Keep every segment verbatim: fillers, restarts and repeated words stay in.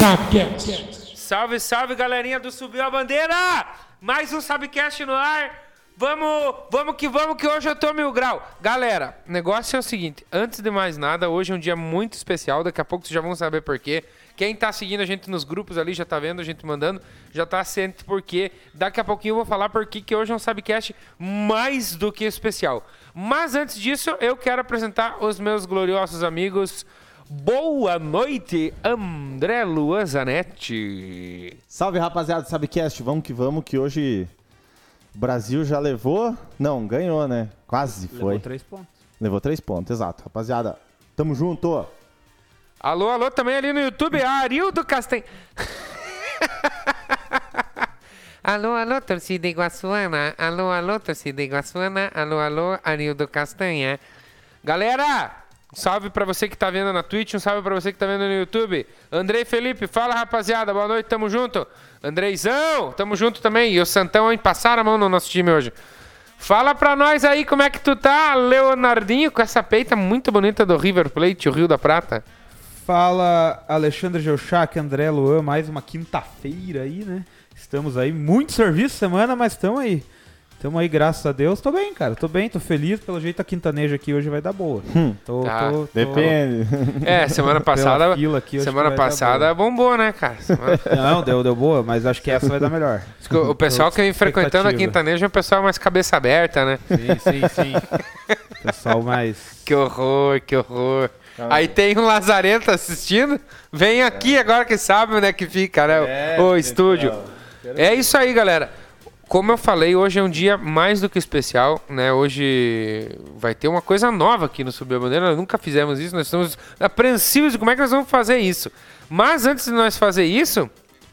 Sabcast. Salve, salve, galerinha do Subiu a Bandeira! Mais um Sabcast no ar. Vamos, vamos que vamos, que hoje eu tô mil grau. Galera, o negócio é o seguinte. Antes de mais nada, hoje é um dia muito especial. Daqui a pouco vocês já vão saber por quê. Quem tá seguindo a gente nos grupos ali, já tá vendo a gente mandando, já tá ciente por quê. Daqui a pouquinho eu vou falar por que hoje é um Sabcast mais do que especial. Mas antes disso, eu quero apresentar os meus gloriosos amigos. Boa noite, André Luan Zanetti. Salve, rapaziada do Sabcast. Vamos que vamos, que hoje o Brasil já levou... Não, ganhou, né? Quase foi. Levou três pontos. Levou três pontos, exato. Rapaziada, tamo junto. Alô, alô, também ali no YouTube, Arildo Castanha. Alô, alô, torcida iguaçuana. Alô, alô, torcida iguaçuana. Alô, alô, Arildo Castanha. Galera, um salve pra você que tá vendo na Twitch, um salve pra você que tá vendo no YouTube. Andrei Felipe, fala, rapaziada, boa noite, tamo junto. Andreizão, tamo junto também. E o Santão, hein, passaram a mão no nosso time hoje. Fala pra nós aí como é que tu tá, Leonardinho, com essa peita muito bonita do River Plate, o Rio da Prata. Fala, Alexandre Geuchac, André Luan, mais uma quinta-feira aí, né? Estamos aí, muito serviço semana, mas estamos aí. Estamos aí, graças a Deus. Tô bem, cara, tô bem, tô feliz. Pelo jeito a quintaneja aqui hoje vai dar boa. Hum, tô, tá. tô, tô... Depende. É, semana passada, aqui, semana passada bombou, né, cara? Semana... Não, deu, deu boa, mas acho que essa vai dar melhor. O pessoal que vem frequentando a quintaneja é um pessoal mais cabeça aberta, né? Sim, sim, sim. Pessoal mais... Que horror, que horror. Aí tem um lazarento assistindo, vem aqui agora que sabe onde é que fica, né? É, o estúdio. É isso aí, galera. Como eu falei, hoje é um dia mais do que especial, né? Hoje vai ter uma coisa nova aqui no Subiu a Bandeira. Nós nunca fizemos isso, nós estamos apreensivos de como é que nós vamos fazer isso. Mas antes de nós fazer isso,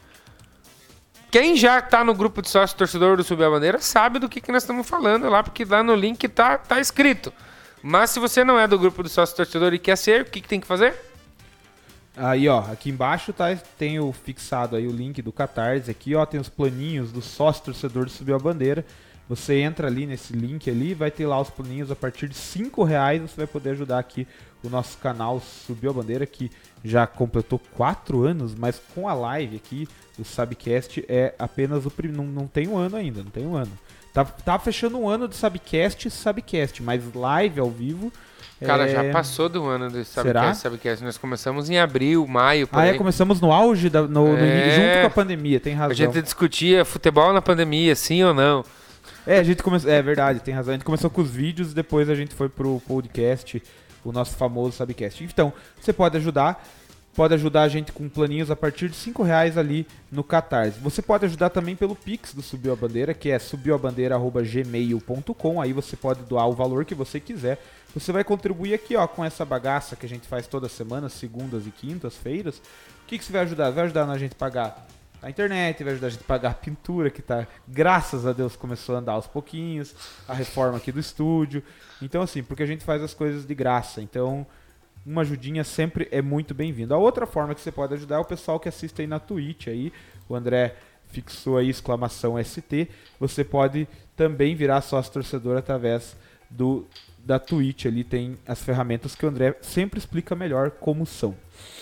quem já está no grupo de sócio torcedor do Subiu a Bandeira sabe do que, que nós estamos falando lá, porque lá no link tá, tá escrito. Mas se você não é do grupo do sócio torcedor e quer ser, o que, que tem que fazer? Aí, ó, aqui embaixo tá, tem o fixado aí o link do Catarse. Aqui, ó, tem os planinhos do sócio torcedor do Subiu a Bandeira. Você entra ali nesse link ali, vai ter lá os planinhos a partir de cinco reais. Você vai poder ajudar aqui o nosso canal Subiu a Bandeira, que já completou quatro anos, mas com a live aqui do Sabcast é apenas o primeiro. Não, não tem um ano ainda, não tem um ano. Tá, tá fechando um ano de Sabcast e Sabcast, mas live ao vivo... Cara, é... já passou do ano do Será? Sabcast, Sabcast. Nós começamos em abril, maio, por Ah, aí. é, começamos no auge, da, no, no É. início, junto com a pandemia, tem razão. A gente discutia futebol na pandemia, sim ou não. É, a gente começou, é verdade, tem razão. A gente começou com os vídeos, depois a gente foi pro podcast, o nosso famoso Sabcast. Então, você pode ajudar... Pode ajudar a gente com planinhos a partir de cinco reais ali no Catarse. Você pode ajudar também pelo Pix do Subiu a Bandeira, que é subiu a bandeira arroba gmail ponto com. Aí você pode doar o valor que você quiser. Você vai contribuir aqui, ó, com essa bagaça que a gente faz toda semana, segundas e quintas-feiras. O que, que você vai ajudar? Vai ajudar a gente a pagar a internet, vai ajudar a gente a pagar a pintura, que tá, graças a Deus, começou a andar aos pouquinhos. A reforma aqui do estúdio. Então, assim, porque a gente faz as coisas de graça. Então... uma ajudinha sempre é muito bem-vinda. A outra forma que você pode ajudar é o pessoal que assiste aí na Twitch. Aí, o André fixou aí exclamação S T. Você pode também virar sócio torcedor através do, da Twitch. Ali tem as ferramentas que o André sempre explica melhor como são.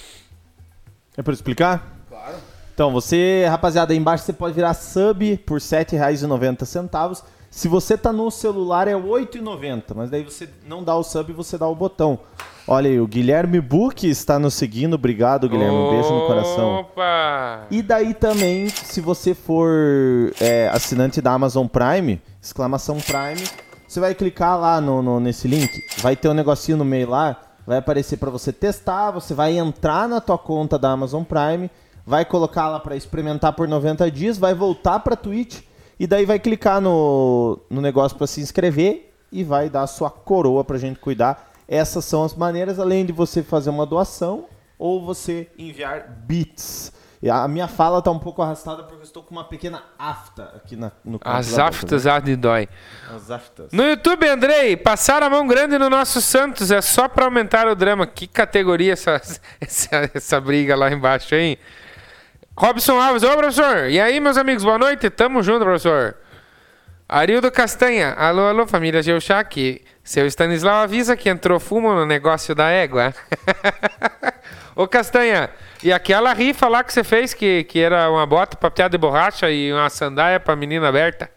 É pra eu explicar? Claro. Então, você, rapaziada, aí embaixo você pode virar sub por sete reais e noventa centavos. Se você tá no celular é oito reais e noventa centavos, mas daí você não dá o sub e você dá o botão. Olha aí, o Guilherme Buck está nos seguindo. Obrigado, Guilherme. Um beijo no coração. Opa! E daí também, se você for é, assinante da Amazon Prime, exclamação Prime, você vai clicar lá no, no, nesse link. Vai ter um negocinho no meio lá, vai aparecer para você testar. Você vai entrar na tua conta da Amazon Prime, vai colocar lá para experimentar por noventa dias, vai voltar para Twitch e daí vai clicar no, no negócio para se inscrever e vai dar a sua coroa pra gente cuidar. Essas são as maneiras, além de você fazer uma doação ou você enviar bits. E a minha fala tá um pouco arrastada porque eu estou com uma pequena afta aqui na, no canto. As aftas há de dói. As aftas. No YouTube, Andrei, passaram a mão grande no nosso Santos, é só pra aumentar o drama. Que categoria essa, essa, essa briga lá embaixo, hein? Robson Alves, ô professor, e aí meus amigos, boa noite, tamo junto, professor. Arildo Castanha, alô, alô, família Geuchac. Seu Stanislau avisa que entrou fumo no negócio da égua. Ô, Castanha, e aquela rifa lá que você fez, que, que era uma bota pra piada de borracha e uma sandália pra menina aberta?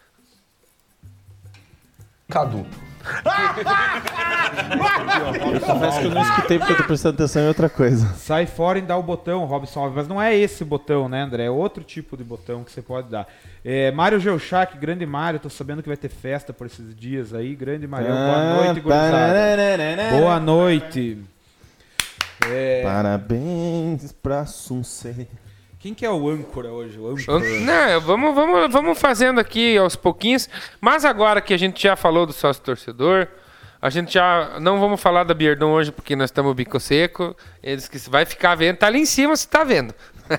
Cadu. Eu confesso que eu não escutei porque eu tô prestando atenção em outra coisa. Sai fora e dá o botão, Robson Alves. Mas não é esse botão, né, André? É outro tipo de botão que você pode dar. É, Mário Geuchac, grande Mário. Tô sabendo que vai ter festa por esses dias aí. Grande Mário. Boa noite, gurizada. Boa noite. É... Parabéns pra Sunset. Quem que é o âncora hoje? O âncora. Não, vamos, vamos, vamos fazendo aqui aos pouquinhos. Mas agora que a gente já falou do sócio torcedor, a gente já não vamos falar da Bierdon hoje porque nós estamos bico seco. Eles que vai ficar vendo, tá ali em cima, você tá vendo.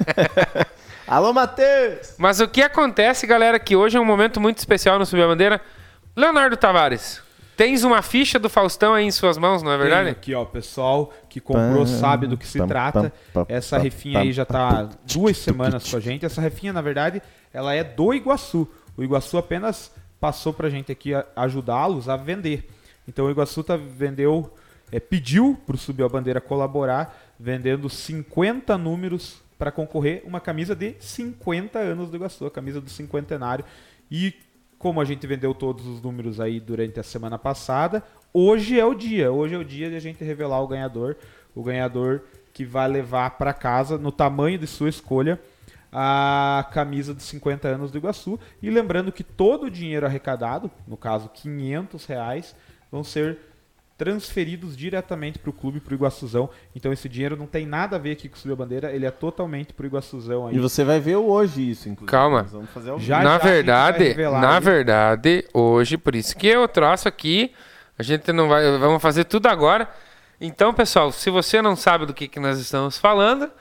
Alô, Matheus! Mas o que acontece, galera, que hoje é um momento muito especial no Subir a Bandeira. Leonardo Tavares, tens uma ficha do Faustão aí em suas mãos, não é verdade? Tem aqui, ó, pessoal que comprou sabe do que se trata. Essa refinha aí já tá duas semanas com a gente. Essa refinha, na verdade, ela é do Iguaçu. O Iguaçu apenas passou pra gente aqui ajudá-los a vender. Então o Iguaçu tá, vendeu, é, pediu pro Subir a Bandeira colaborar, vendendo cinquenta números para concorrer uma camisa de cinquenta anos do Iguaçu, a camisa do cinquentenário. E como a gente vendeu todos os números aí durante a semana passada, hoje é o dia. Hoje é o dia de a gente revelar o ganhador. O ganhador que vai levar para casa, no tamanho de sua escolha, a camisa dos cinquenta anos do Iguaçu. E lembrando que todo o dinheiro arrecadado, no caso quinhentos reais, vão ser transferidos diretamente para o clube, para o Iguaçuzão. Então esse dinheiro não tem nada a ver aqui com o Subir a Bandeira, ele é totalmente para o Iguaçuzão. Aí. E você vai ver hoje isso, inclusive. Calma. Nós vamos fazer já, na já verdade, na aí. verdade, hoje, por isso que eu traço aqui, a gente não vai, vamos fazer tudo agora. Então, pessoal, se você não sabe do que, que nós estamos falando,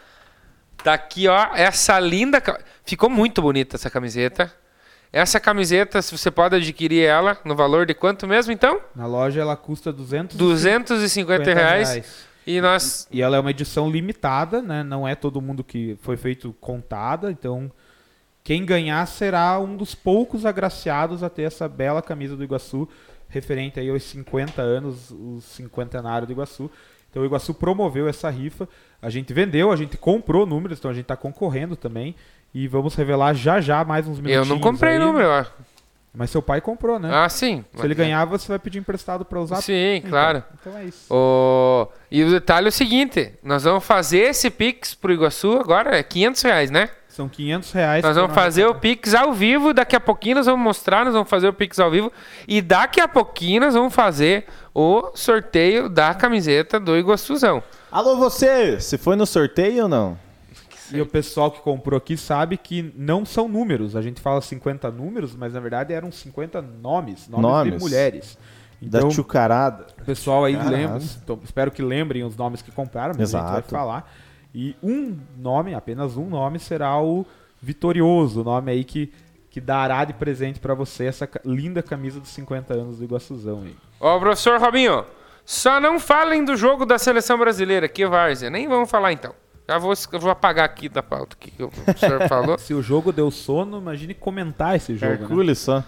tá aqui, ó, essa linda, ficou muito bonita essa camiseta. Essa camiseta, você pode adquirir ela no valor de quanto mesmo, então? Na loja ela custa duzentos e cinquenta reais. E, nós... e ela é uma edição limitada, né? Não é todo mundo que foi feito contada. Então, quem ganhar será um dos poucos agraciados a ter essa bela camisa do Iguaçu, referente aí aos cinquenta anos, o cinquentenário do Iguaçu. Então, o Iguaçu promoveu essa rifa. A gente vendeu, a gente comprou números, então a gente está concorrendo também. E vamos revelar já já mais uns minutinhos. Eu não comprei aí. número, ó. Mas seu pai comprou, né? Ah, sim. Se ele ganhar, você vai pedir emprestado para usar? Sim, então, claro. Então é isso. O... E o detalhe é o seguinte, nós vamos fazer esse Pix pro Iguaçu agora, é quinhentos reais, né? São quinhentos reais. Nós vamos fazer o Pix ao vivo, daqui a pouquinho nós vamos mostrar, nós vamos fazer o Pix ao vivo. E daqui a pouquinho nós vamos fazer o sorteio da camiseta do Iguaçuzão. Alô, você! Você foi no sorteio ou não? E o pessoal que comprou aqui sabe que não são números. A gente fala cinquenta números, mas na verdade eram cinquenta nomes. Nomes, nomes. de mulheres. Então, da chucarada. O pessoal aí lembra. Então, espero que lembrem os nomes que compraram, mas Exato. a gente vai falar. E um nome, apenas um nome, será o vitorioso. O nome aí que, que dará de presente para você essa linda camisa dos cinquenta anos do Iguaçuzão. Aí. Ó, professor Robinho, só não falem do jogo da seleção brasileira, que várzea. Nem vamos falar então. Já vou, eu vou apagar aqui da pauta que o professor falou. Se o jogo deu sono, imagine comentar esse jogo. Hercules, né? só.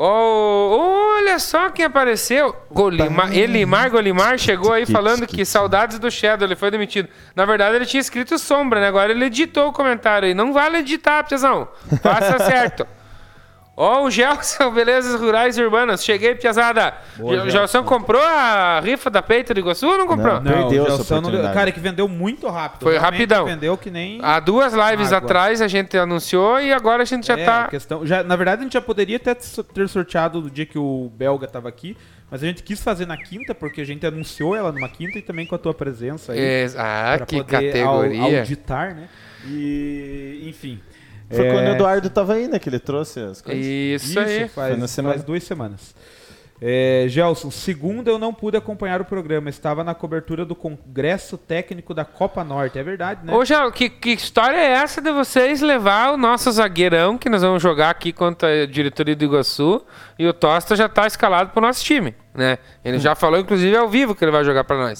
Oh, olha só quem apareceu. Golimar, Elimar Golimar chegou aí falando que saudades do Shadow, ele foi demitido. Na verdade, ele tinha escrito sombra, né? Agora ele editou o comentário aí. Não vale editar, Piazão. Faça certo. Ó, oh, o Gelson, Belezas Rurais e Urbanas. Cheguei, Piazada. O Gelson comprou a rifa da peita do Iguaçu ou não comprou? Não, perdeu não, essa oportunidade. Cara, que vendeu muito rápido. Foi Realmente rapidão. Vendeu que nem há duas lives água. atrás a gente anunciou e agora a gente já é, tá... Questão, já, na verdade, a gente já poderia até ter sorteado no dia que o Belga tava aqui, mas a gente quis fazer na quinta, porque a gente anunciou ela numa quinta e também com a tua presença aí. É, ah, que categoria. Au, auditar, né? E, enfim... Foi é... quando o Eduardo tava aí, né? Que ele trouxe as coisas. Isso, Isso aí. Faz, na semana. faz duas semanas. É, Gelson, segunda eu não pude acompanhar o programa. Estava na cobertura do Congresso Técnico da Copa Norte. É verdade, né? Ô, Gelson, que, que história é essa de vocês levar o nosso zagueirão, que nós vamos jogar aqui contra a diretoria do Iguaçu, e o Tosta já tá escalado pro nosso time, né? Ele já falou, inclusive, ao vivo que ele vai jogar para nós.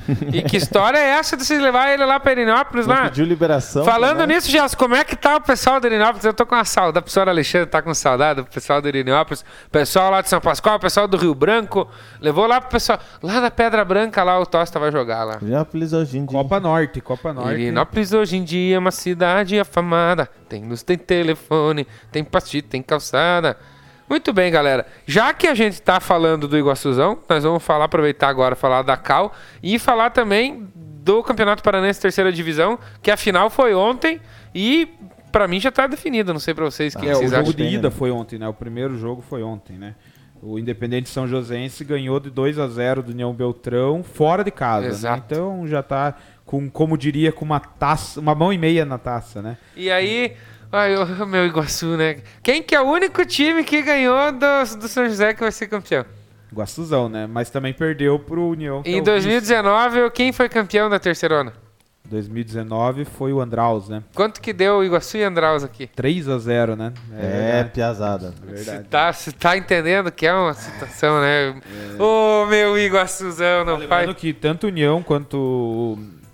E que história é essa de vocês levar ele lá pra Irinópolis? Não lá? pediu liberação. Falando também. nisso, Gelson, como é que tá o pessoal do Irinópolis? Eu tô com uma saudade. O professor Alexandre tá com saudade do pessoal do Irinópolis. O pessoal lá de São Pascoal, o pessoal do Rio Branco. Levou lá pro pessoal. Lá da Pedra Branca, lá o Tosta vai jogar lá. Irinópolis hoje em dia. Copa Norte, Copa Norte. Irinópolis hoje em dia é uma cidade afamada. Tem luz, tem telefone, tem pastito, tem calçada. Muito bem, galera. Já que a gente está falando do Iguaçuzão, nós vamos falar, aproveitar agora, falar da Cal e falar também do Campeonato Paranense Terceira Divisão, que a final foi ontem e para mim já está definido. Não sei para vocês o que É, vocês o jogo acham. de ida foi ontem, né? O primeiro jogo foi ontem, né? O Independente São Joséense ganhou de dois a zero do União Beltrão fora de casa, Exato. né? Então já tá com, como diria, com uma taça, uma mão e meia na taça, né? E aí, ai, o meu Iguaçu, né? Quem que é o único time que ganhou do, do São José que vai ser campeão? Iguaçuzão, né? Mas também perdeu pro União. que é Em o dois mil e dezenove, quem foi campeão da terceirona? vice. dois mil e dezenove foi o Andraus, né? Quanto que deu o Iguaçu e Andraus aqui? três a zero, né? É, piazada. Você tá, você tá entendendo que é uma situação, né? Ô, meu Iguaçuzão, não Lembrando faz... que tanto União quanto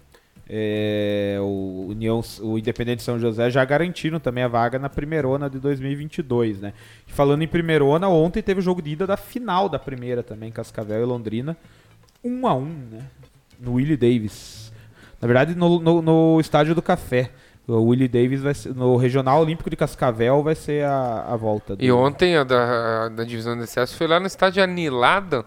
é, o União, o Independente São José já garantiram também a vaga na primeirona de dois mil e vinte e dois, né? E falando em primeirona, ontem teve o jogo de ida da final da primeira também, Cascavel e Londrina, um a um, né? No Willie Davis. Na verdade, no, no, no Estádio do Café. O Willie Davis vai ser, no Regional Olímpico de Cascavel vai ser a, a volta. Do, E ontem a da, a da divisão de acesso foi lá no estádio Anilado.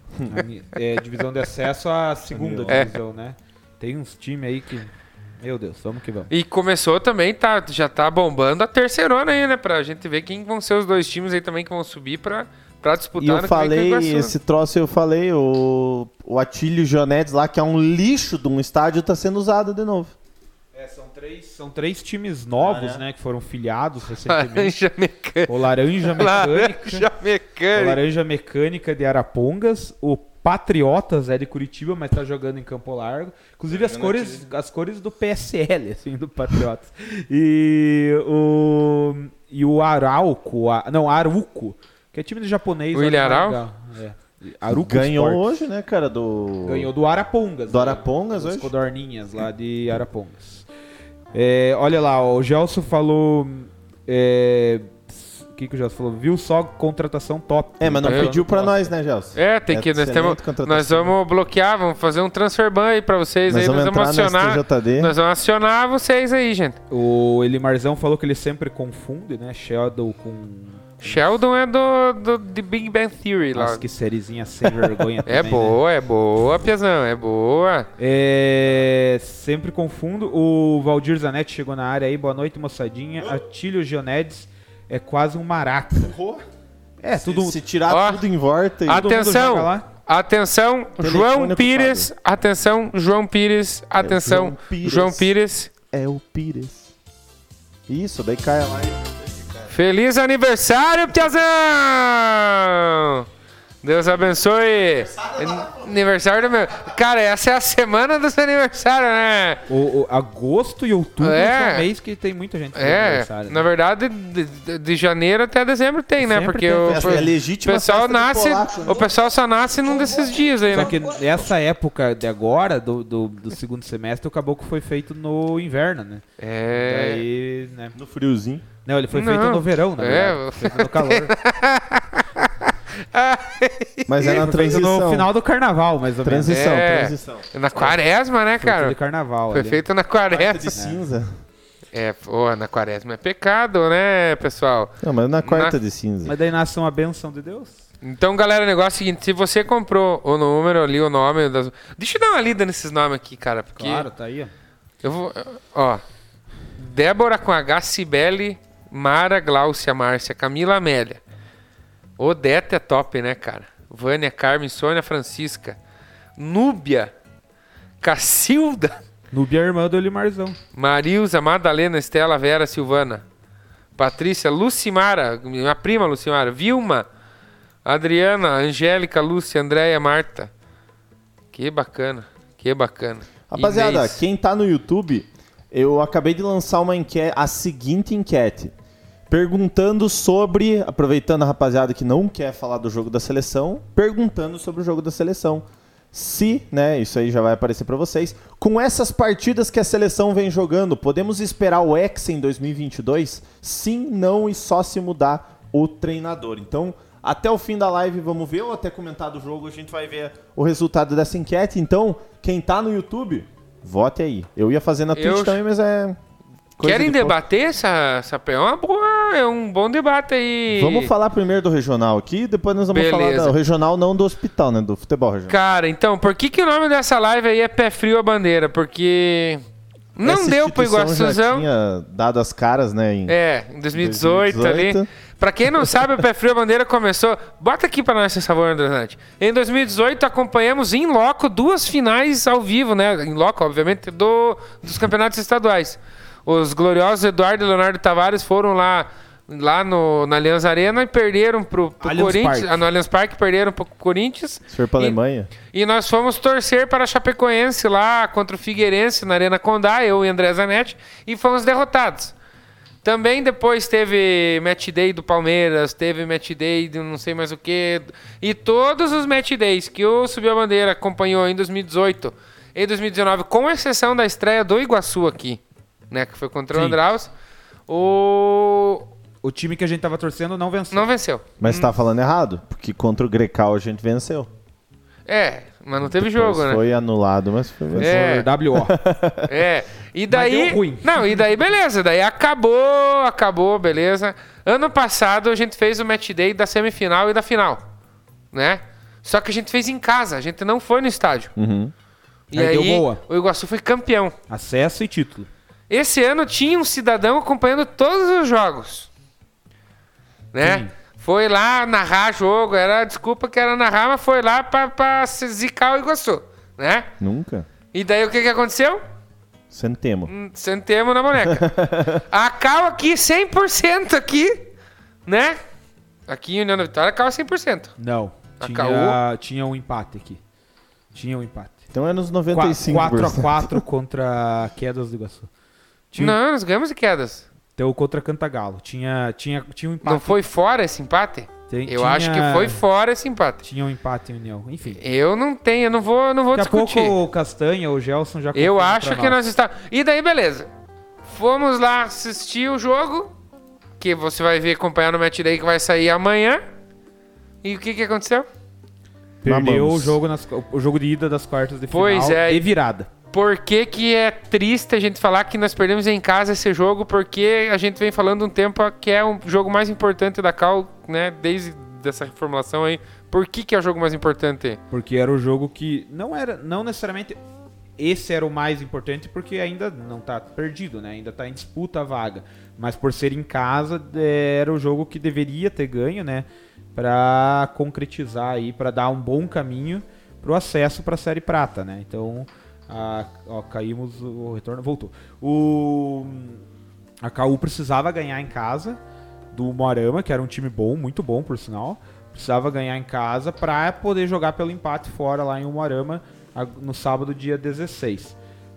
a, é, divisão de acesso à segunda É. divisão, né? Tem uns times aí que... Meu Deus, vamos que vamos. E começou também, tá, já tá bombando a terceirona aí, né? Pra gente ver quem vão ser os dois times aí também que vão subir pra, pra disputar. E eu ano que vem com o falei, Iguaçu. esse troço eu falei, o, o Atílio Jonedes lá, que é um lixo de um estádio, tá sendo usado de novo. É, são três, são três times novos, Ah, é? né? Que foram filiados recentemente. Laranja Mecânica. O Laranja Mecânica. Laranja O Mecânica. Laranja Mecânica de Arapongas. O Patriotas é de Curitiba, mas tá jogando em Campo Largo. Inclusive as cores, as cores do P S L, assim, do Patriotas. E o, e o Arauco, a, não, Aruco, que é time de japonês. O William olha, Arauco? legal. É. Aruco Ganhou Sports. hoje, né, cara, do... Ganhou do Arapongas. Do Arapongas né? hoje? Os Codorninhas lá de Arapongas. É, olha lá, ó, o Gelson falou... É, o que, que o Gelson falou? Viu só contratação top. É, mas não Eu- pediu pra nós, né, Gelson? É, tem que. Nós, excelente temos, contratação. nós vamos bloquear, vamos fazer um transfer ban aí pra vocês. Nós aí, vamos nós vamos entrar no acionar. S T J D. Nós vamos acionar vocês aí, gente. O Elimarzão falou que ele sempre confunde, né? Sheldon com... Sheldon é do, do de Big Bang Theory lá. Nossa, que sériezinha sem vergonha É também, né? boa, é boa, Piazão, é boa. É, sempre confundo. O Valdir Zanetti chegou na área aí. Boa noite, moçadinha. Atílio Gionedes é quase um maraca. É, tudo... Se tirar Ó, tudo em volta e... mundo joga Atenção, lá. atenção, Telefone João ocupado. Pires, atenção, João Pires, atenção, João Pires. João Pires. É o Pires. Isso, daí cai lá e... Feliz aniversário, Piazão! Deus abençoe. Aniversário do meu. Cara, essa é a semana do seu aniversário, né? O, o agosto e outubro É. são mês que tem muita gente fazendo É, aniversário, na né? verdade, de, de- de janeiro até dezembro tem, né? Sempre Porque tem o, festa, é legítima pessoal festa de nasce, polaco, né? o pessoal só nasce num desses dias aí, Só né? que essa época de agora, do, do, do segundo semestre, o caboclo foi feito no inverno, né? É. Daí, né? No friozinho. Não, ele foi feito Não. no verão, na É, verdade. Foi feito no calor. Mas é na Foi feito transição. no final do carnaval, mais ou menos. Transição, É. transição. Na quaresma, né, Foi tudo cara? de carnaval. Foi ali. feito na Quarta de quaresma. cinza. É, pô, na quaresma é pecado, né, pessoal? Não, mas na quarta Na- de cinza. Mas daí nasce uma benção de Deus. Então, galera, o negócio é o seguinte, se você comprou o número ali, o nome das... Deixa eu dar uma lida nesses nomes aqui, cara, porque... Claro, tá aí, ó. Eu vou... Ó, Débora com H, Cibele, Mara, Gláucia, Márcia, Camila, Amélia. Odete é top, né, cara? Vânia, Carmen, Sônia, Francisca. Núbia, Cacilda, Núbia é irmã do Elimarzão. Marilza, Madalena, Estela, Vera, Silvana. Patrícia, Lucimara, minha prima Lucimara. Vilma, Adriana, Angélica, Lúcia, Andréia, Marta. Que bacana, que bacana. Rapaziada, Inês. quem tá no YouTube, eu acabei de lançar uma enquete, a seguinte enquete. Perguntando sobre, aproveitando a rapaziada que não quer falar do jogo da seleção, perguntando sobre o jogo da seleção. Se, né, isso aí já vai aparecer para vocês. Com essas partidas que a seleção vem jogando, podemos esperar o Hexa em dois mil e vinte e dois? Sim, não e só se mudar o treinador. Então, até o fim da live vamos ver, ou até comentar do jogo, a gente vai ver o resultado dessa enquete. Então, quem tá no YouTube, vote aí. Eu ia fazer na Twitch Eu... também, mas é... Querem de debater essa, essa... É uma boa, é um bom debate aí. Vamos falar primeiro do regional aqui, depois nós vamos Beleza. falar do regional, não do hospital, né? Do futebol regional. Cara, então, por que, que o nome dessa live aí é Pé Frio a Bandeira? Porque não Essa deu pro Iguaçuzão. Já tinha dado as caras, né? Em é, em dois mil e dezoito, dois mil e dezoito ali. Pra quem não sabe, o Pé Frio a Bandeira começou... Bota aqui pra nós, por favor, André Zanatti. Em dois mil e dezoito, acompanhamos em loco duas finais ao vivo, né? Em loco, obviamente, do, dos campeonatos estaduais. Os gloriosos Eduardo e Leonardo Tavares foram lá, lá no, na Allianz Arena e perderam pro, pro Corinthians. Parque. No Allianz Parque perderam pro Corinthians. Foi pra e, Alemanha. E nós fomos torcer para a Chapecoense lá contra o Figueirense na Arena Condá, eu e André Zanetti, e fomos derrotados. Também depois teve match day do Palmeiras, teve match day de não sei mais o que. E todos os match days que o Subiu a Bandeira acompanhou em dois mil e dezoito e dois mil e dezenove, com exceção da estreia do Iguaçu aqui, né, que foi contra Sim. o Andraus, o... o time que a gente tava torcendo não venceu. Não venceu. Mas você hum. tá falando errado, porque contra o Grecal a gente venceu. É, mas não teve Depois jogo, né? Foi anulado, mas foi vencido. É. W O. É, e daí... Mas deu ruim. Não, e daí beleza, daí acabou, acabou, beleza. Ano passado a gente fez o match day da semifinal e da final, né? Só que a gente fez em casa, a gente não foi no estádio. Uhum. E aí, aí o Iguaçu foi campeão. Acesso e título. Esse ano tinha um cidadão acompanhando todos os jogos, né? Sim. Foi lá narrar jogo, era desculpa que era narrar, mas foi lá pra, pra zicar o Iguaçu, né? Nunca. E daí o que que aconteceu? Sentemos. Sentemos na boneca. A Cal aqui, cem por cento aqui, né? Aqui em União da Vitória, a Cal é cem por cento. Não, a tinha, tinha um empate aqui. Tinha um empate. Então é nos noventa e cinco por cento. quatro a quatro contra Quedas do Iguaçu. Tinha... Não, nós ganhamos de Quedas. Então contra Cantagalo. Tinha, tinha, tinha um empate. Não foi fora esse empate? Tem, eu tinha... acho que foi fora esse empate. Tinha um empate em União. Enfim. Eu não tenho, eu não vou, não vou Daqui discutir. Daqui a pouco o Castanha, o Gelson já... Eu acho que nós, nós está... E daí, beleza. Fomos lá assistir o jogo, que você vai ver, acompanhar no match day que vai sair amanhã. E o que que aconteceu? Perdeu o jogo, nas, o jogo de ida das quartas de final pois é, e virada. Por que que é triste a gente falar que nós perdemos em casa esse jogo? Porque a gente vem falando um tempo que é o jogo mais importante da Cal, né? Desde essa reformulação aí. Por que que é o jogo mais importante? Porque era o jogo que não era, não necessariamente esse era o mais importante, porque ainda não tá perdido, né? Ainda tá em disputa a vaga. Mas por ser em casa, era o jogo que deveria ter ganho, né? Para concretizar aí, para dar um bom caminho pro acesso para a Série Prata, né? Então, a, ó, caímos, o retorno voltou. O a K U precisava ganhar em casa do Moarama, que era um time bom, muito bom por sinal. Precisava ganhar em casa para poder jogar pelo empate fora lá em Umuarama no sábado, dia dezesseis.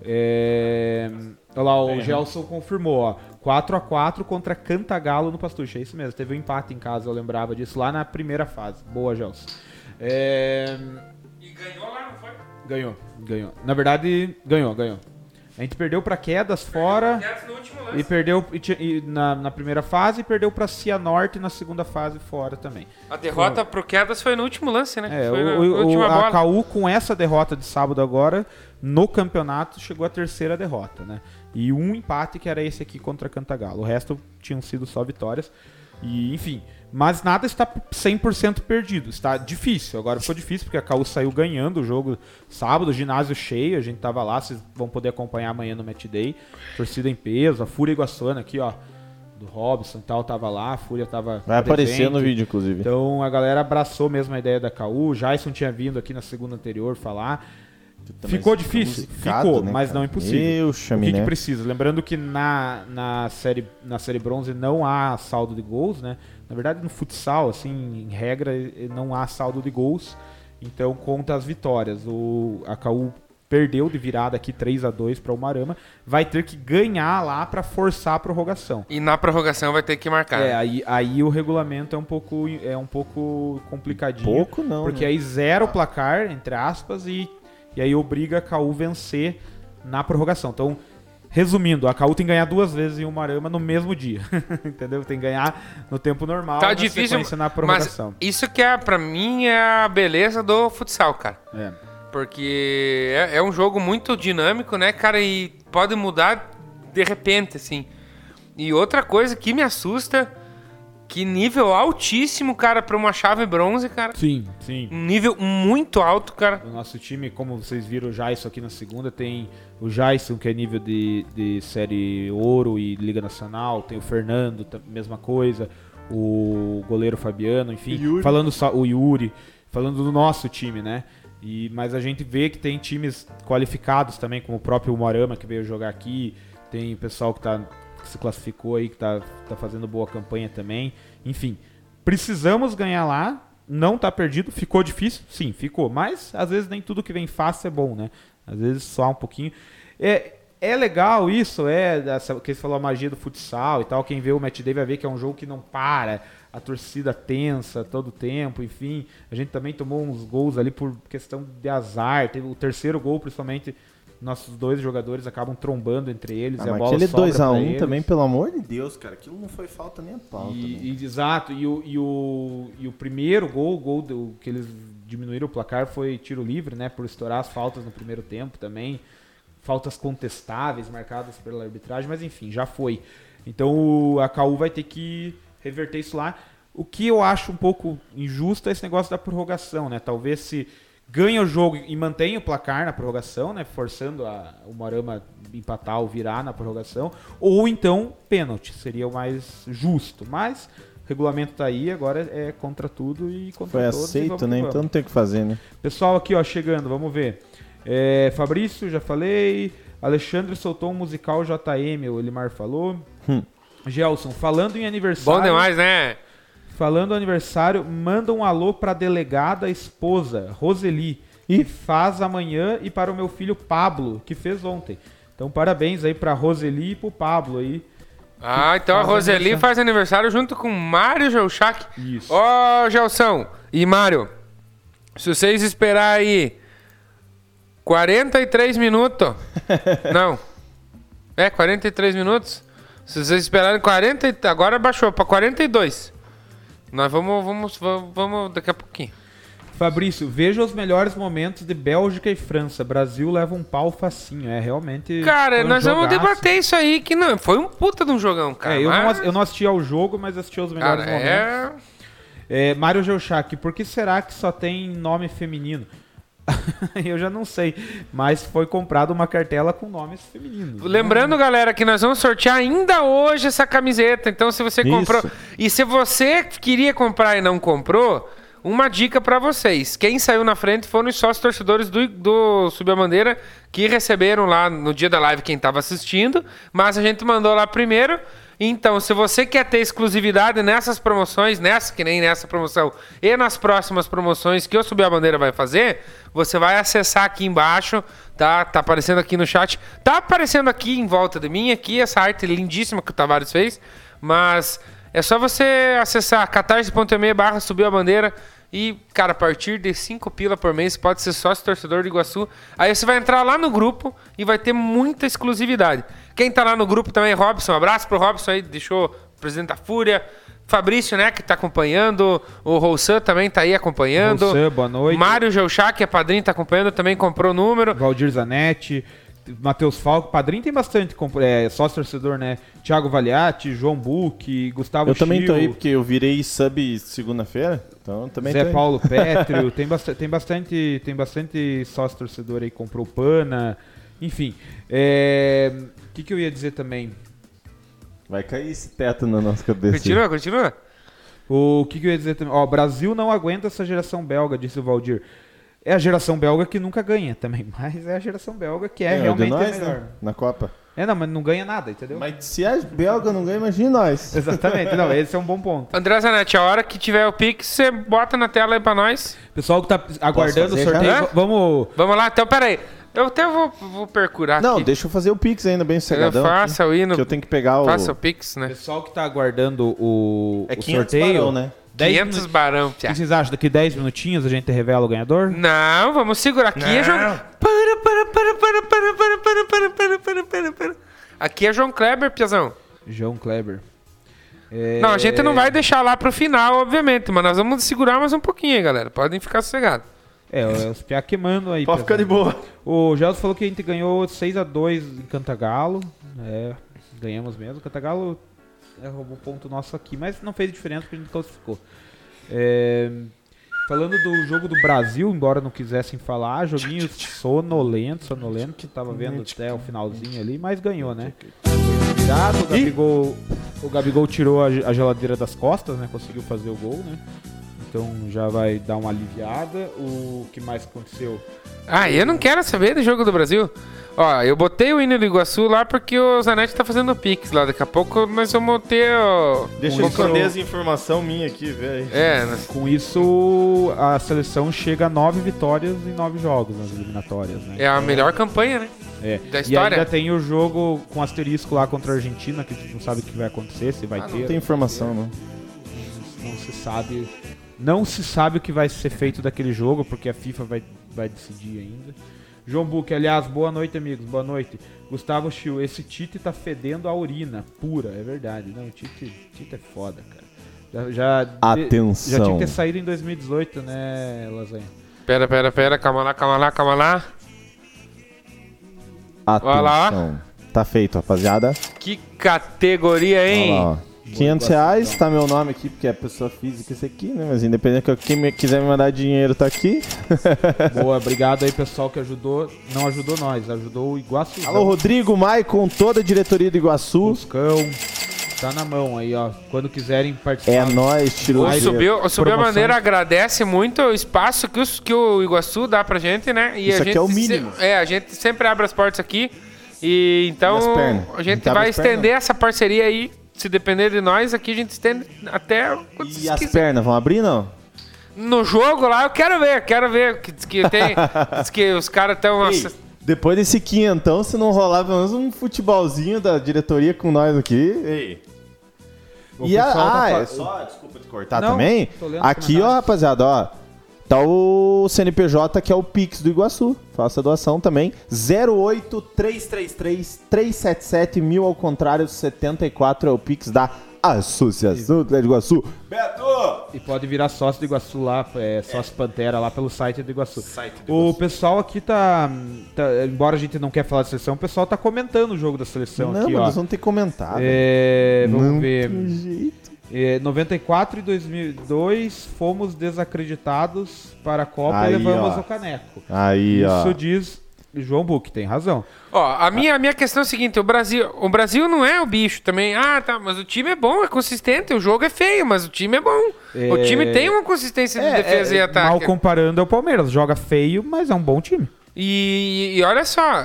É... Olha lá, o Gelson confirmou, ó. quatro a quatro contra Cantagalo no Pastuche. É isso mesmo, teve um empate em casa, eu lembrava disso, lá na primeira fase. Boa, Gelson. É... E ganhou lá, não foi? Ganhou, ganhou. Na verdade, ganhou, ganhou. A gente perdeu para Quedas fora Quedas no último lance. E perdeu e, e, na, na primeira fase e perdeu para Cianorte na segunda fase fora também. A derrota pro Quedas foi no último lance, né? É, foi o, na, o, última a bola. K U com essa derrota de sábado agora no campeonato chegou à terceira derrota, né? E um empate que era esse aqui contra Cantagalo. O resto tinham sido só vitórias. E enfim, mas nada está cem por cento perdido. Está difícil. Agora ficou difícil porque a K U saiu ganhando o jogo sábado, ginásio cheio, a gente tava lá, vocês vão poder acompanhar amanhã no Match Day. Torcida em peso, a Fúria Iguaçuana aqui, ó, do Robson e tal, tava lá, a Fúria tava vai presente. Aparecer no vídeo, inclusive. Então a galera abraçou mesmo a ideia da K U. O Jason tinha vindo aqui na segunda anterior falar. Ficou difícil? Ficou, né, mas cara? Não impossível. Eu, o que, que precisa? Lembrando que na, na, série, na série bronze não há saldo de gols, né? Na verdade, no futsal, assim, em regra, não há saldo de gols. Então, conta as vitórias. O, a K U perdeu de virada aqui três a dois para o Umuarama, vai ter que ganhar lá para forçar a prorrogação. E na prorrogação vai ter que marcar. É, aí, aí o regulamento é um pouco, é um pouco complicadinho. Pouco não, Porque né? aí zera o placar, entre aspas, e, e aí obriga a K U vencer na prorrogação. Então, resumindo, a K U tem que ganhar duas vezes em Umuarama no mesmo dia. Entendeu? Tem que ganhar no tempo normal, Tá na difícil, sequência na prorrogação. mas isso que é, pra mim, é a beleza do futsal, cara. É. Porque é, é um jogo muito dinâmico, né, cara? E pode mudar de repente, assim. E outra coisa que me assusta, que nível altíssimo, cara, pra uma chave bronze, cara. Sim, sim. Um nível muito alto, cara. O nosso time, como vocês viram o Jaison aqui na segunda, tem o Jaison, que é nível de, de série ouro e Liga Nacional, tem o Fernando, mesma coisa, o goleiro Fabiano, enfim, Yuri. falando só o Yuri, falando do nosso time, né? E, mas a gente vê que tem times qualificados também, como o próprio Umuarama, que veio jogar aqui, tem o pessoal que, tá, que se classificou aí, que tá, tá fazendo boa campanha também. Enfim, precisamos ganhar lá, não tá perdido, ficou difícil? Sim, ficou, mas às vezes nem tudo que vem fácil é bom, né? Às vezes só um pouquinho. É, é legal isso, é, essa, que você falou, a magia do futsal e tal, quem vê o Match Day vai ver que é um jogo que não para, a torcida tensa todo o tempo, enfim. A gente também tomou uns gols ali por questão de azar. Teve o terceiro gol, principalmente, nossos dois jogadores acabam trombando entre eles. Ah, e a mas bola aquele sobra dois a um pra também, eles. pelo amor de Deus, cara. Aquilo não foi falta nem a pau. E, e, exato. E o, e, o, e o primeiro gol, o gol do, que eles diminuíram o placar, foi tiro livre, né? Por estourar as faltas no primeiro tempo também. Faltas contestáveis, marcadas pela arbitragem. Mas enfim, já foi. Então a K U vai ter que reverter isso lá. O que eu acho um pouco injusto é esse negócio da prorrogação, né? Talvez se ganha o jogo e mantenha o placar na prorrogação, né? Forçando a, o Umuarama empatar ou virar na prorrogação. Ou então pênalti, seria o mais justo. Mas o regulamento tá aí, agora é contra tudo e contra Foi todos. aceito, né? Vamos. Então não tem o que fazer, né? Pessoal aqui, ó, chegando, vamos ver. É, Fabrício, já falei. Alexandre soltou um musical J M, o Elimar falou. Hum. Gelson, falando em aniversário... Bom demais, né? Falando aniversário, manda um alô pra delegada esposa, Roseli, que faz amanhã, e para o meu filho Pablo, que fez ontem. Então, parabéns aí pra Roseli e pro Pablo aí. Ah, então a faz Roseli aniversário. faz aniversário junto com Mário Gelchak. Isso. Ó, Gelson e Mário, se vocês esperar aí quarenta e três minutos... Não. É, quarenta e três minutos. Se vocês esperarem quarenta... e- Agora baixou pra quarenta e dois. Nós vamos, vamos, vamos, vamos daqui a pouquinho. Fabrício, veja os melhores momentos de Bélgica e França. Brasil leva um pau facinho. É realmente. Cara, foi um nós vamos jogaço. debater isso aí, que não, foi um puta de um jogão, cara. É, eu, mas- não, eu não assisti ao jogo, mas assisti aos melhores Cara, momentos. é... É, Mário Gelchak, por que será que só tem nome feminino? Eu já não sei, mas foi comprada uma cartela com nomes femininos. Lembrando, galera, que nós vamos sortear ainda hoje essa camiseta. Então, se você Isso. comprou... E se você queria comprar e não comprou, uma dica pra vocês. Quem saiu na frente foram os sócios torcedores do, do Subir a Bandeira, que receberam lá no dia da live quem tava assistindo, mas a gente mandou lá primeiro. Então, se você quer ter exclusividade nessas promoções, nessa que nem nessa promoção, e nas próximas promoções que o Subir a Bandeira vai fazer, você vai acessar aqui embaixo, tá? Tá aparecendo aqui no chat. Tá aparecendo aqui em volta de mim, aqui, essa arte lindíssima que o Tavares fez, mas é só você acessar catarse.me barra Subir a Bandeira e, cara, a partir de cinco pila por mês, pode ser sócio torcedor de Iguaçu. Aí você vai entrar lá no grupo e vai ter muita exclusividade. Quem tá lá no grupo também é Robson. Um abraço pro Robson aí, deixou o presidente da Fúria. Fabrício, né, que tá acompanhando. O Roussan também tá aí acompanhando. Roussan, boa noite. Mário Gelchak, que é padrinho, tá acompanhando, também comprou o número. Valdir Zanetti, Matheus Falco, padrinho tem bastante, comp- é, sócio torcedor, né? Thiago Valiati, João Buque, Gustavo Eu também tô Schil, aí, porque eu virei sub segunda-feira. Então eu também Zé tô aí. Paulo Pétrio, tem, bast- tem bastante, tem bastante sócio torcedor aí, comprou Pana, enfim. É, o que, que eu ia dizer também? Vai cair esse teto na nossa cabeça. Continua, continua. O que, que eu ia dizer também? Ó, Brasil não aguenta essa geração belga, disse o Valdir. É a geração belga que nunca ganha também, mas é a geração belga que é, É, realmente de nós, a melhor. né? Na Copa. É, não, mas não ganha nada, entendeu? Mas se a belga não ganha, imagine nós. Exatamente, não, esse é um bom ponto. André Zanetti, a hora que tiver o Pix, você bota na tela aí pra nós. Pessoal que tá aguardando o fazer sorteio, já? v- vamos... Vamos lá, então pera aí. Eu até vou, vou percurar Não, aqui. deixa eu fazer o Pix ainda bem sossegadão. Faça o hino. Que eu tenho que pegar o... Faça o Pix, né? O pessoal que tá aguardando o, É o quinhentos sorteio... barão, né? quinhentos minutos. barão, O pia. que vocês acham? Daqui dez minutinhos a gente revela o ganhador? Não, vamos segurar aqui. É João... Para, para, para, para, para, para, para, para, para, para, para, para. Aqui é João Kleber, Piazão. João Kleber. É... Não, a gente não vai deixar lá pro final, obviamente, mas nós vamos segurar mais um pouquinho, aí, galera. Podem ficar sossegados. É, os piá queimando aí. Pode ficar de boa. O Gelson falou que a gente ganhou seis a dois em Cantagalo. É, ganhamos mesmo. Cantagalo é, roubou ponto nosso aqui, mas não fez diferença porque a gente classificou. É, falando do jogo do Brasil, embora não quisessem falar, joguinho sonolento, sonolento, que tava vendo até o finalzinho ali, mas ganhou, né? Foi virado, o Gabigol, o Gabigol tirou a, a geladeira das costas, né? Conseguiu fazer o gol, né? Então já vai dar uma aliviada. O que mais aconteceu? Ah, eu não quero saber do jogo do Brasil. Ó, eu botei o hino do Iguaçu lá porque o Zanetti tá fazendo Pix lá. Daqui a pouco nós vamos ter o... Deixa eu esconder as informações minhas aqui, velho. É, né? Com isso, a seleção chega a nove vitórias em nove jogos nas eliminatórias, né? É a melhor campanha, né? É. da E história. ainda tem o jogo com asterisco lá contra a Argentina, que a gente não sabe o que vai acontecer, se vai Ah, ter. Não tem informação, não. Não se sabe. Não se sabe o que vai ser feito daquele jogo, porque a FIFA vai, vai decidir ainda. João Buque, aliás, boa noite, amigos, boa noite. Gustavo Chiu, esse Tite tá fedendo a urina pura, é verdade. Não, o Tite, Tite é foda, cara. Já, já, Atenção. já tinha que ter saído em dois mil e dezoito, né, Lasanha? Pera, pera, pera. Calma lá, calma lá, calma lá. Olha lá. Atenção. Tá feito, rapaziada. Que categoria, hein? Olha lá, ó. quinhentos reais, tá meu nome aqui, porque é pessoa física esse aqui, né? Mas independente de quem me- quiser me mandar dinheiro, tá aqui. Boa, obrigado aí, pessoal, que ajudou. Não ajudou nós, ajudou o Iguaçu. Alô, Rodrigo, Maicon, toda a diretoria do Iguaçu. Buscão. Tá na mão aí, ó. Quando quiserem participar. É nóis, tirou O Subiu, o Subiu a Promoções. Bandeira agradece muito o espaço que, os, que o Iguaçu dá pra gente, né? E Isso a aqui gente é o mínimo. se- é, a gente sempre abre as portas aqui. E então E as pernas? a Não gente abre vai as pernas, estender essa parceria aí. Se depender de nós, aqui a gente estende até quando E vocês as quiserem. pernas, vão abrir, não? No jogo lá, eu quero ver, quero ver. Que, diz que, tem, diz que os caras estão... Ei, depois desse quinhentão, se não rolar pelo menos um futebolzinho da diretoria com nós aqui. Ei. O E a, pessoal tá ah, fa- é só, desculpa te cortar Não, também. tô lendo os Aqui, ó, comentários. rapaziada, ó. Tá o C N P J, que é o Pix do Iguaçu. Faça a doação também. zero oito três três três três sete sete mil ao contrário, setenta e quatro é o Pix da Associação do Iguaçu. Beto! E pode virar sócio do Iguaçu lá, é, sócio Pantera lá pelo site do Iguaçu. Site do O Iguaçu. pessoal aqui tá, tá- embora a gente não quer falar de seleção, o pessoal tá comentando o jogo da seleção Não, aqui, mas ó. nós vamos ter comentado. É, vamos Não ver. tem jeito. É, noventa e quatro e dois mil e dois fomos desacreditados para a Copa Aí, e levamos ó. o caneco. Aí, ó. Isso diz João Buque, tem razão. Ó, a minha, a minha questão é a seguinte, o Brasil, o Brasil não é o bicho também. Ah, tá, mas o time é bom, é consistente, o jogo é feio, mas o time é bom. É... O time tem uma consistência de É, defesa é, e ataque. mal comparando é o Palmeiras, joga feio, mas é um bom time. E, e olha só.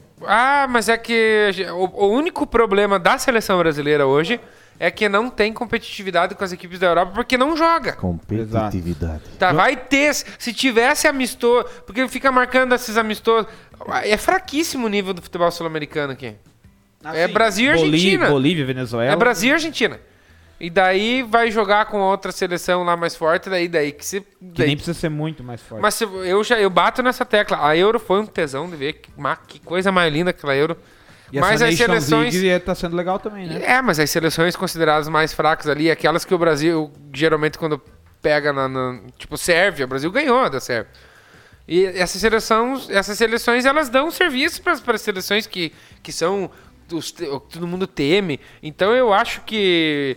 Ah, mas é que o, o único problema da seleção brasileira hoje é que não tem competitividade com as equipes da Europa porque não joga. Competitividade. Tá, vai ter. Se tivesse amistoso. Porque fica marcando esses amistosos. É fraquíssimo o nível do futebol sul-americano aqui. É Brasil e Argentina. Bolívia, Bolívia, Venezuela. É Brasil e Argentina. E daí vai jogar com outra seleção lá mais forte, daí, daí que se. Que Daí. nem precisa ser muito mais forte. Mas se- eu já eu bato nessa tecla. A Euro foi um tesão de ver. Que, ma- que coisa mais linda aquela Euro. E mas essa as Nations seleções. League tá sendo legal também, né? É, mas as seleções consideradas mais fracas ali, aquelas que o Brasil, geralmente, quando pega na. na- tipo, Sérvia, o Brasil ganhou da Sérvia. E essas seleções, essas seleções elas dão serviço para as seleções que, que são. Os, te- todo mundo teme. Então eu acho que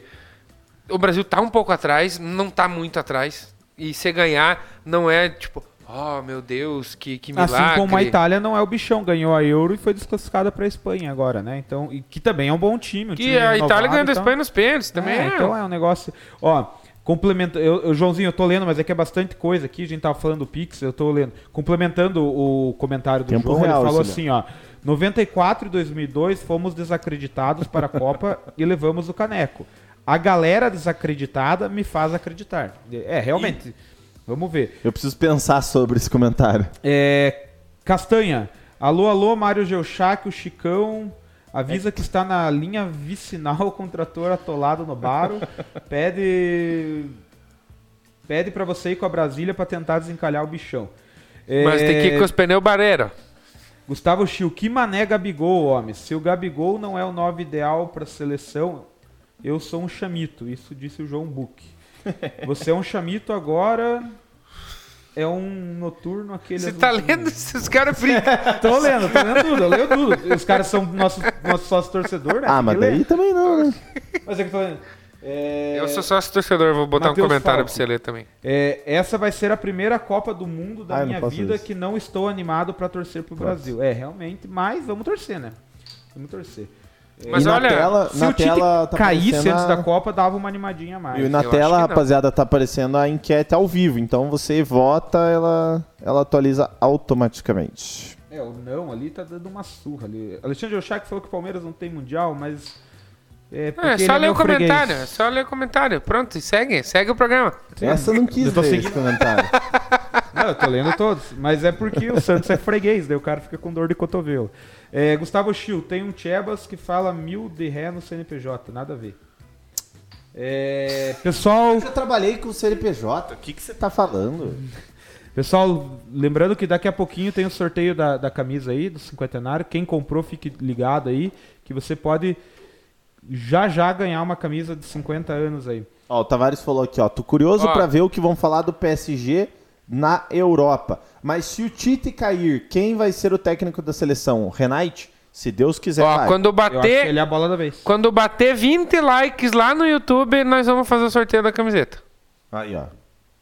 o Brasil tá um pouco atrás, não tá muito atrás. E se ganhar, não é tipo, oh meu Deus, que, que milagre. Assim como a Itália não é o bichão, ganhou a Euro e foi desclassificada pra Espanha agora, né? Então, e que também é um bom time. Um Que time a renovado Itália ganhou da e tal. Espanha nos pênaltis também. É, é. então é um negócio. Ó, complementa. Eu, eu, Joãozinho, eu tô lendo, mas é que é bastante coisa aqui. A gente tava falando do Pix, eu tô lendo. Complementando o comentário do Tempo João, real, ele falou esse assim, ó. noventa e quatro e dois mil e dois fomos desacreditados para a Copa e levamos o caneco. A galera desacreditada me faz acreditar. É, realmente. Vamos ver. Eu preciso pensar sobre esse comentário. É, Castanha, Alô, alô, Mário Geuchac, o Chicão. Avisa é. que está na linha vicinal com o trator atolado no baro. Pede... Pede pra você ir com a Brasília pra tentar desencalhar o bichão. Mas é... tem que ir com os pneus barreiro. Gustavo Chil, que mané Gabigol, homem. Se o Gabigol não é o nove ideal pra seleção, eu sou um chamito. Isso disse o João Buck. Você é um chamito agora... É um noturno aquele... Você tá lendo esses caras frios? Tô lendo, tô lendo tudo, eu leio tudo. Os caras são nossos nosso sócio torcedor, né? Ah, mas daí lê. Também não, né? Mas é que eu tô lendo. É... Eu sou sócio torcedor, vou botar Mateus um comentário Falco. Pra você ler também. É, essa vai ser a primeira Copa do Mundo da ah, minha vida isso. que não estou animado pra torcer pro Nossa. Brasil. É, realmente, mas vamos torcer, né? Vamos torcer. Mas e olha, na tela, se na o Tite tela tá caísse antes a... da Copa, dava uma animadinha a mais. E na Eu tela, rapaziada, tá aparecendo a enquete ao vivo. Então você vota, ela, ela atualiza automaticamente. É, o não ali tá dando uma surra ali. Alexandre Oshak falou que o Palmeiras não tem mundial, mas... É, é só é ler o freguês. comentário, é só ler o comentário. Pronto, segue, segue o programa. Essa eu não quis eu ler esse comentário. Não, eu tô lendo todos, mas é porque o Santos é freguês, daí o cara fica com dor de cotovelo. É, Gustavo Schill, tem um Chebas que fala mil de ré no C N P J, nada a ver. É, pessoal... Eu já trabalhei com o C N P J, o que, que você tá falando? Pessoal, lembrando que daqui a pouquinho tem o sorteio da, da camisa aí, do cinquentenário. Quem comprou, fique ligado aí, que você pode já já ganhar uma camisa de cinquenta anos aí. Ó, o Tavares falou aqui, ó, tô curioso ó. pra ver o que vão falar do P S G na Europa. Mas se o Tite cair, quem vai ser o técnico da seleção? Renate? Se Deus quiser. Ó, quando bater, ele é a bola da vez. Quando bater vinte likes lá no YouTube, nós vamos fazer o sorteio da camiseta. Aí, ó.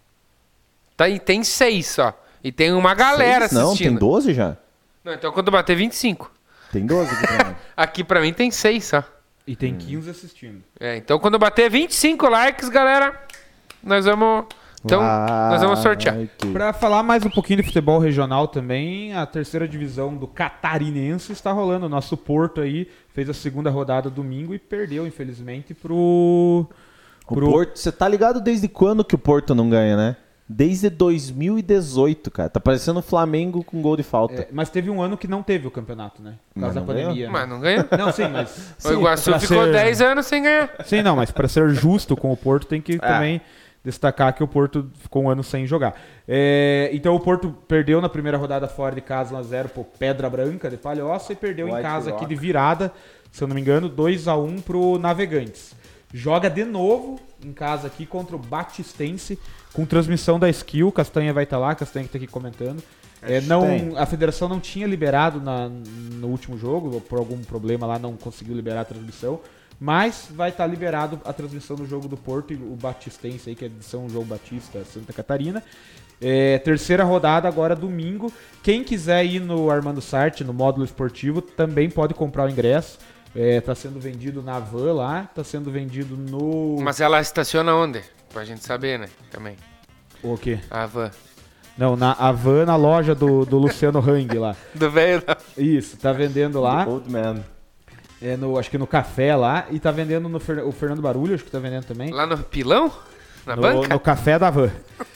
Tá, e tem seis só. E tem uma galera seis? assistindo. Não, tem doze já? Não, então quando bater vinte e cinco. Tem doze aqui pra mim. Aqui pra mim tem seis só. E tem quinze assistindo. É, então quando bater vinte e cinco likes, galera, nós vamos... Então, ah, nós vamos sortear. Que... Para falar mais um pouquinho de futebol regional também, a terceira divisão do Catarinense está rolando. O nosso Porto aí fez a segunda rodada domingo e perdeu, infelizmente, pro... pro... O Porto, você tá ligado desde quando que o Porto não ganha, né? Desde dois mil e dezoito, cara. Tá parecendo o Flamengo com gol de falta. É, mas teve um ano que não teve o campeonato, né? Por causa da pandemia. Né? Mas não ganhou? Não, sim, mas... Sim, o Iguaçu ficou ser... dez anos sem ganhar. Sim, não, mas para ser justo com o Porto tem que é. também... destacar que o Porto ficou um ano sem jogar. É, então o Porto perdeu na primeira rodada fora de casa um a zero pro Pedra Branca de Palhoça e perdeu White em casa Rock. Aqui de virada, se eu não me engano, dois a um pro Navegantes. Joga de novo em casa aqui contra o Batistense, com transmissão da Skill. Castanha vai estar lá, Castanha que está aqui comentando. É, não, a federação não tinha liberado na, no último jogo, por algum problema lá não conseguiu liberar a transmissão. Mas vai estar liberado a transmissão do jogo do Porto e o Batistense aí, que é de São João Batista, Santa Catarina. É, terceira rodada agora domingo. Quem quiser ir no Armando Sartre, no módulo esportivo, também pode comprar o ingresso. Está é, sendo vendido na van lá, está sendo vendido no... Mas ela estaciona onde? Pra gente saber, né? Também. O quê? A van. Não, na, a van na loja do, do Luciano Hang lá. Do velho da... Isso, tá vendendo lá. Old man. É no, acho que no café lá, e tá vendendo no o Fernando Barulho, acho que tá vendendo também. Lá no Pilão? Na no, banca? No café da van.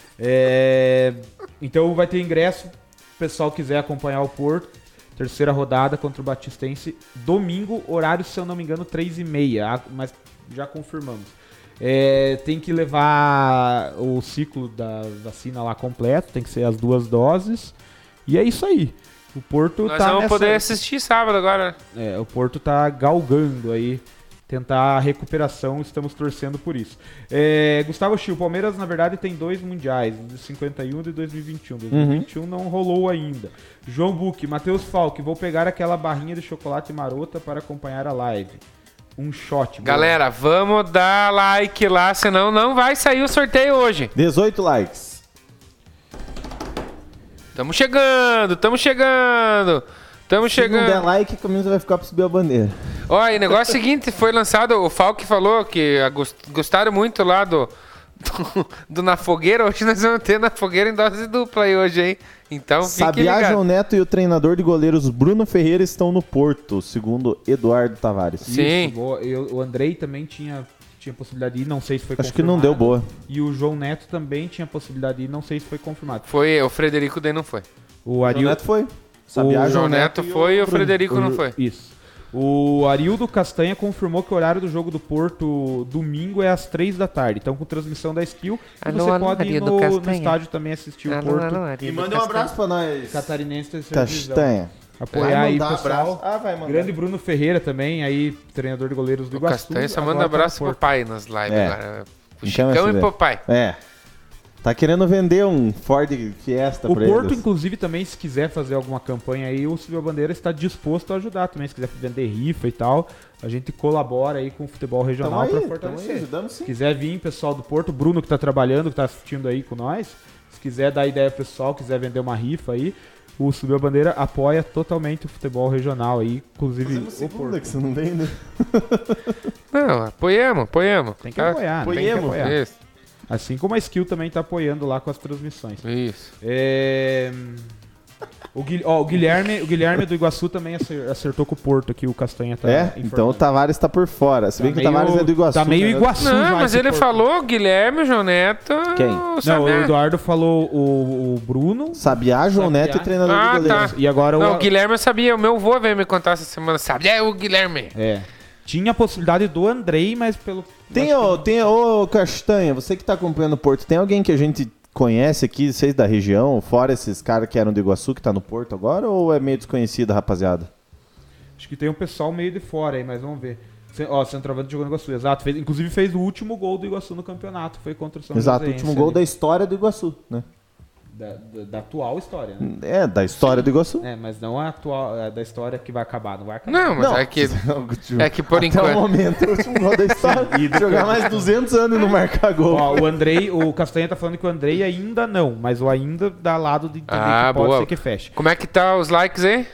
É, então vai ter ingresso, o pessoal quiser acompanhar o Porto. Terceira rodada contra o Batistense, domingo, horário, se eu não me engano, três e meia, mas já confirmamos. É, tem que levar o ciclo da vacina lá completo, tem que ser as duas doses, e é isso aí. O Porto Nós tá vamos nessa... poder assistir sábado agora. É, o Porto tá galgando aí, tentar a recuperação, estamos torcendo por isso. É, Gustavo Schill, o Palmeiras na verdade tem dois mundiais, de cinquenta e um e de dois mil e vinte e um. dois mil e vinte e um uhum. não rolou ainda. João Buck, Matheus Falque, vou pegar aquela barrinha de chocolate marota para acompanhar a live. Um shot. Galera, boa. Vamos dar like lá, senão não vai sair o sorteio hoje. dezoito likes. Tamo chegando, tamo chegando, tamo Se chegando. Se não der like, a camisa vai ficar pra subir a bandeira. Ó, e o negócio é o seguinte, foi lançado, o Falque falou que gostaram muito lá do, do, do Na Fogueira. Hoje nós vamos ter Na Fogueira em dose dupla aí hoje, hein? Então fique Sabiá ligado. João Neto e o treinador de goleiros Bruno Ferreira estão no Porto, segundo Eduardo Tavares. Sim. Isso, boa. Eu, o Andrei também tinha... tinha possibilidade de ir, não sei se foi Acho confirmado. que não deu boa. E o João Neto também tinha possibilidade de ir, não sei se foi confirmado. Foi, o Frederico daí não foi. O Ariel... João Neto foi. Sabiá, O João Neto foi e o Frederico não foi. Isso. O Arildo Castanha confirmou que o horário do jogo do Porto domingo é às três da tarde. Então, com transmissão da Skill, Alô, e você alô, pode ir Arildo no, no Castanha. estádio também assistir Alô, o Porto. alô, E Arildo manda um Castanha. abraço pra nós. Catarinense terceira divisão. Castanha. Apoiar Vai aí o mandar pessoal. abraço. Ah, vai mandar. Grande Bruno Ferreira também, aí treinador de goleiros do O Iguaçu. Castanha só agora manda tá no abraço pro Porto. pai nas lives É. agora. O Então, Chicão essa e daí. pro pai. É. Tá querendo vender um Ford Fiesta O pra Porto, eles. inclusive, também, se quiser fazer alguma campanha aí, o Silvio Bandeira está disposto a ajudar também. Se quiser vender rifa e tal, a gente colabora aí com o futebol regional Tamo para aí, tamo fortalecer. aí, ajudamos sim. Se quiser vir, pessoal do Porto, Bruno que tá trabalhando, que tá assistindo aí com nós, se quiser dar ideia pro pessoal, quiser vender uma rifa aí, o Silvio Bandeira apoia totalmente o futebol regional aí, inclusive Fazemos o segunda Porto. que você não vem, né? Não, apoiamos, apoiamos. Tem que tá? apoiar, né? Tem que Apoiemos. apoiar. Isso, Assim como a Skill também tá apoiando lá com as transmissões. isso. É... O, Guil... ó, o, Guilherme, o Guilherme do Iguaçu também acer- acertou com o Porto aqui, o Castanha tá É? informando. Então o Tavares tá por fora. Se bem Tá que o Tavares meio- é do Iguaçu. Tá meio né? Iguaçu já Não, mas esse ele Porto. falou Guilherme, João Neto. Quem? o Não, Sabiá. o Eduardo falou o, o Bruno. Sabiá, João Sabiá. Neto e treinador Ah, de goleiro. tá. E agora Não, o. o Guilherme eu sabia. O meu avô veio me contar essa semana. Sabe? É o Guilherme. É. Tinha a possibilidade do Andrei, mas pelo. Tem, acho que ô, tem, ô, Castanha, você que tá acompanhando o Porto, tem alguém que a gente conhece aqui, vocês da região, fora esses caras que eram do Iguaçu, que tá no Porto agora, ou é meio desconhecido, rapaziada? Acho que tem um pessoal meio de fora aí, mas vamos ver. Ce- Ó, centroavante jogou no Iguaçu, exato. Fez, inclusive fez o último gol do Iguaçu no campeonato, foi contra o São Exato, o Joséense último gol ali. da história do Iguaçu, né? da, da, da atual história, né? É, da história do Iguaçu. É, mas não a atual é da história que vai acabar, não vai acabar. Não, mas Não, é que. É que por Até enquanto. o momento, o último gol da história. E Jogar mais duzentos anos e não marcar gol. Ó, o Andrei, o Castanha tá falando que o Andrei ainda não, mas o ainda dá lado de entender Ah, que pode boa. ser que feche. Como é que tá os likes aí?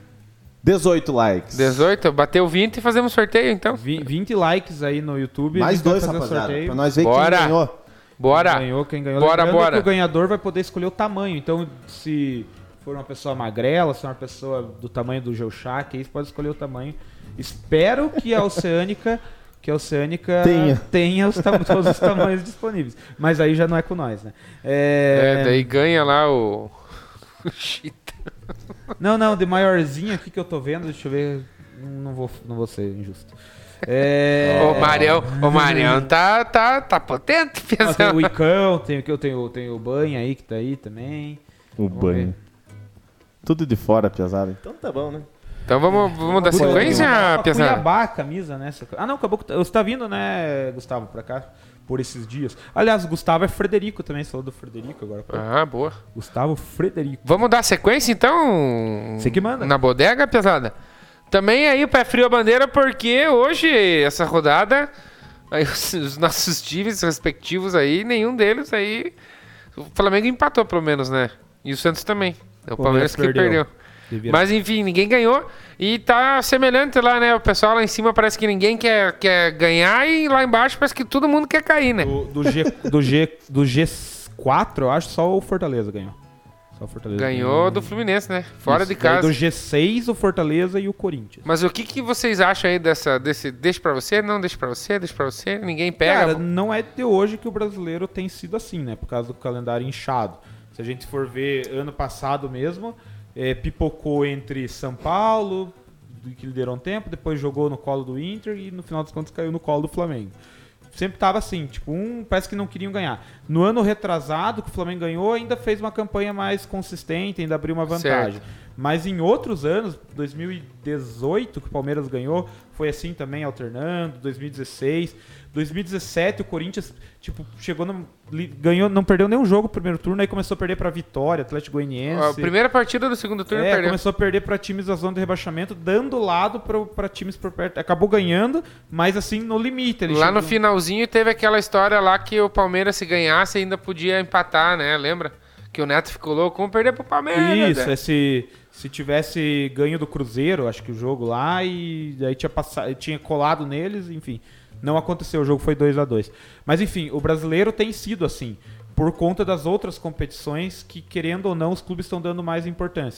dezoito likes. dezoito? Bateu vinte e fazemos sorteio então. Vi- vinte likes aí no YouTube. a Mais gente vai dois, fazer rapaziada. sorteio. Pra nós ver Bora. quem ganhou. Bora! Quem ganhou, quem ganhou. Bora, Lembrando bora. que o ganhador vai poder escolher o tamanho. Então, se for uma pessoa magrela, se for uma pessoa do tamanho do Geuchac, aí você pode escolher o tamanho. Espero que a Oceânica, que a Oceânica Tenha. tenha os tam- todos os tamanhos disponíveis. Mas aí já não é com nós, né? É... É, daí ganha lá o. o Chita. Não, não, de maiorzinho aqui que eu tô vendo, deixa eu ver. Não vou, não vou ser injusto. É... O Marião, o Marião tá, tá, tá potente, Ah, tem pessoal. o Icão, tem, o que eu tenho, tenho o Banha aí que tá aí também. O Vamos banho. Tudo de fora, piazada. Então tá bom, né? Então vamos, vamos dar Foi, sequência, Uma pessoal? Cuiabá, a camisa, né? Ah, não, acabou. que- Você tá vindo, né, Gustavo, pra cá? Por esses dias. Aliás, o Gustavo é Frederico também, você falou do Frederico agora. pô. Ah, boa. Gustavo Frederico. Vamos dar sequência então? Você que manda. Na bodega, pesada? Também aí o pé frio a bandeira, porque hoje, essa rodada, aí os, os nossos times respectivos aí, nenhum deles aí. O Flamengo empatou pelo menos, né? E o Santos também. É o Palmeiras, Palmeiras que perdeu. perdeu. De vira- Mas enfim, ninguém ganhou. E tá semelhante lá, né? O pessoal lá em cima parece que ninguém quer, quer ganhar e lá embaixo parece que todo mundo quer cair, né? do, do, G, do, G, do G quatro, eu acho, só o Fortaleza ganhou. Só o Fortaleza Ganhou do Fluminense, né? Fora Isso, de daí casa. Do G seis, o Fortaleza e o Corinthians. Mas o que, que vocês acham aí dessa, desse deixa pra você, não deixa pra você, deixa pra você, ninguém pega? Cara, não é de hoje que o brasileiro tem sido assim, né? Por causa do calendário inchado. Se a gente for ver ano passado mesmo, é, pipocou entre São Paulo, do que liderou um tempo, depois jogou no colo do Inter e no final das contas caiu no colo do Flamengo. Sempre tava assim, tipo, um parece que não queriam ganhar. No ano retrasado, que o Flamengo ganhou, ainda fez uma campanha mais consistente, ainda abriu uma vantagem. Certo. Mas em outros anos, dois mil e dezoito, que o Palmeiras ganhou, foi assim também, alternando, dois mil e dezesseis. dois mil e dezessete, o Corinthians, tipo, chegou, no, li- ganhou, não perdeu nenhum jogo no primeiro turno, aí começou a perder pra Vitória, Atlético Goianiense. A primeira partida do segundo turno É, perdeu. começou a perder pra times da zona de rebaixamento, dando lado pra, pra times por perto. Acabou ganhando, mas assim, no limite. Ele Lá chegou- no finalzinho teve aquela história lá que o Palmeiras, se ganhasse, ainda podia empatar, né? Lembra? Que o Neto ficou louco, vamos perder pro Palmeiras. Isso, né? é se, se tivesse ganho do Cruzeiro, acho que o jogo lá, e aí tinha, passado, tinha colado neles, enfim. Não aconteceu, o jogo foi dois a dois. Mas enfim, o brasileiro tem sido assim, por conta das outras competições que, querendo ou não, os clubes estão dando mais importância.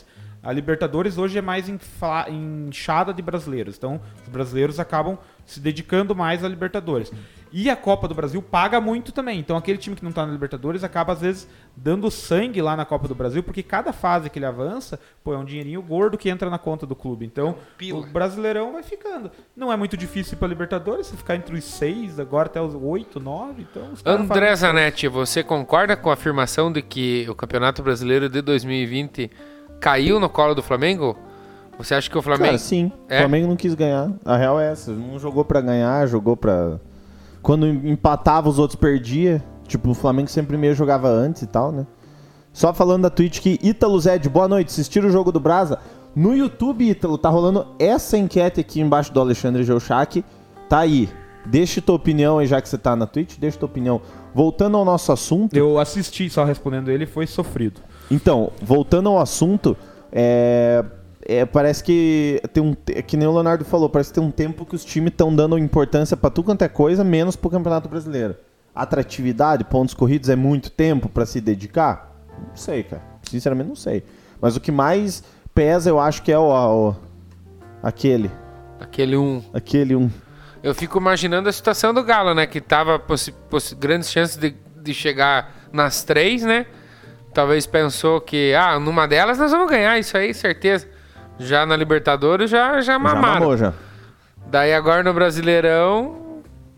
A Libertadores hoje é mais infla, inchada de brasileiros. Então, os brasileiros acabam se dedicando mais à Libertadores. E a Copa do Brasil paga muito também. Então, aquele time que não tá na Libertadores acaba, às vezes, dando sangue lá na Copa do Brasil, porque cada fase que ele avança, pô, é um dinheirinho gordo que entra na conta do clube. Então, Pila. o Brasileirão vai ficando. Não é muito difícil para Libertadores, se ficar entre os seis, agora até os oito, nove. Então, os André Zanetti, você concorda com a afirmação de que o Campeonato Brasileiro de dois mil e vinte caiu no colo do Flamengo? Você acha que o Flamengo... Cara, sim. É? O Flamengo não quis ganhar. A real é essa. Não jogou pra ganhar, jogou pra... Quando empatava, os outros perdia. Tipo, o Flamengo sempre meio jogava antes e tal, né? Só falando da Twitch que Ítalo Zed, boa noite. Assistiram o jogo do Brasa? No YouTube, Ítalo, tá rolando essa enquete aqui embaixo do Alexandre Geuchac. Tá aí. Deixa tua opinião aí, já que você tá na Twitch. Deixa tua opinião. Voltando ao nosso assunto... Eu assisti, só respondendo ele, foi sofrido. Então, voltando ao assunto, é... É, parece que tem um, que nem o Leonardo falou, parece que tem um tempo que os times estão dando importância pra tudo quanto é coisa, menos pro Campeonato Brasileiro. Atratividade, pontos corridos, é muito tempo pra se dedicar? Não sei, cara. Sinceramente não sei. Mas o que mais pesa, eu acho que é o... o aquele. Aquele um. Aquele um. Eu fico imaginando a situação do Galo, né? Que tava possi- possi- grandes chances de, de chegar nas três, né? Talvez pensou que, ah, numa delas nós vamos ganhar, isso aí, certeza. Já na Libertadores já, já mamaram. Já mamou, já. Daí agora no Brasileirão...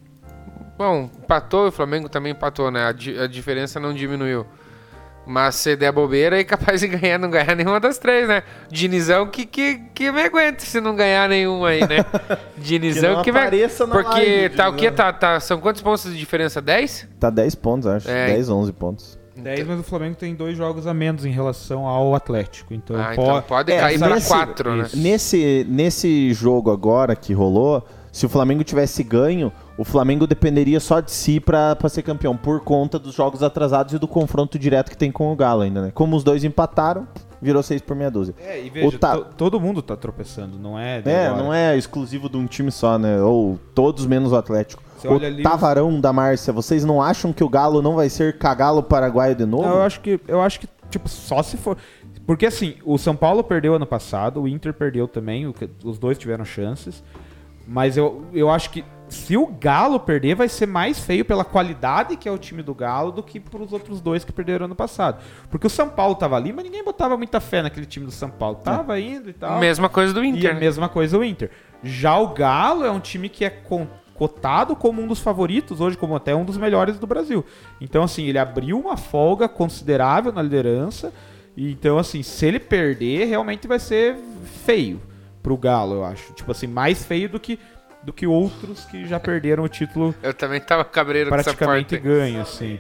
Bom, empatou, o Flamengo também empatou, né? A, di- a diferença não diminuiu. Mas se der bobeira, é capaz de ganhar, não ganhar nenhuma das três, né? Dinizão que, que, que me aguenta se não ganhar nenhuma aí, né? Dinizão que, que me... Porque live, tá o quê? Tá, tá, são quantos pontos de diferença? dez? Tá dez pontos, acho. É. dez, onze pontos. dez, mas o Flamengo tem dois jogos a menos em relação ao Atlético. Então, ah, pode, então pode é, cair nesse, para quatro, né? Nesse, nesse jogo agora que rolou, se o Flamengo tivesse ganho, o Flamengo dependeria só de si pra, pra ser campeão, por conta dos jogos atrasados e do confronto direto que tem com o Galo ainda, né? Como os dois empataram, virou seis por meia dúzia. É, e veja, ta... to, todo mundo tá tropeçando, não é... É, não é exclusivo de um time só, né? Ou todos menos o Atlético. Você o ali, Tavarão da Márcia, vocês não acham que o Galo não vai ser cagalo paraguaio de novo? Eu acho que, eu acho que tipo, só se for... Porque assim, o São Paulo perdeu ano passado, o Inter perdeu também, os dois tiveram chances. Mas eu, eu acho que se o Galo perder, vai ser mais feio pela qualidade que é o time do Galo do que pros outros dois que perderam ano passado. Porque o São Paulo tava ali, mas ninguém botava muita fé naquele time do São Paulo. Tava é. indo e tal. Mesma coisa do Inter. E a mesma coisa do Inter. Já o Galo é um time que é cotado como um dos favoritos, hoje como até um dos melhores do Brasil. Então, assim, ele abriu uma folga considerável na liderança. Então, assim, se ele perder, realmente vai ser feio pro Galo, eu acho. Tipo assim, mais feio do que, do que outros que já perderam o título. Eu também tava cabreiro com essa parte. Praticamente ganho, assim.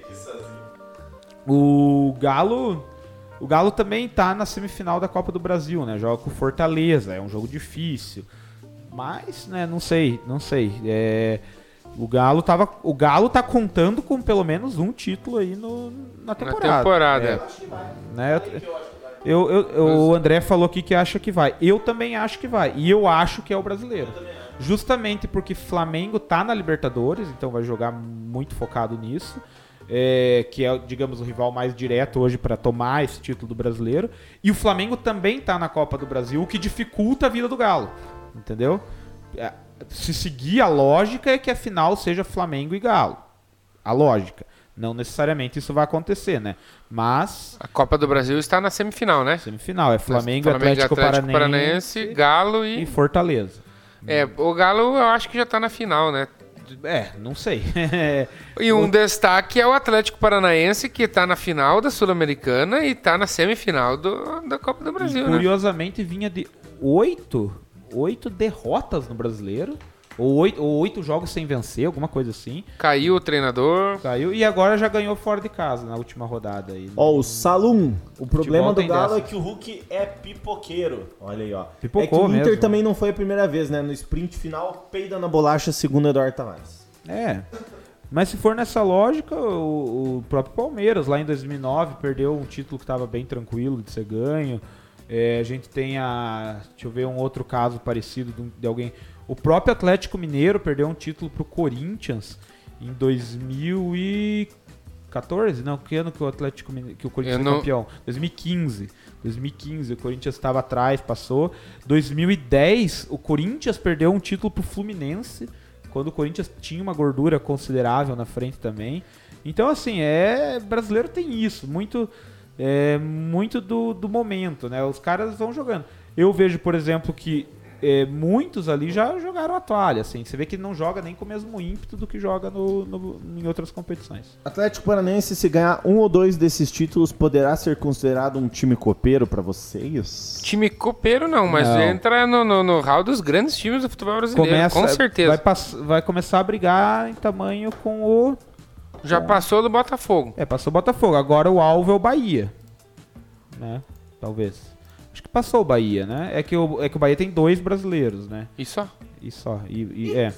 O Galo... O Galo também tá na semifinal da Copa do Brasil, né? Joga com o Fortaleza, é um jogo difícil. Mas, né, não sei, não sei. É... O Galo tava, o Galo tá contando com pelo menos um título aí no, na temporada. Na temporada. É, né? Eu, eu, eu, o André falou aqui que acha que vai. Eu também acho que vai. E eu acho que é o brasileiro. Justamente porque Flamengo tá na Libertadores, então vai jogar muito focado nisso. É, que é, digamos, o rival mais direto hoje para tomar esse título do brasileiro. E o Flamengo também tá na Copa do Brasil, o que dificulta a vida do Galo. Entendeu? Se seguir a lógica é que a final seja Flamengo e Galo. A lógica. Não necessariamente isso vai acontecer, né? Mas... A Copa do Brasil está na semifinal, né? Semifinal. É Flamengo, Flamengo Atlético, Atlético Paranaense, Paranaense, Galo e... e Fortaleza. É, o Galo eu acho que já está na final, né? É, não sei. E um o... destaque é o Atlético Paranaense, que está na final da Sul-Americana e está na semifinal do, da Copa do Brasil, e, curiosamente, né? Vinha de oito, oito derrotas no Brasileiro. Ou oito, ou oito jogos sem vencer, alguma coisa assim. Caiu o treinador. Caiu e agora já ganhou fora de casa na última rodada. Aí, ó, oh, o Salum. O problema do Galo dessa. É que o Hulk é pipoqueiro. Olha aí, ó. Pipocou é que o Inter mesmo. Também não foi a primeira vez, né? No sprint final, peida na bolacha, segundo Eduardo Tavares. É. Mas se for nessa lógica, o, o próprio Palmeiras, lá em dois mil e nove, perdeu um título que estava bem tranquilo de ser ganho. É, a gente tem a... Deixa eu ver um outro caso parecido de, de alguém... O próprio Atlético Mineiro perdeu um título pro Corinthians em dois mil e quatorze? Não, que ano que o Atlético que o Corinthians não... é campeão? dois mil e quinze. dois mil e quinze, o Corinthians estava atrás, passou. dois mil e dez, o Corinthians perdeu um título pro Fluminense, quando o Corinthians tinha uma gordura considerável na frente também. Então, assim, é brasileiro tem isso, muito, é, muito do, do momento, né? Os caras vão jogando. Eu vejo, por exemplo, que é, muitos ali já jogaram a toalha, assim. Você vê que não joga nem com o mesmo ímpeto do que joga no, no, em outras competições. Atlético Paranaense, se ganhar um ou dois desses títulos, poderá ser considerado um time copeiro pra vocês? Time copeiro não, mas Não. entra no, no, no hall dos grandes times do futebol brasileiro, Começa, com certeza. Vai, pass, vai começar a brigar em tamanho com o... Já com... passou do Botafogo. É, passou o Botafogo. Agora o alvo é o Bahia. Né? Talvez. Acho que passou o Bahia, né? É que o, é que o Bahia tem dois brasileiros, né? E só? E só. E, e, é.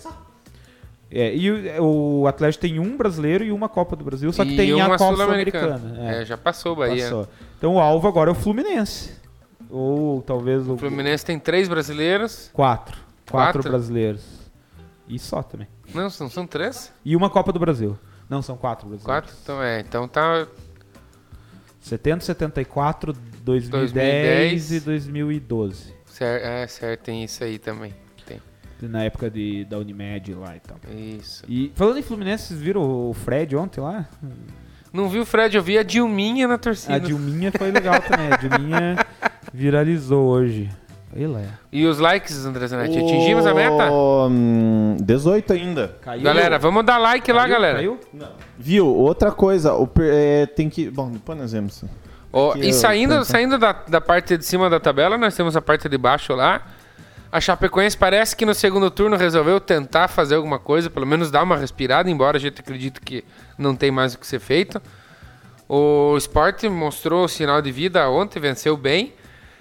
É, e o, o Atlético tem um brasileiro e uma Copa do Brasil, só que e tem uma a Copa Sul-Americana. Sul-Americana. É. é, já passou o Bahia. Passou. Então o alvo agora é o Fluminense. Ou talvez o... O Fluminense tem três brasileiros. Quatro. Quatro, Quatro? brasileiros. E só também. Não, não são três? E uma Copa do Brasil. Não, são quatro brasileiros. Quatro? Então é, então tá... setenta, setenta e quatro, dois mil e dez, dois mil e dez e dois mil e doze. Certo, é, certo, tem isso aí também. Tem. Na época de, da Unimed lá e tal. Isso. E falando em Fluminense, vocês viram o Fred ontem lá? Não vi o Fred, eu vi a Dilminha na torcida. A Dilminha foi legal também. A Dilminha viralizou hoje. Ela é. E os likes, André Zanetti? Atingimos a meta? Hum, dezoito ainda. Caiu? Galera, vamos dar like Caiu? lá, galera. Caiu? Viu? Outra coisa, o, per- é, tem que... Bom, depois nós vemos. Ó, Que e eu- saindo, então- saindo da, da parte de cima da tabela, nós temos a parte de baixo lá. A Chapecoense parece que no segundo turno resolveu tentar fazer alguma coisa, pelo menos dar uma respirada, embora a gente acredite que não tem mais o que ser feito. O Sport mostrou o sinal de vida ontem, venceu bem.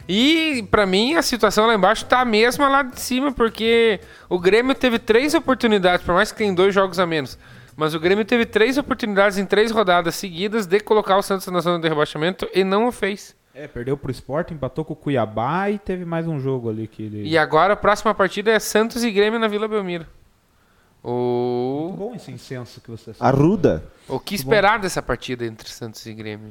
E pra mim a situação lá embaixo tá a mesma lá de cima, porque o Grêmio teve três oportunidades, por mais que tem dois jogos a menos. Mas o Grêmio teve três oportunidades em três rodadas seguidas de colocar o Santos na zona de rebaixamento e não o fez. É, perdeu pro Sport, empatou com o Cuiabá e teve mais um jogo ali que ele... E agora a próxima partida é Santos e Grêmio na Vila Belmiro. O, Muito bom esse incenso que você... Arruda. o que esperar dessa partida entre Santos e Grêmio?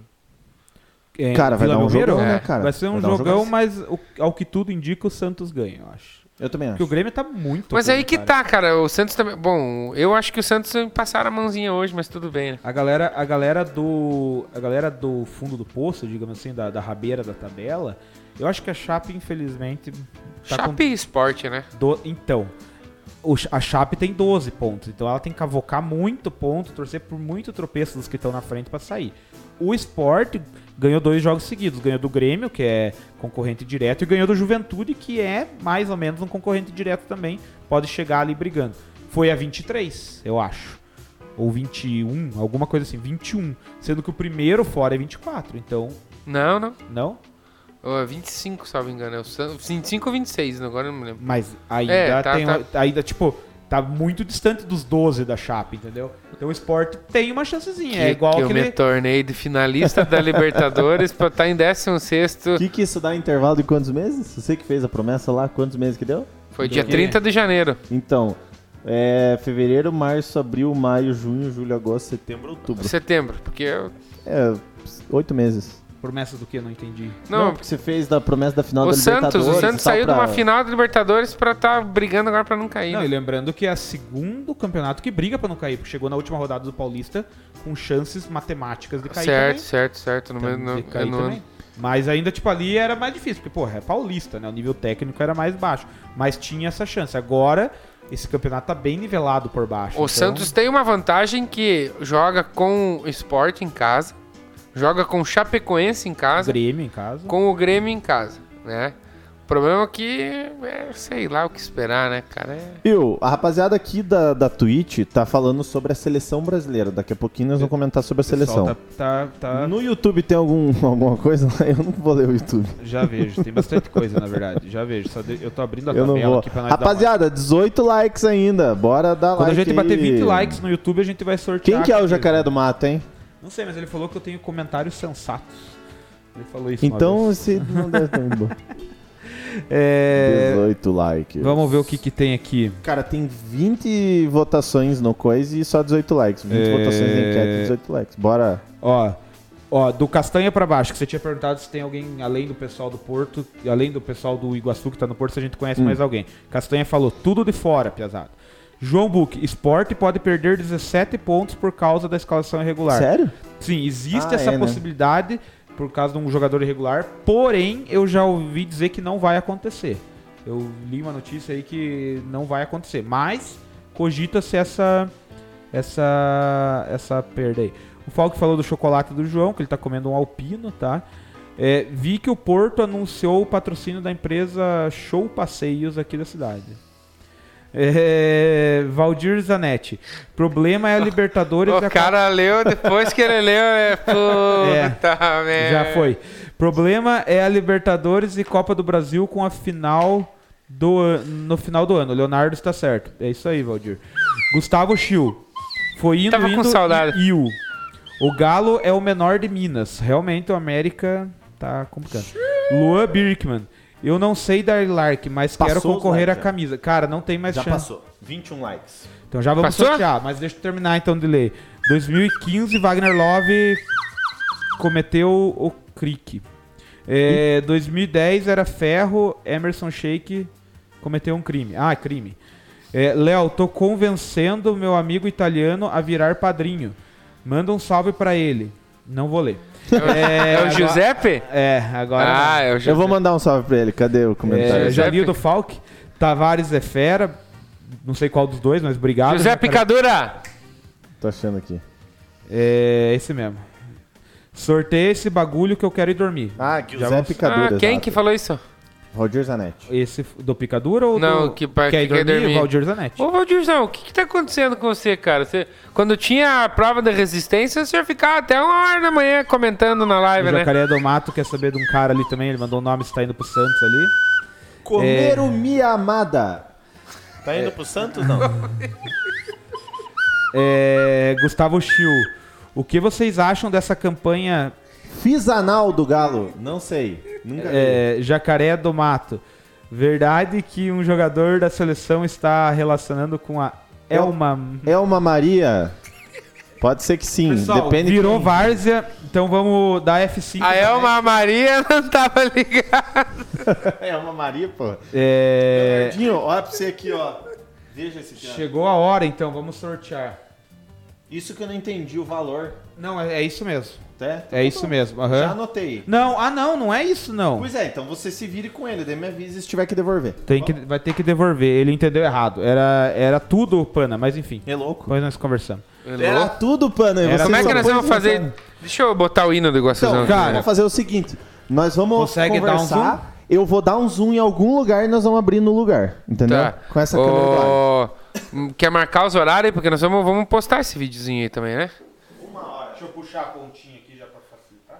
É, Cara, vai Vila dar um Belmiro? jogão, É. né, cara? Vai ser um dar jogão, jogaço. mas o- ao que tudo indica o Santos ganha, eu acho. Eu também Porque acho. o Grêmio tá muito... Mas aí que autoritário. tá, cara. O Santos também. Bom, eu acho que o Santos passaram a mãozinha hoje, mas tudo bem, né? A galera, a galera do a galera do fundo do poço, digamos assim, da, da rabeira da tabela, eu acho que a Chape, infelizmente, tá Chape e Sport, né? com do... Então, o, a Chape tem doze pontos, então ela tem que cavocar muito ponto, torcer por muito tropeço dos que estão na frente pra sair. O Sport ganhou dois jogos seguidos, ganhou do Grêmio, que é concorrente direto, e ganhou do Juventude, que é mais ou menos um concorrente direto também, pode chegar ali brigando. Foi a vinte e três, eu acho. Ou vinte e um, alguma coisa assim, vinte e um. Sendo que o primeiro fora é vinte e quatro, então... Não, não. Não? Ô, vinte e cinco, salvo engano. É o Santos. vinte e cinco ou vinte e seis, agora eu não me lembro. Mas ainda É, tá- tem... tá. Ainda, tipo, tá muito distante dos doze da Chape, entendeu? Então o Sport tem uma chancezinha. é igual que eu aquele... me tornei de finalista da Libertadores pra estar em décimo sexto. O que, que isso dá em intervalo de quantos meses? Você que fez a promessa lá, quantos meses que deu? Foi Do dia quê? trinta de janeiro. Então, é fevereiro, março, abril, maio, junho, julho, agosto, setembro, outubro. Setembro, porque eu... É, oito meses. Promessa do que? Não entendi. Não, porque você fez da promessa da final o da Santos, Libertadores. o Santos e tal saiu pra- de uma final da Libertadores pra estar brigando agora pra não cair. Não, né? e lembrando que é o segundo campeonato que briga pra não cair, porque chegou na última rodada do Paulista com chances matemáticas de cair certo, também. certo, certo, no Então, mesmo no, de cair no também. ano. Mas ainda, tipo, ali era mais difícil, porque, porra, é paulista, né? O nível técnico era mais baixo. Mas tinha essa chance. Agora, esse campeonato tá bem nivelado por baixo. O então- Santos tem uma vantagem que joga com o Sport em casa, joga com o Chapecoense em casa, Grêmio em casa. com o Grêmio em casa, né? O problema é que, é, sei lá o que esperar, né, cara? É... Viu, a rapaziada aqui da, da Twitch tá falando sobre a seleção brasileira. Daqui a pouquinho nós vamos comentar sobre a O pessoal seleção. Tá, tá, tá- No YouTube tem algum, alguma coisa lá? Eu não vou ler o YouTube. Já vejo, tem bastante coisa, na verdade. Já vejo. Só de- Eu tô abrindo a Eu não tabela vou. aqui pra nós dar uma- Rapaziada, dezoito likes ainda. Bora dar Quando like a gente bater aí. vinte likes no YouTube, a gente vai sortear. Quem que é o aqui. Jacaré do Mato, hein? Não sei, mas ele falou que eu tenho comentários sensatos. Ele falou isso uma Então vez. esse não deve ter muito bom. É... dezoito likes. Vamos ver o que, que tem aqui. Cara, tem vinte votações no coisa e só dezoito likes. vinte É... votações na enquete e dezoito likes. Bora. Ó, ó, do Castanha pra baixo, que você tinha perguntado se tem alguém além do pessoal do Porto, além do pessoal do Iguaçu que tá no Porto, se a gente conhece hum. mais alguém. Castanha falou, tudo de fora, piazada. João Buck, Sport pode perder dezessete pontos por causa da escalação irregular. Sério? Sim, existe ah, essa é, possibilidade, né? Por causa de um jogador irregular, porém, eu já ouvi dizer que não vai acontecer. Eu li uma notícia aí que não vai acontecer, mas cogita-se essa, essa, essa perda aí. O Falco falou do chocolate do João, que ele tá comendo um alpino, tá? É, vi que o Porto anunciou o patrocínio da empresa Show Passeios aqui da cidade. É, Valdir Zanetti. Problema é a Libertadores. O cara leu depois que ele leu. É, puta é, merda. Já foi. Problema é a Libertadores e Copa do Brasil com a final do, no final do ano. Leonardo está certo. É isso aí, Valdir. Gustavo Schill. Foi indo, Tava indo com saudade. e iu. O Galo é o menor de Minas. Realmente o América tá complicando. Luan Birkman. Eu não sei dar like, mas passou quero concorrer à camisa. Cara, não tem mais já chance. Já passou. vinte e um likes. Então já vamos passou? sortear, mas deixa eu terminar então de ler. dois mil e quinze, Wagner Love cometeu o crique. É, dois mil e dez era Ferro, Emerson Sheik cometeu um crime. Ah, crime. É, Léo, tô convencendo meu amigo italiano a virar padrinho. Manda um salve pra ele. Não vou ler. É, é o Giuseppe? É, agora. Ah, é o Giuseppe. Eu vou mandar um salve pra ele. Cadê o comentário? É, já li o do Falk. Tavares é fera. Não sei qual dos dois, mas obrigado. José Picadura! Tô achando aqui. É esse mesmo. Sorteia esse bagulho que eu quero ir dormir. Ah, José Picadura. Ah, quem exato. que falou isso? Valdir Zanetti. Esse do Picadura ou não, do... que, pra, quer ir que dormir? quer dormir? Valdir Zanetti. Ô, Valdirzão, o que que tá acontecendo com você, cara? Você, quando tinha a prova da resistência, você ficava até uma hora da manhã comentando na live, o né? O Jacaré do Mato quer saber de um cara ali também, ele mandou o nome, se tá indo pro Santos ali. Comer o minha amada. Tá indo é. pro Santos, não? é, Gustavo Schill, o que vocês acham dessa campanha... Fiz anal do Galo, não sei. Nunca é, Jacaré do Mato. Verdade que um jogador da seleção está relacionando com a Elma... Elma Maria? Pode ser que sim. Pessoal, depende virou de... várzea, então vamos dar F cinco. A Elma Maria não tava ligada. Elma Maria, pô. É... Leonardinho, olha pra você aqui, ó. Veja esse cara. Chegou a hora, então, vamos sortear. Isso que eu não entendi o valor. Não, é, é isso mesmo. É, é isso mesmo. Uhum. Já anotei. Não, ah não, não é isso não. Pois é, então você se vire com ele, daí me avisa se tiver que devolver. Tem que, vai ter que devolver, ele entendeu errado. Era, era tudo, Pana, mas enfim. É louco. Depois nós conversamos. Era tudo, Pana. Era Como é que nós vamos fazer? Pana. Deixa eu botar o hino do Iguaçuzão. Então, cara, vamos fazer o seguinte. Nós vamos Consegue conversar. Dar um zoom? Eu vou dar um zoom em algum lugar e nós vamos abrir no lugar. Entendeu? Tá. Com essa o... câmera do lado. Quer marcar os horários? Porque nós vamos, vamos postar esse videozinho aí também, né? Uma hora. Deixa eu puxar a pontinha aqui já pra facilitar.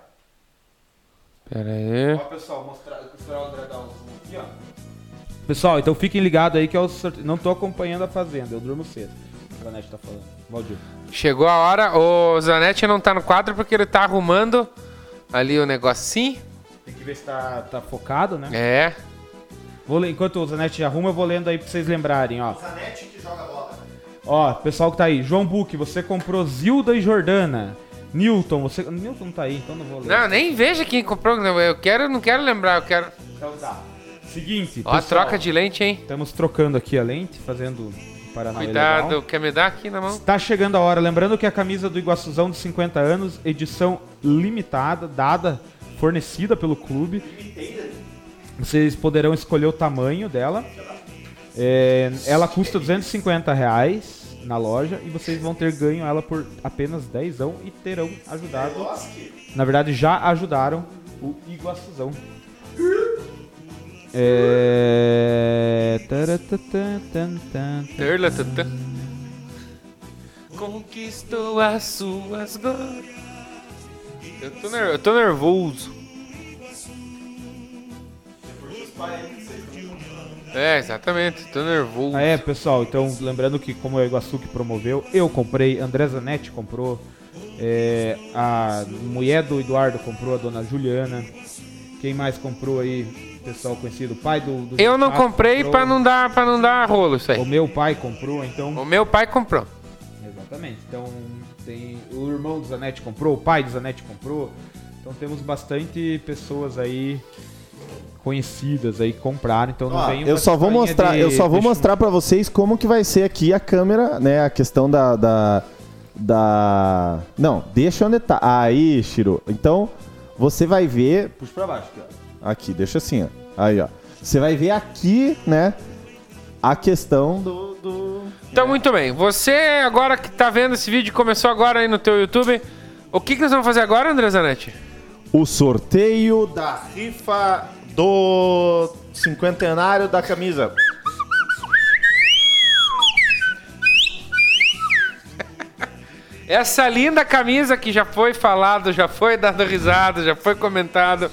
Pera aí. Ó, pessoal, mostrar, mostrar o André dar um zoom aqui, ó. Pessoal, então fiquem ligados aí que eu não tô acompanhando a Fazenda, eu durmo cedo. O Zanetti tá falando. Valdir. Chegou a hora, o Zanetti não tá no quadro porque ele tá arrumando ali o negocinho. Tem que ver se tá, tá focado, né? É. Vou ler, enquanto o Zanetti arruma, eu vou lendo aí pra vocês lembrarem, ó. O Zanetti que joga bola. Ó, pessoal que tá aí. João Buck, você comprou Zilda e Jordana. Newton, você... Newton tá aí, então não vou ler. Não, nem veja quem comprou. Eu quero, não quero lembrar, eu quero... Então tá. Seguinte, ó, pessoal, troca de lente, hein? Estamos trocando aqui a lente, fazendo... Cuidado, legal. Quer me dar aqui na mão? Está chegando a hora. Lembrando que a camisa do Iguaçuzão de cinquenta anos, edição limitada, dada, fornecida pelo clube. Vocês poderão escolher o tamanho dela. É, ela custa duzentos e cinquenta reais na loja e vocês vão ter ganho ela por apenas dezão e terão ajudado. Na verdade, já ajudaram o Iguaçuzão. É... Conquistou as suas glórias. Eu tô, ner- eu tô nervoso. É, exatamente, tô nervoso. Ah, é, pessoal, então lembrando que como é o Iguaçu que promoveu, eu comprei, André Zanetti comprou, é, a mulher do Eduardo comprou, a dona Juliana. Quem mais comprou aí? pessoal conhecido, o pai do... do Eu não Ricardo comprei comprou, pra não dar, pra não dar rolo isso aí. O meu pai comprou, então... O meu pai comprou. Exatamente. Então, tem o irmão do Zanetti comprou, o pai do Zanetti comprou. Então, temos bastante pessoas aí conhecidas aí que compraram. Então, não Ó, vem eu só vou mostrar, de, eu só vou deixa- mostrar para vocês como que vai ser aqui a câmera, né? A questão da da, da... não, deixa onde tá. Aí, Shiro. Então, você vai ver, puxa para baixo aqui, ó. Aqui, deixa assim, ó. Aí, ó. Você vai ver aqui, né? A questão do, do... Então, muito bem. Você agora que tá vendo esse vídeo, começou agora aí no teu YouTube. O que, que nós vamos fazer agora, André Zanetti? o sorteio da rifa do cinquentenário da camisa. Essa linda camisa que já foi falado, já foi dado risada, já foi comentado.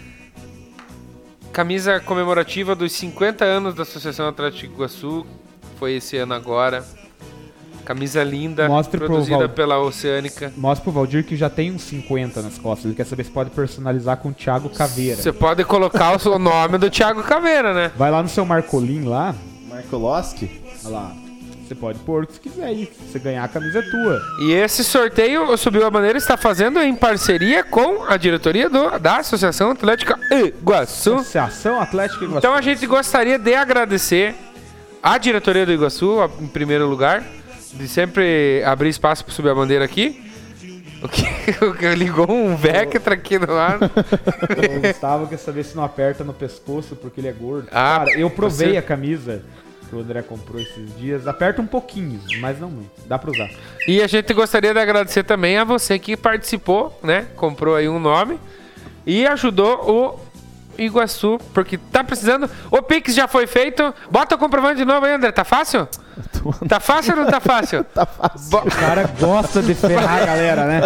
Camisa comemorativa dos cinquenta anos da Associação Atlético Iguaçu. Foi esse ano agora. Camisa linda, Mostre pro produzida Val- pela Oceânica. Mostra pro Valdir que já tem uns cinquenta nas costas. Ele quer saber se pode personalizar com o Thiago Caveira. Você pode colocar o seu nome do Thiago Caveira, né? Vai lá no seu Marcolin lá. Markoloski? Olha lá. Você pode pôr o que você quiser aí. Se você ganhar, a camisa é tua. E esse sorteio, o Subiu a Bandeira está fazendo em parceria com a diretoria do, da Associação Atlética Iguaçu. Associação Atlética Iguaçu. Então a gente gostaria de agradecer a diretoria do Iguaçu, em primeiro lugar, de sempre abrir espaço para subir a bandeira aqui. O que, o que ligou um Vectra aqui no lado. O Gustavo quer saber se não aperta no pescoço porque ele é gordo. Ah, Cara, eu provei você- a camisa que o André comprou esses dias. Aperta um pouquinho, mas não muito. Dá pra usar. E a gente gostaria de agradecer também a você que participou, né? Comprou aí um nome e ajudou o Iguaçu, porque tá precisando. O Pix já foi feito. Bota o comprovante de novo aí, André. Tá fácil? Tá fácil ou não tá fácil? Tá fácil. Bo- O cara gosta de ferrar a galera, né?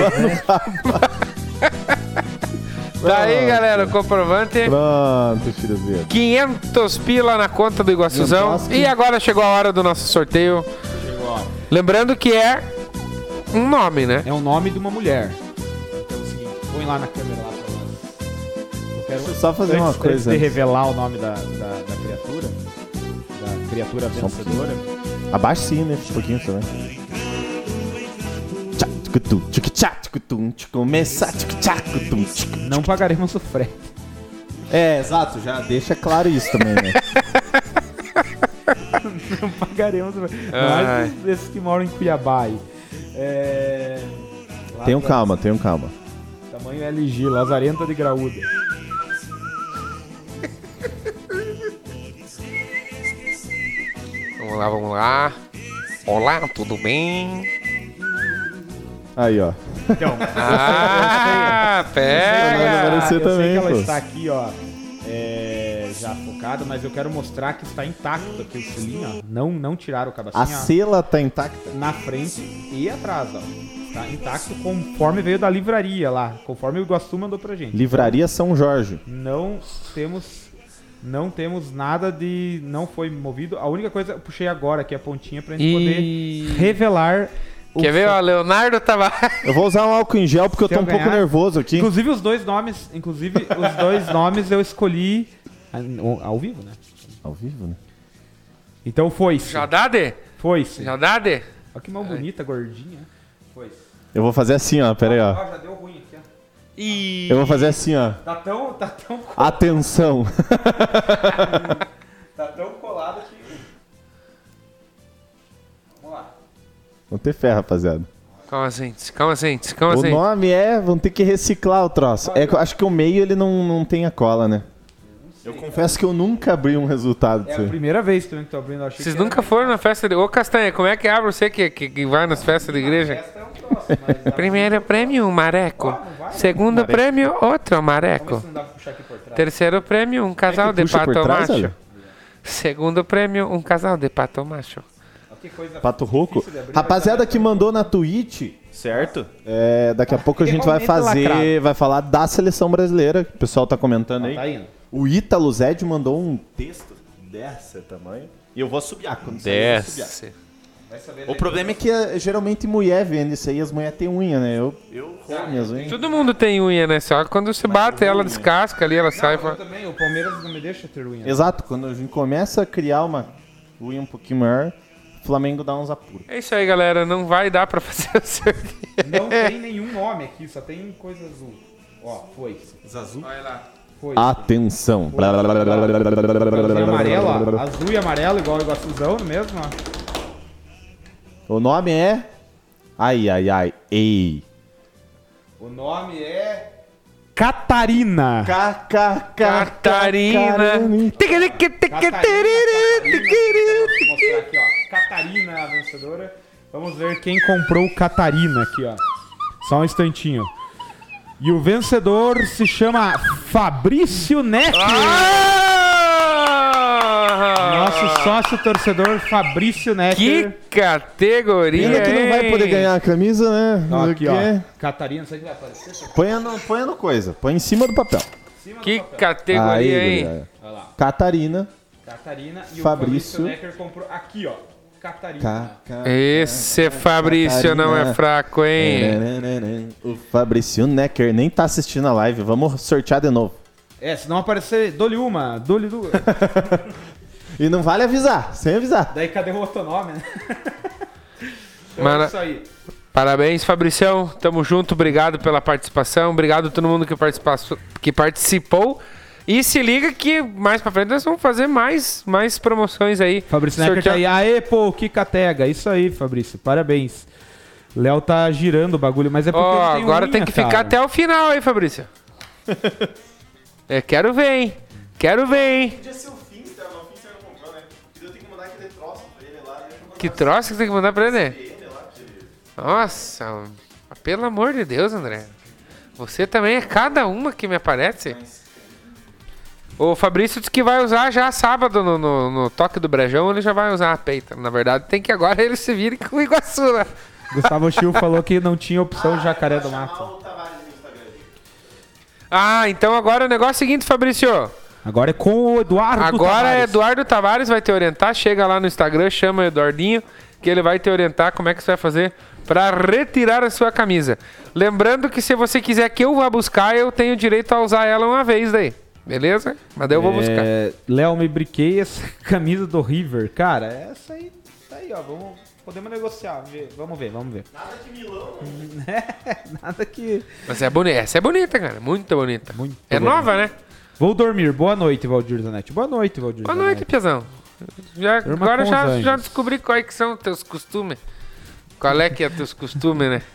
Tá aí, galera, o comprovante. Pronto, filhozinho. quinhentos pila na conta do Iguaçuzão. Fantástico. E agora chegou a hora do nosso sorteio. Lembrando que é um nome, né? É o nome de uma mulher. Então é o seguinte, põe lá na câmera lá pra nós. Eu quero Deixa eu só fazer antes, uma antes coisa de antes. revelar o nome da, da, da criatura, da criatura Só um vencedora. Abaixa sim, né? Um pouquinho também. Tchá, tchucutum, tchucutchá, tchucutum, tchucumeça, tchucutchá, tchucutum, tchucu. Não pagaremos o frete. É, exato, já deixa claro isso também, né? Não pagaremos o frete. Ai. Mas esses que moram em Cuiabá aí. É... Tenham Laza- calma, tenham calma. Tamanho L G, Lazarenta de Graúda. Vamos lá, vamos lá. Olá, tudo bem? Aí, ó. Então, Ah, Vai pega! aparecer eu sei também, que ela pô. está aqui, ó, é, já focada, mas eu quero mostrar que está intacto aqui o selinho, ó. Não, não tiraram o cabacinho, A cela tá intacta. ó, na frente e atrás, ó. Está intacto conforme veio da livraria lá, conforme o Iguaçu mandou pra gente. Livraria São Jorge. Não temos, não temos nada de, não foi movido. A única coisa, eu puxei agora aqui a pontinha pra gente E... poder revelar. o Quer ver, so- ó, Leonardo tava... Eu vou usar um álcool em gel porque eu Se tô eu um pouco ganhar- nervoso aqui. Inclusive os dois nomes, inclusive os dois nomes eu escolhi ao, ao vivo, né? Ao vivo, né? Então foi-se. Já dá, de? Foi-se. Já dá, de? Olha que mal bonita, gordinha. Foi-se. Eu vou fazer assim, ó. Pera aí, ó. Já deu ruim aqui, ó. E... Eu vou fazer assim, ó. Tá tão, tá tão, Atenção. tá tão colado que... Vamos lá. Não ter fé, rapaziada. Calma, gente. Calma, gente. Calma, O gente. nome é... Vamos ter que reciclar o troço. É que eu acho que o meio, ele não, não tem a cola, né? Eu confesso que eu nunca abri um resultado É disso a aí. primeira vez também que tô abrindo. Eu achei Vocês que era nunca foram na festa de... Ô, Castanha, como é que abre você que, que, que vai nas festas de igreja? Esta é um troço, mas dá- Primeiro prêmio, um mareco. Ó, não vai, né? Segundo prêmio, outro Vamos ver mareco. se não dá pra puxar aqui por trás. Terceiro prêmio, um casal de puxa por pato trás, macho. olha? Segundo prêmio, um casal de pato macho. Olha que coisa Pato Roco. difícil de abrir, Rapaziada mas que mandou na Twitch, certo? É, daqui a pouco a gente vai Realmente fazer, lacrado. vai falar da seleção brasileira. que O pessoal tá comentando tá- aí. Tá indo. O Ítalo Zed mandou um texto desse tamanho. E eu vou subir. Quando sair, eu vou subiar. Desce. O problema é que uh, geralmente mulher vende isso aí, as mulheres têm unha, né? Eu, eu roubo minhas unhas. Todo mundo tem unha, né? Só quando você bate ela, descasca ali, ela Não, sai eu fora. também, o Palmeiras não me deixa ter unha. Exato, quando a gente começa a criar uma unha um pouquinho maior, o Flamengo dá uns apuros. É isso aí, galera. Não vai dar pra fazer o sorteio. Não tem nenhum nome aqui, só tem coisa azul. Ó, foi. Azul? Olha lá. Foi. Atenção. Tem amarelo, ó. Azul e amarelo, igual o Iguaçuzão mesmo, ó. O nome é... Ai, ai, ai. Ei. O nome é... Catarina. Catarina. Catarina. Vou mostrar aqui, ó. Catarina é a vencedora. Vamos ver quem comprou o Catarina aqui, ó. Só um instantinho. E o vencedor se chama Fabrício Necker. Ah! Nosso sócio torcedor Fabrício Necker. Que categoria, Pena que não vai hein? poder ganhar a camisa, né? Ó, aqui, ó. Porque- Catarina, não sei o que vai aparecer. Põe no, põe no coisa. Põe em cima do papel. Que categoria, Aí, hein? galera. Olha lá. Catarina. Catarina e Fabrício. o Fabrício Necker comprou aqui, ó. Catarina. Ca- ca- Esse Fabrício não é fraco, hein? O Fabrício Necker nem tá assistindo a live. Vamos sortear de novo. É, se não aparecer, dou-lhe uma, dou-lhe duas. E não vale avisar, sem avisar. Daí cadê o outro nome, né? Então Mara- é isso aí. Parabéns, Fabricião. Tamo junto. Obrigado pela participação. Obrigado a todo mundo que, participa- que participou. E se liga que mais pra frente nós vamos fazer mais, mais promoções aí. Fabrício Necker tá Sortear- aí. Aê, pô, que catega. Isso aí, Fabrício. Parabéns. Léo tá girando o bagulho, mas é porque Ó, ele tem agora unha, tem que cara. ficar até o final aí, Fabrício. É, quero ver, hein? Quero ver, hein? Podia ser o Finster, mas o Finster não comprou, né? Eu tenho que mandar aquele troço pra ele lá. Que troço que tem que mandar pra ele? Nossa, pelo amor de Deus, André. Você também é cada uma que me aparece. O Fabrício disse que vai usar já sábado no, no, no Toque do Brejão, ele já vai usar a peita. Na verdade, tem que agora ele se vire com o Iguaçu, né? Gustavo Chiu falou que não tinha opção de jacaré do mato. Ah, então agora o negócio é o seguinte, Fabrício. Agora é com o Eduardo Agora Tavares. Eduardo Tavares vai te orientar. Chega lá no Instagram, chama o Eduardinho, que ele vai te orientar como é que você vai fazer para retirar a sua camisa. Lembrando que se você quiser que eu vá buscar, eu tenho direito a usar ela uma vez daí. Beleza? Mas daí eu vou buscar. É, Léo, me briquei essa camisa do River. Cara, essa aí, tá aí, ó. Vamos, podemos negociar. Ver. Vamos ver, vamos ver. Nada que Milão. Nada que... Mas é bonita. Essa é bonita, cara. Muito bonita. Muito é bonita. nova, né? Vou dormir. Boa noite, Valdir Zanetti. Boa noite, Valdir Boa noite, Zanetti. Piazão. Já, Durma agora com já, os anjos. já descobri quais que são os teus costumes. Qual é que é teus costumes, né?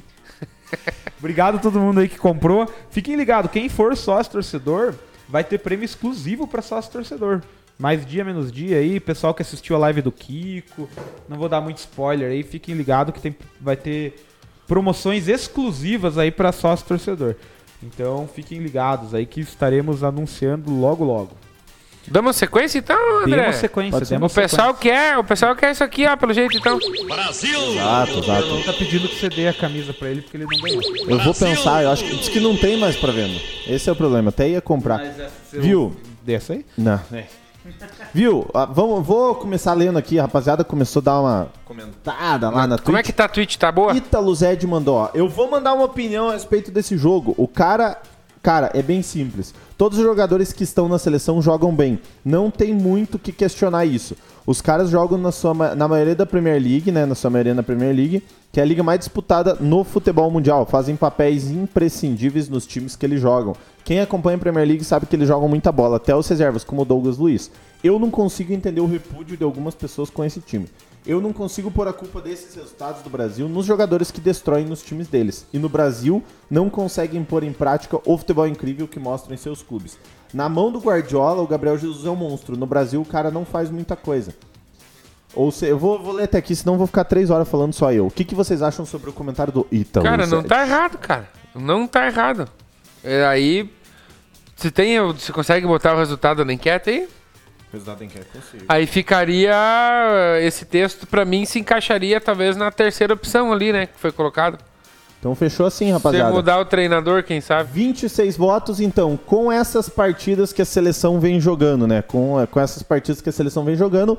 Obrigado a todo mundo aí que comprou. Fiquem ligados, quem for sócio torcedor vai ter prêmio exclusivo para sócio torcedor. Mais dia, menos dia aí. Pessoal que assistiu a live do Kiko. Não vou dar muito spoiler aí. Fiquem ligados que tem, vai ter promoções exclusivas aí para sócio torcedor. Então fiquem ligados aí que estaremos anunciando logo logo. Damos sequência então, André? Demos sequência, Pode ser. demos O pessoal quer, o pessoal quer isso aqui, ó, pelo jeito então. Exato, exato. Ele tá pedindo que você dê a camisa pra ele porque ele não ganhou. Eu vou pensar, eu acho que diz que não tem mais pra venda. Esse é o problema, até ia comprar. Viu? Dessa aí? Não. Viu? Ah, vamos, vou começar lendo aqui, a rapaziada começou a dar uma comentada lá na Twitch. Como é que tá a Twitch? Tá boa? Ítalo Zed mandou, ó. Eu vou mandar uma opinião a respeito desse jogo. O cara, cara, é bem simples. Todos os jogadores que estão na seleção jogam bem. Não tem muito o que questionar isso. Os caras jogam na, sua, na maioria da Premier League, né? Na sua maioria na Premier League, que é a liga mais disputada no futebol mundial. Fazem papéis imprescindíveis nos times que eles jogam. Quem acompanha a Premier League sabe que eles jogam muita bola, até os reservas, como o Douglas Luiz. Eu não consigo entender o repúdio de algumas pessoas com esse time. Eu não consigo pôr a culpa desses resultados do Brasil nos jogadores que destroem nos times deles. E no Brasil, não conseguem pôr em prática o futebol incrível que mostram em seus clubes. Na mão do Guardiola, o Gabriel Jesus é um monstro. No Brasil, o cara não faz muita coisa. Ou seja, eu vou, vou ler até aqui, senão vou ficar três horas falando só eu. O que, que vocês acham sobre o comentário do Ítalo? Cara, não tá errado, cara. Não tá errado. É, aí, se tem, se consegue botar o resultado na enquete aí, Resultado em que é possível. aí ficaria, esse texto pra mim se encaixaria talvez na terceira opção ali, né, que foi colocado. Então fechou assim, Se rapaziada. mudar o treinador, quem sabe. vinte e seis votos, então, com essas partidas que a seleção vem jogando, né? Com, com essas partidas que a seleção vem jogando,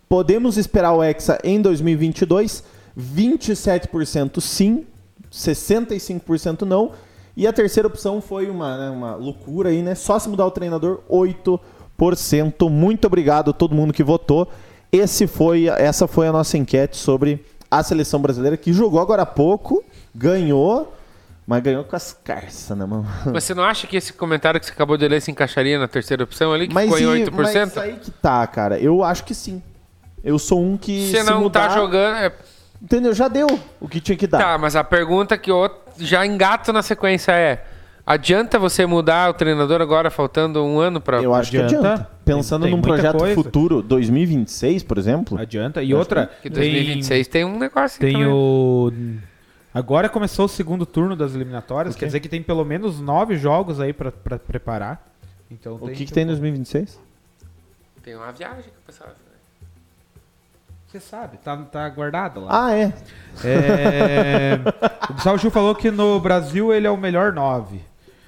Podemos esperar o Hexa em dois mil e vinte e dois? vinte e sete por cento sim, sessenta e cinco por cento não. E a terceira opção foi uma, né, uma loucura aí, né? Só se mudar o treinador, oito por cento. Muito obrigado a todo mundo que votou. Esse foi, essa foi a nossa enquete sobre a seleção brasileira, que jogou agora há pouco, ganhou, mas ganhou com as carças, né, mano? Mas você não acha que esse comentário que você acabou de ler se encaixaria na terceira opção ali, que mas ficou em e, oito por cento? Mas aí que tá, cara. Eu acho que sim. Eu sou um que Você se não mudar, tá jogando... É... Entendeu? Já deu o que tinha que dar. Tá, mas a pergunta que eu já engato na sequência é: adianta você mudar o treinador agora, faltando um ano pra... Eu acho Adianta. que adianta. Pensando Tem num muita projeto coisa. futuro, dois mil e vinte e seis, por exemplo. Adianta. E outra, Que dois mil e vinte e seis tem, tem um negócio tem também. o... Agora começou o segundo turno das eliminatórias, Okay. quer dizer que tem pelo menos nove jogos aí pra, pra preparar. Então O que, que tem em dois mil e vinte e seis? Tem uma viagem que o pessoal... Você sabe, tá, tá guardado lá. Ah, é. É, o Gustavo Gil falou que no Brasil ele é o melhor nove.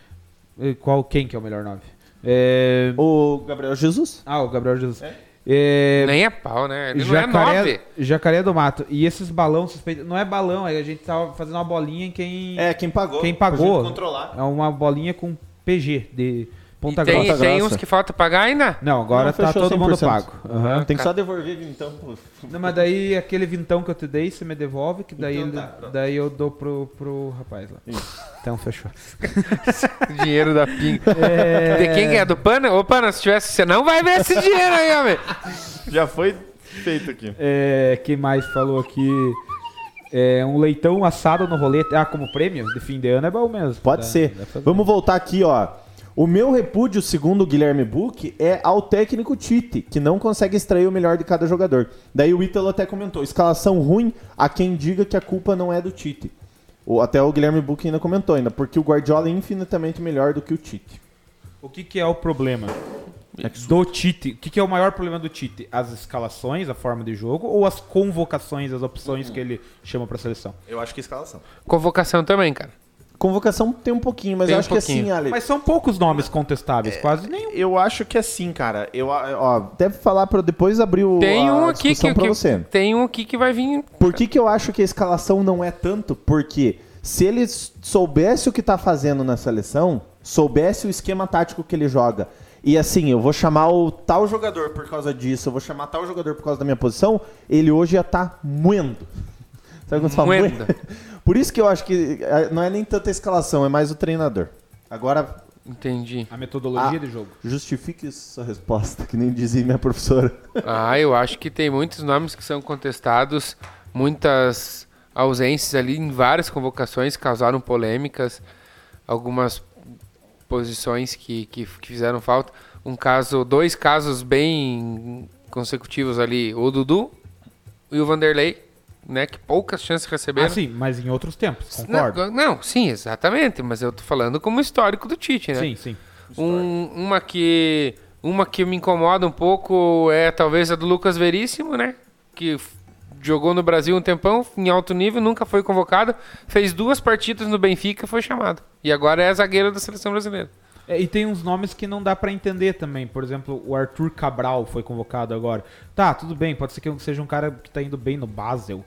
E Qual, quem que é o melhor nove? É, O Gabriel Jesus. Ah, o Gabriel Jesus. É, Nem é pau, né? Ele não é nove. Jacaré, Jacaré do Mato. E esses balões suspeitos. Não é balão, é a gente tava fazendo uma bolinha em quem. É, quem pagou. Quem pagou. Pra gente controlar. É uma bolinha com P G de E ponta tem, grossa. tem grossa. uns que falta pagar ainda? Não, agora Não, tá fechou todo cem mundo por cento. pago. Aham. Tem que só devolver, então. pô. Não, mas daí aquele vintão que eu te dei, você me devolve, que daí, Então ele- tá, pronto. daí eu dou pro, pro rapaz lá. Então fechou. Dinheiro da pinga. É... De quem que é? Do Pana? Ô, Pana, se tivesse, você não vai ver esse dinheiro aí, homem. Já foi feito aqui. É, quem mais falou aqui? É, um leitão assado no rolete. Ah, como prêmio de fim de ano é bom mesmo. Pode Dá- ser. dá pra fazer. Vamos voltar aqui, ó. O meu repúdio, segundo o Guilherme Buch, é ao técnico Tite, que não consegue extrair o melhor de cada jogador. Daí o Ítalo até comentou, escalação ruim, há quem diga que a culpa não é do Tite. Ou até o Guilherme Buch ainda comentou ainda, porque o Guardiola é infinitamente melhor do que o Tite. O que, que é o problema do Tite? O que, que é o maior problema do Tite? As escalações, a forma de jogo ou as convocações, as opções que ele chama pra seleção? Eu acho que é escalação. Convocação também, cara. Convocação tem um pouquinho, mas Tem eu um acho que pouquinho. assim, Ale. Mas são poucos nomes contestáveis, quase nenhum. Eu acho que assim, cara. Eu, ó, deve falar para depois abrir o Tem a um aqui discussão que, pra que você. tem um aqui que vai vir. Por que, que eu acho que a escalação não é tanto? Porque se ele soubesse o que tá fazendo na seleção, soubesse o esquema tático que ele joga, e assim, eu vou chamar o tal jogador por causa disso, eu vou chamar tal jogador por causa da minha posição, ele hoje ia estar tá moendo. Sabe quando você fala Moendo. moendo? Por isso que eu acho que eh, não é nem tanta a escalação, é mais o treinador. Agora, Entendi. A metodologia Ah. de jogo. justifique sua resposta, que nem dizia minha professora. Ah, eu acho que tem muitos nomes que são contestados, muitas ausências ali em várias convocações que causaram polêmicas, algumas posições que, que, que fizeram falta. Um caso, dois casos bem consecutivos ali, o Dudu e o Vanderlei, né, que poucas chances receberam. Ah, sim, mas em outros tempos, concordo. Não, não, sim, exatamente, mas eu tô falando como histórico do Tite, né? Sim, sim. Um- uma que uma que me incomoda um pouco é talvez a do Lucas Veríssimo, né? Que f- jogou no Brasil um tempão, em alto nível, nunca foi convocado, fez duas partidas no Benfica e foi chamado. E agora é zagueiro da seleção brasileira. É, e tem uns nomes que não dá pra entender também. Por exemplo, o Arthur Cabral foi convocado agora. Tá, tudo bem, pode ser que seja um cara que tá indo bem no Basel.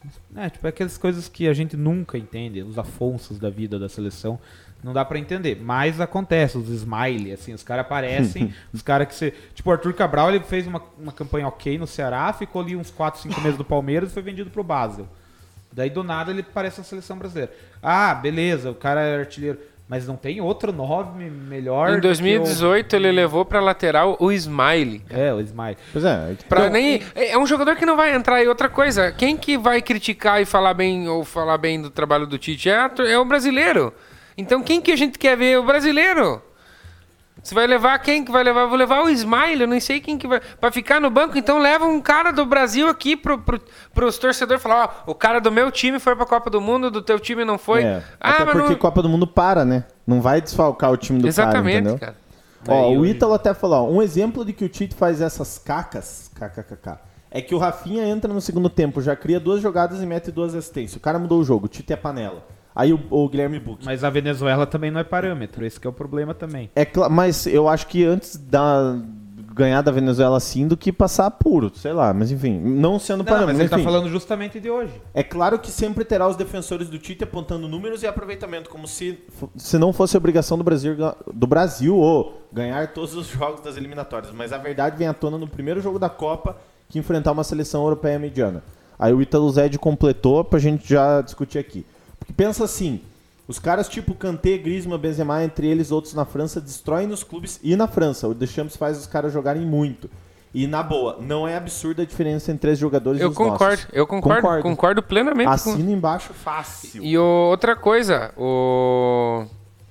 É, tipo, é aquelas coisas que a gente nunca entende, os Afonsos da vida da seleção, não dá pra entender. Mas acontece, os smile, assim, os caras aparecem, os caras que você... Tipo, o Arthur Cabral, ele fez uma, uma campanha ok no Ceará, ficou ali uns quatro, cinco meses do Palmeiras e foi vendido pro Basel. Daí, do nada, ele aparece na seleção brasileira. Ah, beleza, o cara é artilheiro. Mas não tem outro nome melhor Em do dois mil e que dezoito ele levou pra lateral o Smiley. o... É, o Smile. Pois é. Pra Então, nem, é é um jogador que não vai entrar. E outra coisa, quem que vai criticar e falar bem ou falar bem do trabalho do Tite é, a- é o brasileiro. Então quem que a gente quer ver? O brasileiro. Você vai levar quem que vai levar? Vou levar o Smile, eu não sei quem que vai. Pra ficar no banco, então leva um cara do Brasil aqui pro, pro, pros torcedores falar: ó, o cara do meu time foi pra Copa do Mundo, do teu time não foi. é, ah, até mas porque não... Copa do Mundo para, né? Não vai desfalcar o time do Exatamente, cara, entendeu? cara. Ó, Aí o hoje- Ítalo até falou, ó, um exemplo de que o Tite faz essas cacas, kkkk, é que o Rafinha entra no segundo tempo, já cria duas jogadas e mete duas assistências. O cara mudou o jogo, o Tite é panela. Aí o, o Guilherme Buch. Mas a Venezuela também não é parâmetro, esse que é o problema também. É cla- mas eu acho que antes da, ganhar da Venezuela sim do que passar puro, sei lá, mas enfim, não sendo Não, mas ele enfim, tá falando justamente de hoje. É claro que sempre terá os defensores do Tite apontando números e aproveitamento, como se, se não fosse obrigação do Brasil, do Brasil ou ganhar todos os jogos das eliminatórias, mas a verdade vem à tona no primeiro jogo da Copa que enfrentar uma seleção europeia mediana. Aí o Ítalo Zed completou pra gente já discutir aqui. Porque pensa assim, os caras tipo Kanté, Griezmann, Benzema, entre eles outros na França, destroem nos clubes e na França. O Deschamps faz os caras jogarem muito. E na boa, não é absurda a diferença entre três jogadores eu e os concordo, nossos. Eu concordo, concordo, concordo plenamente. Assino com... embaixo fácil. E o, outra coisa, o...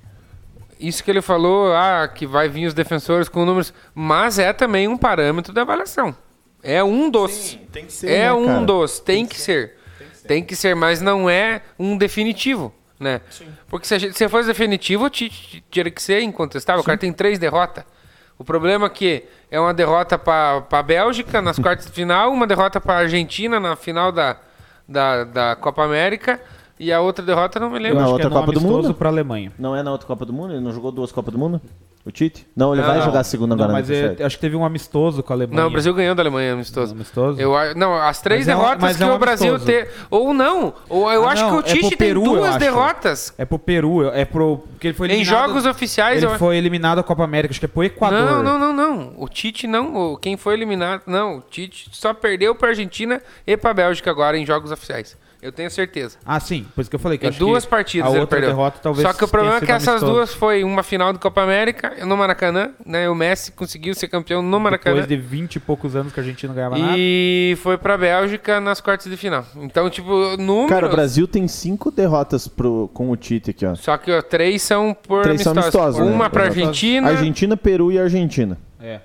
isso que ele falou, ah, que vai vir os defensores com números, mas é também um parâmetro da avaliação. É um dos. Sim, tem que ser, é né, um cara? dos, tem, Tem que, que ser. ser. Tem que ser. Tem que ser, mas não é um definitivo, né? Sim. Porque se, a gente, se fosse definitivo, tinha que ser incontestável. Sim. O cara tem três derrotas. O problema é que é uma derrota para a Bélgica nas quartas de final, uma derrota para a Argentina na final da, da, da Copa América e a outra derrota não me lembro. Na Acho outra que é Copa do Mundo para a Alemanha. Não é na outra Copa do Mundo? Ele não jogou duas Copas do Mundo? O Tite? Não, ele não, vai não. jogar a segunda não, agora. Mas é, acho que teve um amistoso com a Alemanha. Não, o Brasil ganhou da Alemanha amistoso. amistoso? Eu, não, as três mas derrotas é um, que é um o Brasil amistoso. teve. Ou não. Ou eu ah, acho não, que o Tite é Peru, tem duas acho. derrotas. É pro Peru, é pro. Porque ele foi eliminado. Em jogos oficiais. Ele eu... foi eliminado da Copa América, acho que é pro Equador. Não, não, não, não. O Tite não. Quem foi eliminado. Não, o Tite só perdeu pra Argentina e pra Bélgica agora em jogos oficiais. Eu tenho certeza. Ah, sim. Por isso que eu falei que Em acho duas que partidas a ele outra perdeu. derrota talvez Só que o problema é que essas amistoso. duas foi uma final de Copa América no Maracanã, né? O Messi conseguiu ser campeão no Maracanã. Depois de vinte e poucos anos que a Argentina não ganhava nada. E foi pra Bélgica nas quartas de final. Então, tipo, números... Cara, o Brasil tem cinco derrotas pro, com o Tite aqui, ó. Só que ó, três são por Três são amistosos. amistosos, Uma né? pra Exato. Argentina. Argentina, Peru e Argentina. É.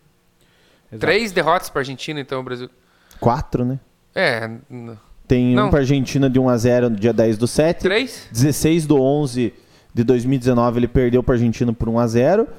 Exato. Três derrotas pra Argentina, então, o Brasil. Quatro, né? É... n- Tem Não. um pra Argentina de um a zero no dia dez do sete. Três? dezesseis do onze de dois mil e dezenove ele perdeu pra Argentina por um a zero.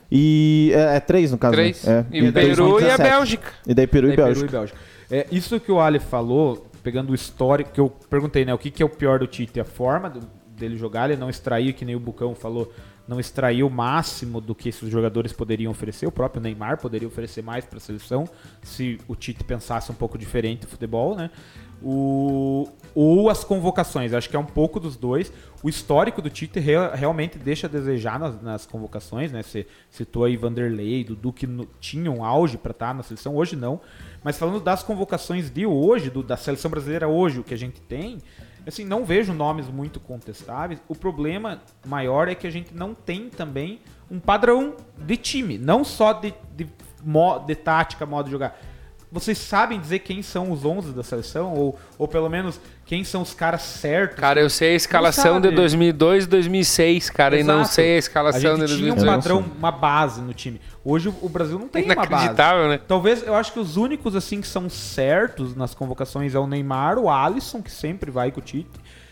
E é, é três no caso. Três. Né? É. E o Peru e a dois mil dezessete. Bélgica. E daí Peru, Daí e, Bélgica. Peru e Bélgica. É, isso que o Ali falou, pegando o histórico, que eu perguntei, né? O que, que é o pior do Tite? A forma do, dele jogar, ele não extraiu, que nem o Bucão falou, não extraiu o máximo do que esses jogadores poderiam oferecer. O próprio Neymar poderia oferecer mais para a seleção, se o Tite pensasse um pouco diferente o futebol, né? O, ou as convocações, acho que é um pouco dos dois. O histórico do Tite re, realmente deixa a desejar nas, nas convocações, né? Você citou aí Vanderlei, Dudu, que no, tinham auge para estar na seleção, hoje não. Mas falando das convocações de hoje, do, da seleção brasileira hoje, o que a gente tem, assim, não vejo nomes muito contestáveis. O problema maior é que a gente não tem também um padrão de time, não só de, de, de tática, modo de jogar. Vocês sabem dizer quem são os onze da seleção? Ou, ou pelo menos quem são os caras certos? Cara, eu sei a escalação de dois mil e dois e dois mil e seis, cara, Exato. e não sei a escalação a gente de tinha dois mil e um dezoito. padrão, uma base no time. Hoje o Brasil não tem uma base. Inacreditável, né? Talvez, eu acho que os únicos assim que são certos nas convocações é o Neymar, o Alisson, que sempre vai com o Tite.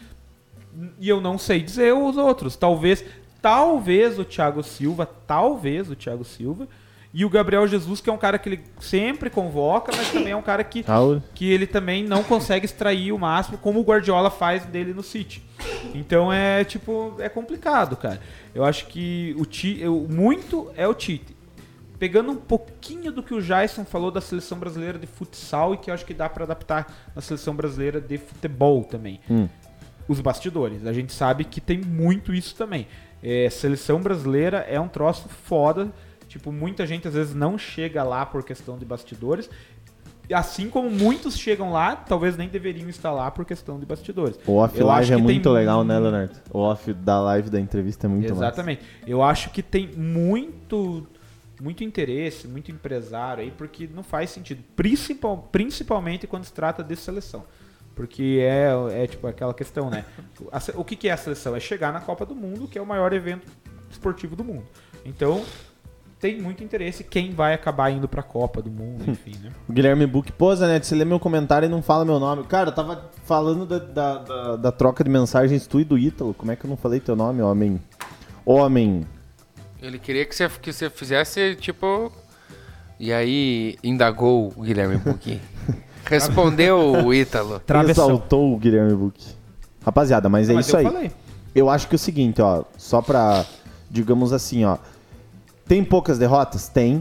E eu não sei dizer os outros. Talvez, talvez o Thiago Silva, talvez o Thiago Silva. E o Gabriel Jesus, que é um cara que ele sempre convoca, mas também é um cara que, que ele também não consegue extrair o máximo, como o Guardiola faz dele no City. Então é tipo, é complicado, cara. Eu acho que o Tite, muito é o Tite. Pegando um pouquinho do que o Jason falou da seleção brasileira de futsal e que eu acho que dá para adaptar na seleção brasileira de futebol também. Hum. Os bastidores. A gente sabe que tem muito isso também. É, seleção brasileira é um troço foda. Tipo, muita gente às vezes não chega lá por questão de bastidores. Assim como muitos chegam lá, talvez nem deveriam estar lá por questão de bastidores. O off Eu live acho é que muito tem... legal, né, Leonardo? O off da live da entrevista é muito Exatamente. Massa. Eu acho que tem muito, muito interesse, muito empresário aí, porque não faz sentido. Principal, principalmente quando se trata de seleção. Porque é, é tipo aquela questão, né? O que, que é a seleção? É chegar na Copa do Mundo, que é o maior evento esportivo do mundo. Então... tem muito interesse quem vai acabar indo pra Copa do Mundo, enfim, né? O Guilherme Buck, pô, Zanetti, você lê meu comentário e não fala meu nome. Cara, eu tava falando da, da, da, da troca de mensagens tu e do Ítalo. Como é que eu não falei teu nome, homem? Homem. Ele queria que você, que você fizesse, tipo... E aí, indagou o Guilherme Buck. Respondeu o Ítalo. Travessão. Exaltou o Guilherme Buck. Rapaziada, mas é Mas isso eu aí. falei. Eu acho que é o seguinte, ó. Só pra, digamos assim, ó. Tem poucas derrotas? Tem.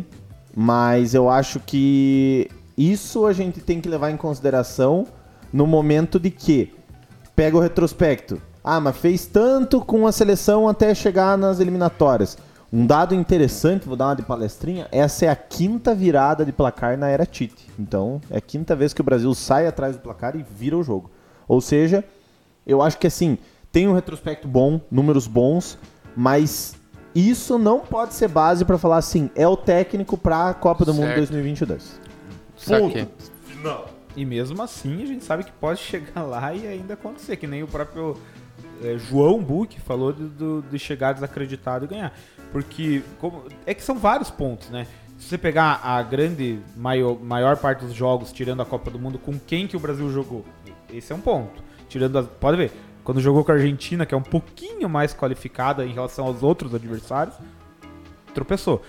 Mas eu acho que isso a gente tem que levar em consideração no momento de que pega o retrospecto. Ah, mas fez tanto com a seleção até chegar nas eliminatórias. Um dado interessante, vou dar uma de palestrinha, essa é a quinta virada de placar na era Tite. Então, é a quinta vez que o Brasil sai atrás do placar e vira o jogo. Ou seja, eu acho que assim, tem um retrospecto bom, números bons, mas isso não pode ser base para falar assim, é o técnico para a Copa do certo. Mundo dois mil e vinte e dois. Ponto. Não. E mesmo assim, a gente sabe que pode chegar lá e ainda acontecer, que nem o próprio é, João Buck falou de, do, de chegar desacreditado e ganhar. Porque como, é que são vários pontos, né? Se você pegar a grande maior, maior parte dos jogos, tirando a Copa do Mundo, com quem que o Brasil jogou? Esse é um ponto. Tirando as, pode ver, quando jogou com a Argentina, que é um pouquinho mais qualificada em relação aos outros adversários, tropeçou.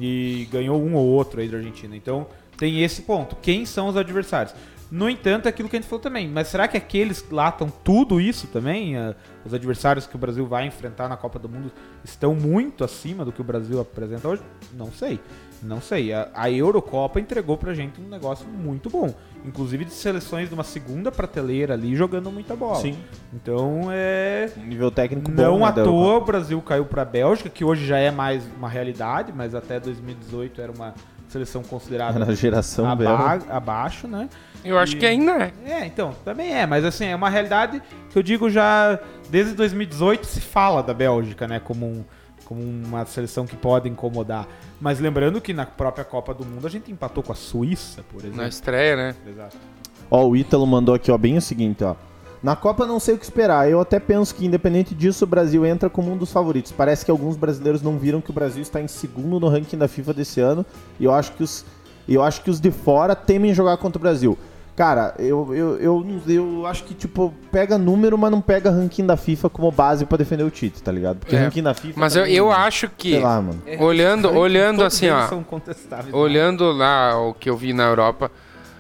E ganhou um ou outro aí da Argentina. Então, tem esse ponto. Quem são os adversários? No entanto, é aquilo que a gente falou também. Mas será que aqueles lá estão tudo isso também? Uh, os adversários que o Brasil vai enfrentar na Copa do Mundo estão muito acima do que o Brasil apresenta hoje? Não sei. Não sei. A, a Eurocopa entregou pra gente um negócio muito bom. Inclusive de seleções de uma segunda prateleira ali jogando muita bola. Sim. Então é... Um nível técnico bom. Não à toa o Brasil caiu pra Bélgica, que hoje já é mais uma realidade, mas até dois mil e dezoito era uma seleção considerada na geração aba- abaixo, né? Eu acho e, que ainda é. É, então, também é, mas assim, é uma realidade que eu digo já desde dois mil e dezoito se fala da Bélgica, né, como, um, como uma seleção que pode incomodar. Mas lembrando que na própria Copa do Mundo a gente empatou com a Suíça, por exemplo. Na estreia, né? Exato. Ó, o Ítalo mandou aqui, ó, bem o seguinte, ó. Na Copa não sei o que esperar, eu até penso que independente disso o Brasil entra como um dos favoritos. Parece que alguns brasileiros não viram que o Brasil está em segundo no ranking da FIFA desse ano e eu acho que os, eu acho que os de fora temem jogar contra o Brasil. Cara, eu, eu, eu, eu acho que, tipo, pega número, mas não pega ranking da FIFA como base pra defender o Tite, tá ligado? Porque é. ranking da FIFA... Mas eu, eu acho que, sei lá, mano. É, olhando, olhando assim, ó, são olhando lá o que eu vi na Europa,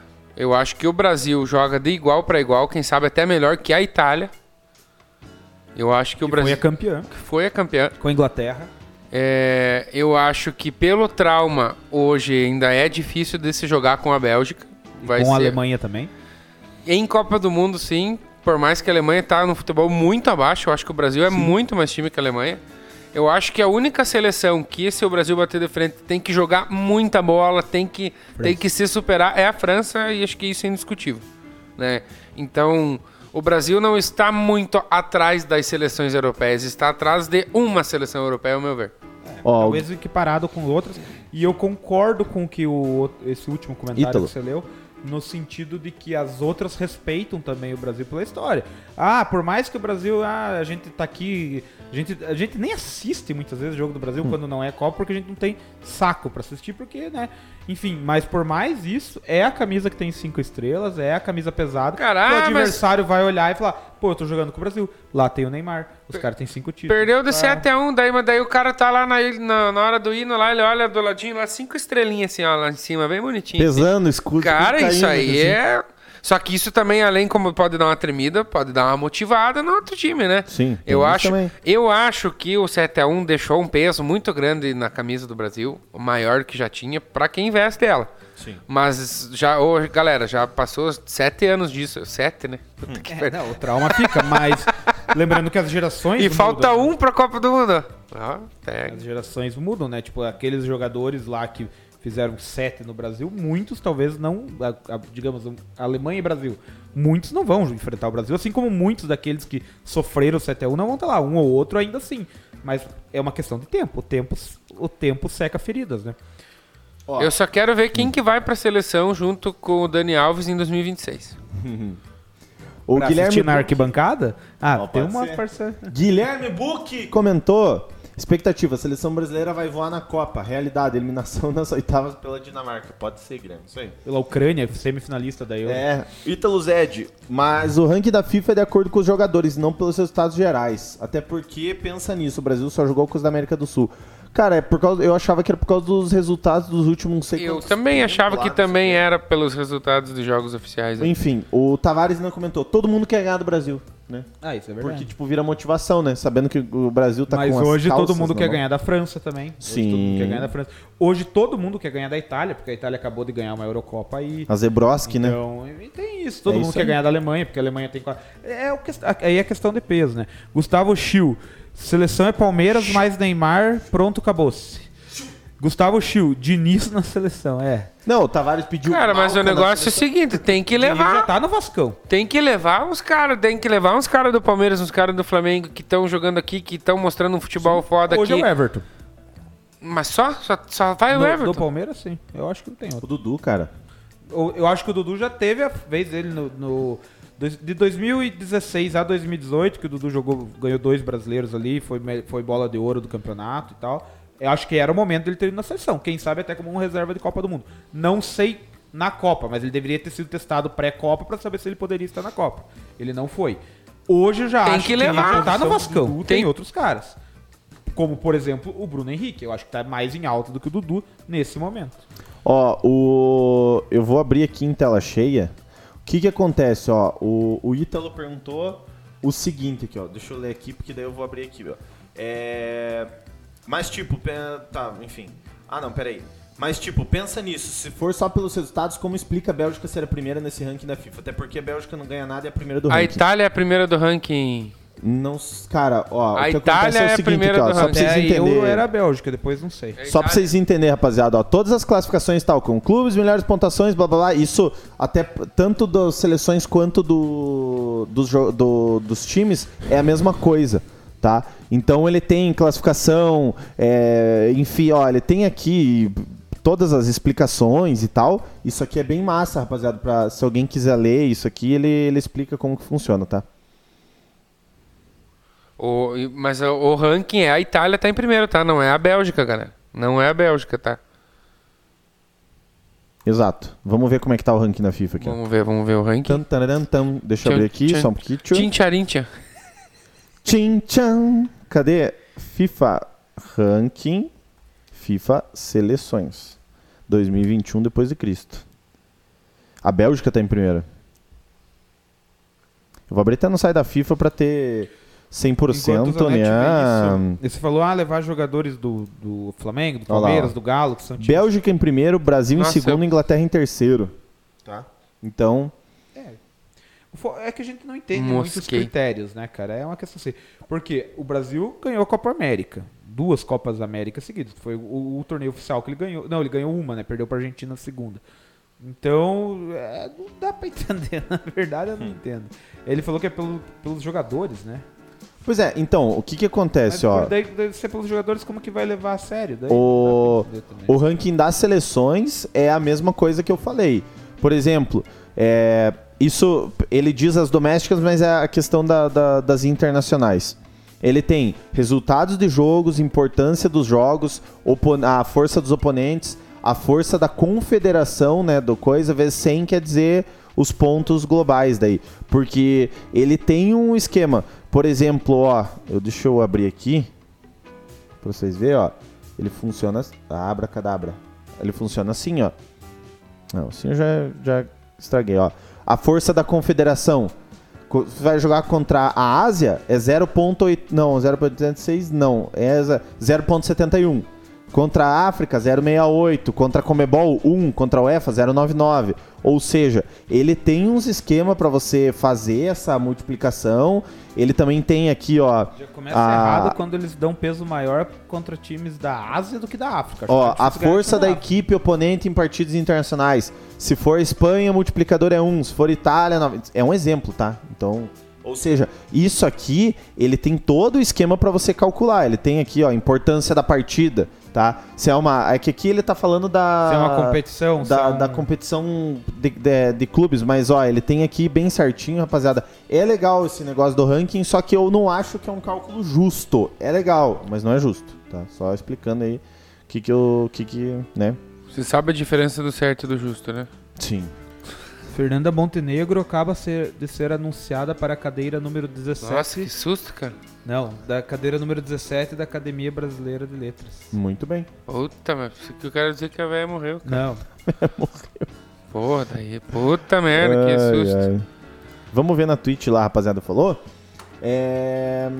eu acho que o Brasil joga de igual pra igual, quem sabe até melhor que a Itália. Eu acho que, que o Brasil... foi a campeã. Que foi a campeã. Com a Inglaterra. É, eu acho que pelo trauma, hoje ainda é difícil de se jogar com a Bélgica. Vai com ser. A Alemanha também? Em Copa do Mundo, sim. Por mais que a Alemanha tá no futebol muito abaixo, eu acho que o Brasil é sim. muito mais time que a Alemanha. Eu acho que a única seleção que, se o Brasil bater de frente, tem que jogar muita bola, tem que, tem que se superar, é a França, e acho que isso é indiscutível, né? Então, o Brasil não está muito atrás das seleções europeias, está atrás de uma seleção europeia, ao meu ver. É, oh, talvez equiparado com outras. E eu concordo com que o, esse último comentário Ítalo. que você leu, no sentido de que as outras respeitam também o Brasil pela história. Ah, por mais que o Brasil, ah, a gente tá aqui, a gente, a gente nem assiste muitas vezes o jogo do Brasil hum. quando não é Copa, porque a gente não tem saco pra assistir, porque, né, enfim, mas por mais isso, é a camisa que tem cinco estrelas, é a camisa pesada, Caralho, o adversário mas... vai olhar e falar, pô, eu tô jogando com o Brasil, lá tem o Neymar, os per- caras têm cinco títulos. Perdeu de sete a um, daí, mas daí o cara tá lá na, na, na hora do hino, lá, ele olha do ladinho, lá, cinco estrelinhas assim, ó, lá em cima, bem bonitinho. Pesando, assim. Escudo. Cara, isso aí assim. é... Só que isso também, além como pode dar uma tremida, pode dar uma motivada no outro time, né? Sim. Eu acho, eu acho que o sete a um deixou um peso muito grande na camisa do Brasil, o maior que já tinha, pra quem veste ela. Sim. Mas já, oh, galera, já passou sete anos disso. Sete, né? Hum. É, não, o trauma fica, mas lembrando que as gerações E mudam, falta um pra Copa do Mundo. Ah, as gerações mudam, né? Tipo, aqueles jogadores lá que fizeram sete no Brasil, muitos talvez não, a, a, digamos, a Alemanha e Brasil, muitos não vão enfrentar o Brasil, assim como muitos daqueles que sofreram sete a um não vão estar lá, um ou outro ainda assim, mas é uma questão de tempo, o tempo, o tempo seca feridas, né? Ó, eu só quero ver quem que vai pra seleção junto com o Dani Alves em dois mil e vinte e seis. O pra Guilherme na arquibancada? Ah, tem uma parceira. Guilherme Buck comentou: expectativa, a seleção brasileira vai voar na Copa. Realidade, eliminação nas oitavas pela Dinamarca. Pode ser, Guilherme, isso aí. Pela Ucrânia, semifinalista da Euro. É, Ítalo Zed. Mas o ranking da FIFA é de acordo com os jogadores, não pelos resultados gerais. Até porque, pensa nisso, o Brasil só jogou com os da América do Sul. Cara, é por causa, eu achava que era por causa dos resultados dos últimos seis Eu também achava que também era pelos resultados de jogos oficiais. Enfim, o Tavares não comentou. Todo mundo quer ganhar do Brasil. né? Ah, isso é verdade. Porque, tipo, vira motivação, né? Sabendo que o Brasil tá Mas com as hoje todo calças mundo na quer mão. ganhar da França também. Sim. Hoje todo mundo quer ganhar da França. Hoje todo mundo quer ganhar da Itália, porque a Itália acabou de ganhar uma Eurocopa aí. A Zebrowski, né? Então, e tem isso. Todo É mundo isso quer aí. ganhar da Alemanha, porque a Alemanha tem... quatro- É o que... Aí é questão de peso, né? Gustavo Schill. Seleção é Palmeiras, mais Neymar, pronto, acabou-se. Gustavo Schill, Diniz na seleção, é. Não, o Tavares pediu... Cara, mas o Malca na negócio é o seleção. seguinte, tem que Diniz já levar. tá no Vascão. Tem que levar uns caras, tem que levar uns caras do Palmeiras, uns caras do Flamengo que estão jogando aqui, que estão mostrando um futebol foda Hoje aqui. é o Everton. Mas só? Só, só vai o Do, Everton? do Palmeiras, sim. Eu acho que não tem O outro. Dudu, cara. Eu, eu acho que o Dudu já teve a vez dele no... no dois- de dois mil e dezesseis a dois mil e dezoito, que o Dudu jogou, ganhou dois brasileiros ali, foi, me- foi bola de ouro do campeonato e tal. Eu acho que era o momento dele ter ido na seleção. Quem sabe até como uma reserva de Copa do Mundo. Não sei na Copa, mas ele deveria ter sido testado pré-Copa pra saber se ele poderia estar na Copa. Ele não foi. Hoje eu já Tem acho que que ele levar. já tá no São Vascão. Dudu, Tem tem- outros caras. Como, por exemplo, o Bruno Henrique. Eu acho que tá mais em alta do que o Dudu nesse momento. Ó, o... eu vou abrir aqui em tela cheia. O que que acontece, ó? O, o Ítalo perguntou o seguinte aqui, ó. Deixa eu ler aqui, porque daí eu vou abrir aqui, ó. É... Mas, tipo, pe- tá, enfim. Ah, não, peraí. Mas, tipo, pensa nisso. Se for só pelos resultados, como explica a Bélgica ser a primeira nesse ranking da FIFA? Até porque a Bélgica não ganha nada e é a primeira do A ranking. Itália é a primeira do ranking. Não, s- cara, ó, A o que Itália acontece é é o a seguinte primeira aqui, ó, do só pra ranking. vocês Até aí eu entenderem. era a Bélgica, depois não sei. Só pra vocês entenderem, rapaziada, ó, todas as classificações tal, com clubes, melhores pontuações, blá blá blá, isso até p- tanto das seleções quanto do, dos jo- do- dos times é a mesma coisa, tá? Então ele tem classificação, é, enfim, ó, ele tem aqui todas as explicações e tal. Isso aqui é bem massa, rapaziada, pra, se alguém quiser ler isso aqui, ele, ele explica como que funciona, tá? O, e- mas o, o ranking é a Itália tá em primeiro, tá? Não é a Bélgica, galera. Não é a Bélgica, tá? Exato. Vamos ver como é que tá o ranking na FIFA aqui, ó. Vamos ver, vamos ver o ranking. Tan, tararam, tam. Deixa eu Tchan, abrir aqui, tchan. só um pouquinho. Tchum. Tchincharincha. Tchim, tchan. Cadê? FIFA Ranking, FIFA Seleções. dois mil e vinte e um depois de Cristo. A Bélgica tá em primeiro. Eu vou abrir até no site da FIFA pra ter cem por Enquanto cento, o Zanetti né? vê isso, Você falou, ah, levar jogadores do, do Flamengo, do Olha lá, Palmeiras, ó. do Galo, que são times... Bélgica em primeiro, Brasil Nossa, em segundo, eu- Inglaterra em terceiro. Tá? Então, O fo- É que a gente não entende muitos Mosquei. critérios, né, cara? É uma questão assim. Porque o Brasil ganhou a Copa América. Duas Copas América seguidas. Foi o, o torneio oficial que ele ganhou. Não, ele ganhou uma, né? Perdeu pra Argentina na segunda. Então, é, não dá pra entender. Na verdade, eu não entendo. Ele falou que é pelo- pelos jogadores, né? pois é, então, o que que acontece, Mas ó? por daí deve ser pelos jogadores, como que vai levar a sério? Daí O, não dá pra entender também. o ranking das seleções é a mesma coisa que eu falei. Por exemplo, é, isso ele diz as domésticas, mas é a questão da- da- das internacionais. Ele tem resultados de jogos, importância dos jogos, opo- a força dos oponentes, a força da confederação, né, do coisa, vezes cem quer dizer os pontos globais daí. Porque ele tem um esquema. Por exemplo, ó, eu, deixa eu abrir aqui pra vocês verem, ó. Ele funciona... Abracadabra. Ele funciona assim, ó. Não, assim eu já, já estraguei, ó. A força da confederação. Co- Vai jogar contra a Ásia, é zero ponto oito... Não, zero ponto oitenta e seis não. É zero ponto setenta e um. Contra a África, zero ponto sessenta e oito. Contra a Comebol, um. Contra a UEFA, zero ponto noventa e nove. Ou seja, ele tem uns esquemas para você fazer essa multiplicação. Ele também tem aqui, ó... Já começa a- errado quando eles dão peso maior contra times da Ásia do que da África. Acho Ó, que é a difícil ganhar força com da a África. equipe oponente em partidos internacionais. Se for Espanha, o multiplicador é um. Se for Itália, nove. É um exemplo, tá? Então, ou seja, isso aqui, ele tem todo o esquema para você calcular. Ele tem aqui, ó, importância da partida, tá? Se é uma, é que aqui ele tá falando da Se é uma competição, se da, é um- da competição de, de, de clubes, mas ó, ele tem aqui bem certinho, rapaziada. É legal esse negócio do ranking, só que eu não acho que é um cálculo justo. É legal, mas não é justo, tá? Só explicando aí o que que eu, que que, né? Você sabe a diferença do certo e do justo, né? Sim. Fernanda Montenegro acaba ser- de ser anunciada para a cadeira número dezessete. Nossa, que susto, cara. Não, da cadeira número dezessete da Academia Brasileira de Letras. Muito bem. Puta, mas isso que eu quero dizer que a velha morreu, cara. Não. Porra, daí. Puta merda, que Ai, susto. ai. Vamos ver na Twitch lá, rapaziada, falou? É...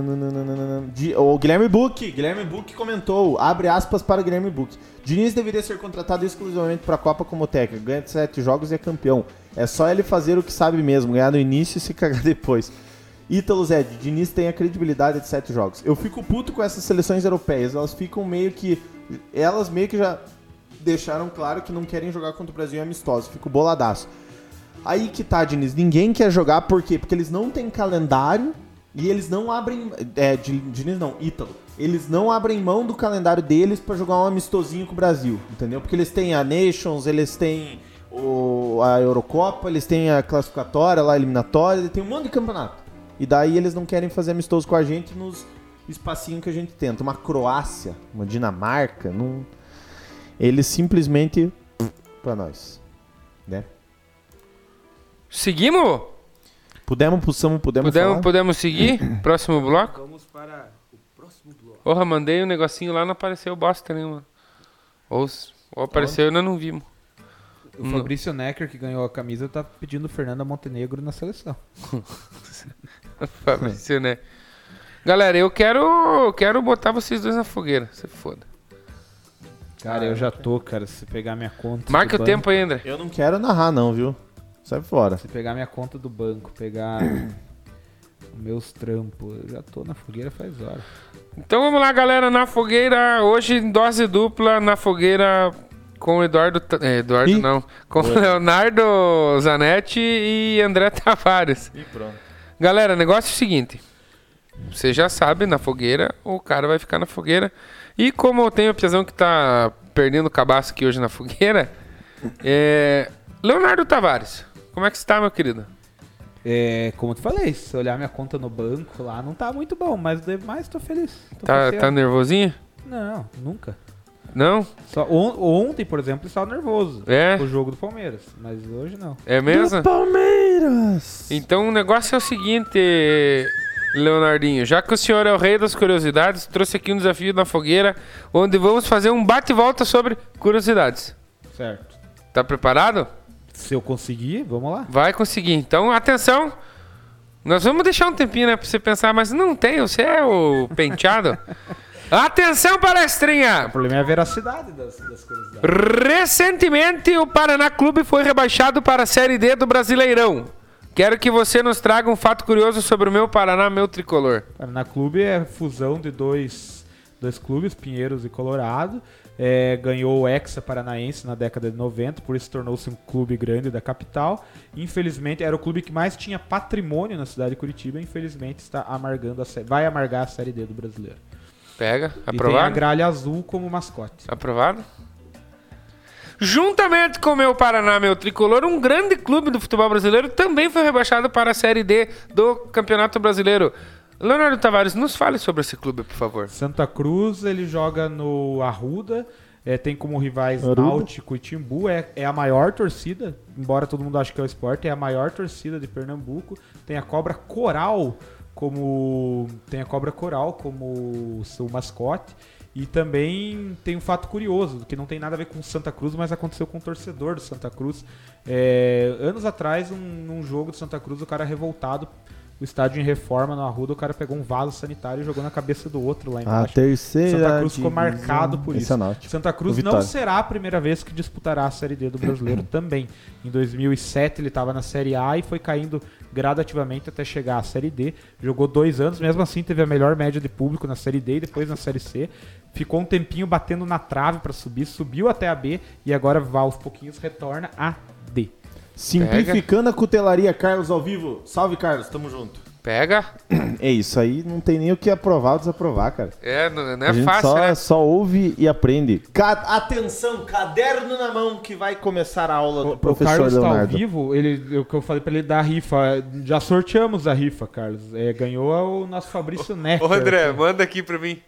O Guilherme Buck, Guilherme Buck comentou, abre aspas para Guilherme Buck. Diniz deveria ser contratado exclusivamente para a Copa como técnico, ganha sete jogos e é campeão. É só ele fazer o que sabe mesmo, ganhar no início e se cagar depois. Ítalo Zed, Diniz tem a credibilidade de sete jogos. Eu fico puto com essas seleções europeias, elas ficam meio que... Elas meio que já deixaram claro que não querem jogar contra o Brasil em amistoso, fico boladaço. Aí que tá, Diniz, ninguém quer jogar, por quê? Porque eles não têm calendário e eles não abrem... É, Diniz não, Ítalo. Eles não abrem mão do calendário deles pra jogar um amistosinho com o Brasil, entendeu? Porque eles têm a Nations, eles têm o, a Eurocopa, eles têm a classificatória lá, a eliminatória, eles têm um monte de campeonato. E daí eles não querem fazer amistoso com a gente nos espacinhos que a gente tenta. Uma Croácia, uma Dinamarca, não... eles simplesmente... pra nós, né? Seguimos? Pudemos, pulsamos, pudemos Podemos, falar? podemos seguir? Próximo bloco? Vamos para o próximo bloco. Porra, mandei um negocinho lá, não apareceu bosta nenhuma. Ou, ou apareceu e nós não vimos. O Fabrício Necker, que ganhou a camisa, tá pedindo Fernanda Montenegro na seleção. Fabrício, né? Galera, eu quero, quero botar vocês dois na fogueira. Você foda. Cara, eu já tô, cara. Se pegar minha conta. Marca o do tempo aí, André. Eu não quero narrar não, viu? Sai fora. Se pegar minha conta do banco, pegar meus trampos, eu já tô na fogueira faz hora. Então vamos lá, galera. Na fogueira, hoje em dose dupla, na fogueira com o Eduardo... É, Eduardo Ih. não. Com o Leonardo Zanetti e André Tavares. E pronto. Galera, o negócio é o seguinte. Você já sabe, na fogueira, o cara vai ficar na fogueira. E como eu tenho a piazão que tá perdendo o cabaço aqui hoje na fogueira, é... Leonardo Tavares, como é que você tá, meu querido? É, como eu te falei, se olhar minha conta no banco lá, não tá muito bom, mas demais tô feliz. Tô Tá, parceiro. tá nervosinho? Não, nunca. Não? Só on- ontem, por exemplo, estava nervoso É? com o jogo do Palmeiras, mas hoje não. É mesmo? Palmeiras! Então o negócio é o seguinte, Leonardinho. Já que o senhor é o rei das curiosidades, trouxe aqui um desafio na fogueira, onde vamos fazer um bate-volta sobre curiosidades. Certo. Tá preparado? Se eu conseguir, vamos lá. Vai conseguir. Então, atenção. Nós vamos deixar um tempinho, né, pra você pensar, mas não tem, você é o penteado. Atenção, palestrinha! O problema é a veracidade das, das curiosidades. Recentemente, o Paraná Clube foi rebaixado para a Série D do Brasileirão. Quero que você nos traga um fato curioso sobre o meu Paraná, meu tricolor. Paraná Clube é fusão de dois, dois clubes, Pinheiros e Colorado. É, ganhou o Hexa Paranaense na década de noventa, por isso tornou-se um clube grande da capital. Infelizmente, era o clube que mais tinha patrimônio na cidade de Curitiba. Infelizmente, está amargando a sé- vai amargar a Série D do Brasileiro. Pega, E tem a aprovado? gralha azul como mascote. Aprovado? Juntamente com o meu Paraná, meu tricolor, um grande clube do futebol brasileiro também foi rebaixado para a Série D do Campeonato Brasileiro. Leonardo Tavares, nos fale sobre esse clube, por favor. Santa Cruz, ele joga no Arruda, é, tem como rivais Arruda. Náutico e Timbu, é, é a maior torcida, embora todo mundo ache que é o Sport, é a maior torcida de Pernambuco. Tem a Cobra Coral como tem a Cobra Coral como seu mascote. E também tem um fato curioso, que não tem nada a ver com Santa Cruz, mas aconteceu com um torcedor do Santa Cruz. É, anos atrás, um, num jogo do Santa Cruz, o cara revoltado, o estádio em reforma no Arruda, o cara pegou um vaso sanitário e jogou na cabeça do outro lá A embaixo. terceira Santa Cruz ficou divisão. marcado por Esse isso. é náutico. Santa O Cruz não Vitória. será a primeira vez que disputará a Série D do Brasileiro também. Em dois mil e sete ele estava na Série A e foi caindo gradativamente até chegar à Série D. Jogou dois anos, mesmo assim teve a melhor média de público na Série D e depois na Série C. Ficou um tempinho batendo na trave para subir, subiu até a B e agora aos pouquinhos retorna a D. Simplificando a cutelaria, Carlos ao vivo. Salve, Carlos, tamo junto. Pega. É isso aí, não tem nem o que aprovar ou desaprovar, cara. É, não, não a é gente fácil, só, né? só ouve e aprende. Ca- Atenção, caderno na mão que vai começar a aula do O, o professor Carlos está ao Leonardo. vivo, ele, o que eu falei para ele da rifa, já sorteamos a rifa, Carlos. É, ganhou o nosso Fabrício Necker. Ô, André, manda aqui pra mim.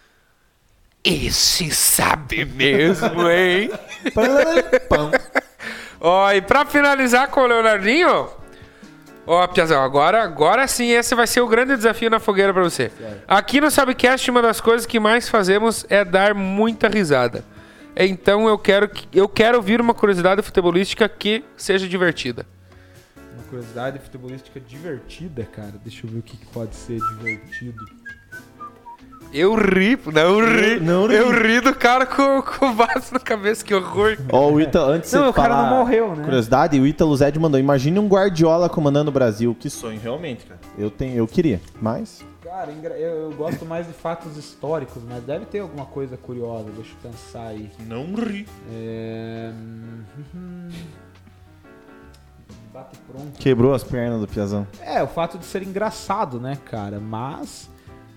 Esse sabe mesmo, hein? Pam. Ó, e pra finalizar com o Leonardinho, ó, Piazão, agora, agora sim, esse vai ser o grande desafio na fogueira pra você. Aqui no Sabcast, uma das coisas que mais fazemos é dar muita risada. Então eu quero, que- eu quero ouvir uma curiosidade futebolística que seja divertida. Uma curiosidade futebolística divertida, cara. Deixa eu ver o que, que pode ser divertido. Eu ri, não ri. não ri. Eu ri do cara com, com o vaso na cabeça, que horror. Ó, o Ítalo, antes de Não, você o cara falar não morreu, né? curiosidade, o Ítalo Zed mandou, imagine um Guardiola comandando o Brasil. Que sonho, realmente, cara. Eu, tenho, eu queria, mas... Cara, eu, eu gosto mais de fatos históricos, mas deve ter alguma coisa curiosa, deixa eu pensar aí. Não ri. É... Bate pronto. Quebrou as pernas do Piazão. É, o fato de ser engraçado, né, cara? Mas...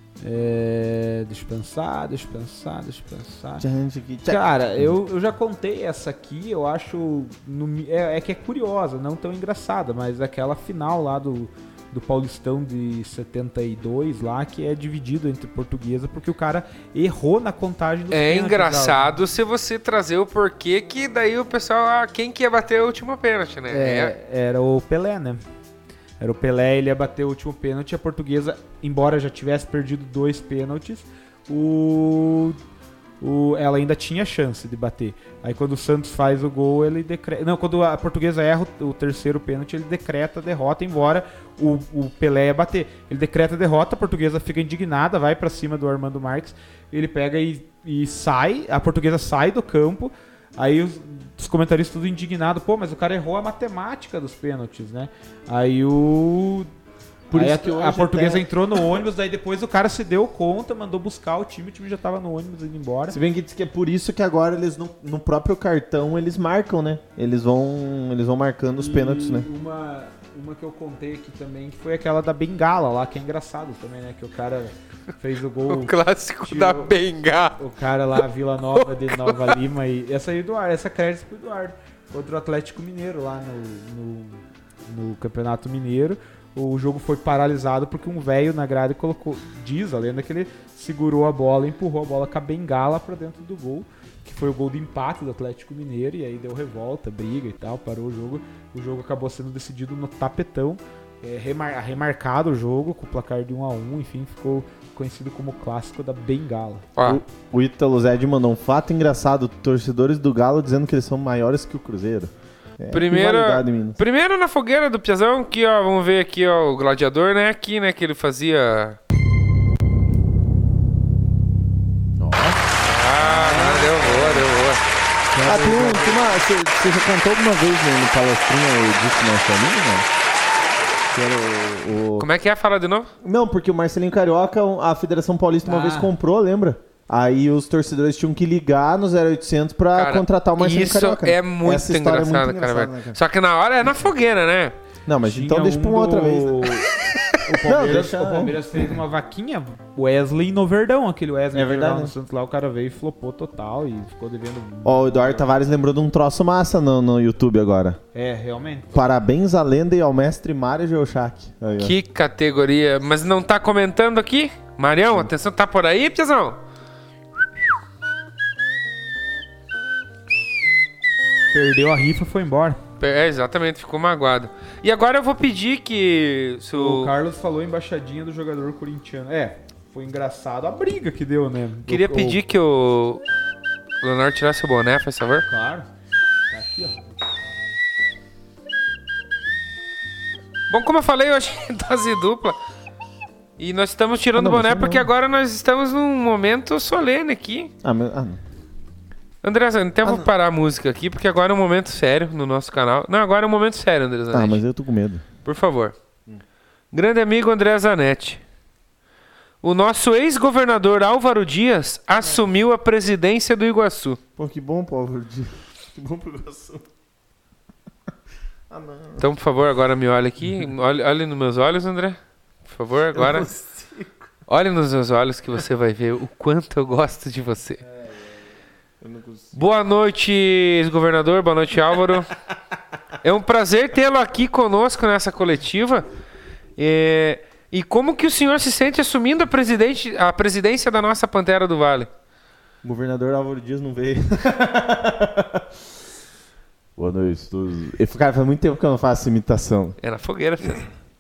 É... Deixa eu pensar, deixa eu pensar, deixa eu pensar. Cara, eu, eu já contei essa aqui, eu acho... No, é, é que é curiosa, não tão engraçada, mas aquela final lá do... do Paulistão de setenta e dois lá, que é dividido entre portuguesa, porque o cara errou na contagem dos É pênaltis, engraçado se você trazer o porquê que daí o pessoal, ah, quem que ia bater o último pênalti, né? É, era o Pelé, né? Era o Pelé, ele ia bater o último pênalti, a portuguesa, embora já tivesse perdido dois pênaltis, o... O, ela ainda tinha chance de bater. Aí quando o Santos faz o gol, ele decreta... Não, quando a portuguesa erra o, o terceiro pênalti, ele decreta a derrota, embora o, o Pelé ia bater. Ele decreta a derrota, a portuguesa fica indignada, vai pra cima do Armando Marques, ele pega e, e sai, a portuguesa sai do campo, aí os, os comentaristas tudo indignados, pô, mas o cara errou a matemática dos pênaltis, né? Aí o... Por aí isso a, a portuguesa até... entrou no ônibus, daí depois o cara se deu conta, mandou buscar o time, o time já tava no ônibus indo embora. Se bem que diz que é por isso que agora eles no, no próprio cartão eles marcam, né? Eles vão, eles vão marcando os e pênaltis, né? Uma, uma que eu contei aqui também foi aquela da bengala lá, que é engraçado também, né? Que o cara fez o gol. O clássico tirou, da bengala. O cara lá, Vila Nova de Nova Lima. E essa aí, Eduardo, essa crédito pro Eduardo. Contra o Atlético Mineiro lá no, no, no Campeonato Mineiro. O jogo foi paralisado porque um velho na grade colocou, diz a lenda que ele segurou a bola e empurrou a bola com a bengala pra dentro do gol, que foi o gol de empate do Atlético Mineiro, e aí deu revolta, briga e tal, parou o jogo. O jogo acabou sendo decidido no tapetão, é, remar, remarcado o jogo com o placar de um a um, enfim, ficou conhecido como o clássico da bengala. Ah. O, o Ítalo Zed mandou um fato engraçado, torcedores do Galo dizendo que eles são maiores que o Cruzeiro. É, primeiro, primeiro na fogueira do Piazão, aqui ó, vamos ver aqui ó, o gladiador, né, aqui, né, que ele fazia... Nossa. Ah, não, deu boa, deu boa. Ah, tem um, tem uma, você, você já cantou alguma vez no, no palestrinha o disco Nosso Amigo, né? Que era o, o... Como é que é? Fala de novo? Não, porque o Marcelinho Carioca, a Federação Paulista uma ah. vez comprou, lembra? Aí os torcedores tinham que ligar no zero oitocentos pra cara, contratar o Marcelinho isso Carioca. Isso é muito Essa engraçado, é muito cara, engraçada, né, cara. Só que na hora é na fogueira, né? Não, mas Tinha então deixa um pra uma outra do... vez. Né? O Palmeiras, Não, deixa... o Palmeiras fez uma vaquinha, Wesley no Verdão, aquele Wesley é verdade, no né? Santos lá, o cara veio e flopou total e ficou devendo... Ó, o Eduardo Tavares lembrou de um troço massa no, no YouTube agora. É, realmente. Parabéns à lenda e ao mestre Mário Geuchac. Aí, que categoria. Mas não tá comentando aqui? Marião, atenção, tá por aí, Piazão? Perdeu a rifa e foi embora. É, exatamente, ficou magoado. E agora eu vou pedir que... Se o... o Carlos falou embaixadinha do jogador corintiano. É, foi engraçado a briga que deu, né? Queria o, pedir o... que o Leonardo tirasse o boné, faz favor. Claro. Tá aqui, ó. Bom, como eu falei, hoje é dose dupla. E nós estamos tirando o boné porque agora nós estamos num momento solene aqui. Ah, mas... Ah, não. André Zanetti, até ah, vou parar a música aqui, porque agora é um momento sério no nosso canal. Não, agora é um momento sério, André Zanetti. Ah, mas eu tô com medo. Por favor. Hum. Grande amigo André Zanetti. O nosso ex-governador Álvaro Dias assumiu a presidência do Iguaçu. Pô, que bom pro Álvaro Dias. Que bom pro Iguaçu. Ah, não. Então, por favor, agora me olhe aqui. Olhe, olhe nos meus olhos, André. Por favor, agora. Olhe nos meus olhos que você vai ver o quanto eu gosto de você. Boa noite, ex-governador. Boa noite, Álvaro. É um prazer tê-lo aqui conosco nessa coletiva. É... E como que o senhor se sente assumindo a, presidente... a presidência da nossa Pantera do Vale? O governador Álvaro Dias não veio. Boa noite, todos. Cara, faz muito tempo que eu não faço imitação. É na fogueira, filho.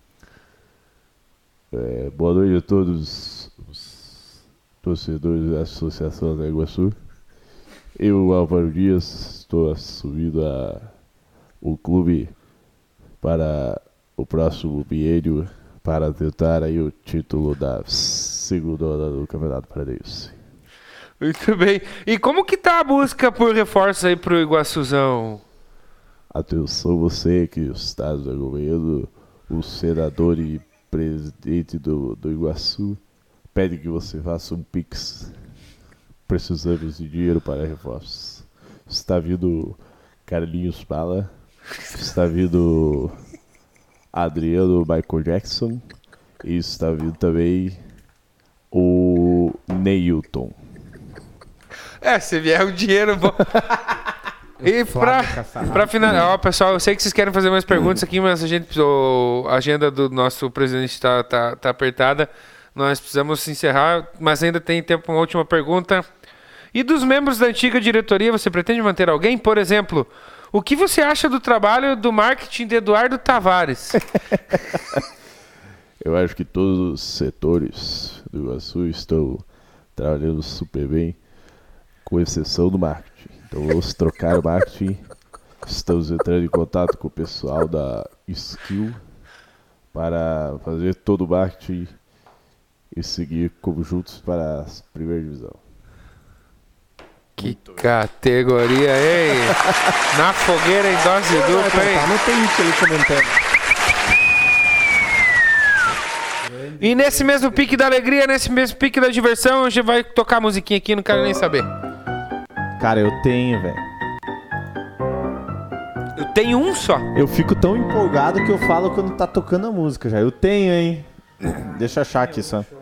É, boa noite a todos os torcedores da Associação da Iguaçu. Eu, Álvaro Dias, estou assumindo a, o clube para o próximo biênio para tentar aí o título da segunda do Campeonato Paranaense. Muito bem. E como que tá a busca por reforços aí pro Iguaçuzão? Atenção você que está acompanhando, o senador e presidente do, do Iguaçu pede que você faça um pix. Precisamos de dinheiro para reforços. Está vindo Carlinhos Bala, está vindo Adriano Michael Jackson e está vindo também o Neilton. É, se vier um dinheiro bom. E pra, pra finalizar, ó, pessoal, eu sei que vocês querem fazer mais perguntas aqui, mas a gente, o, a agenda do nosso presidente está tá, tá apertada. Nós precisamos encerrar, mas ainda tem tempo para uma última pergunta. E dos membros da antiga diretoria, você pretende manter alguém? Por exemplo, o que você acha do trabalho do marketing de Eduardo Tavares? Eu acho que todos os setores do Iguaçu estão trabalhando super bem, com exceção do marketing. Então vamos trocar o marketing. Estamos entrando em contato com o pessoal da Skill para fazer todo o marketing e seguir como juntos para a primeira divisão. Que muito categoria, hein? Na fogueira em dose dupla, hein? Não tem isso ali comentando. E nesse mesmo pique da alegria, nesse mesmo pique da diversão, a gente vai tocar a musiquinha aqui, não quero nem saber. Cara, eu tenho, velho. Eu tenho um só. Eu fico tão empolgado que eu falo quando tá tocando a música já. Eu tenho, hein? Deixa eu achar aqui só.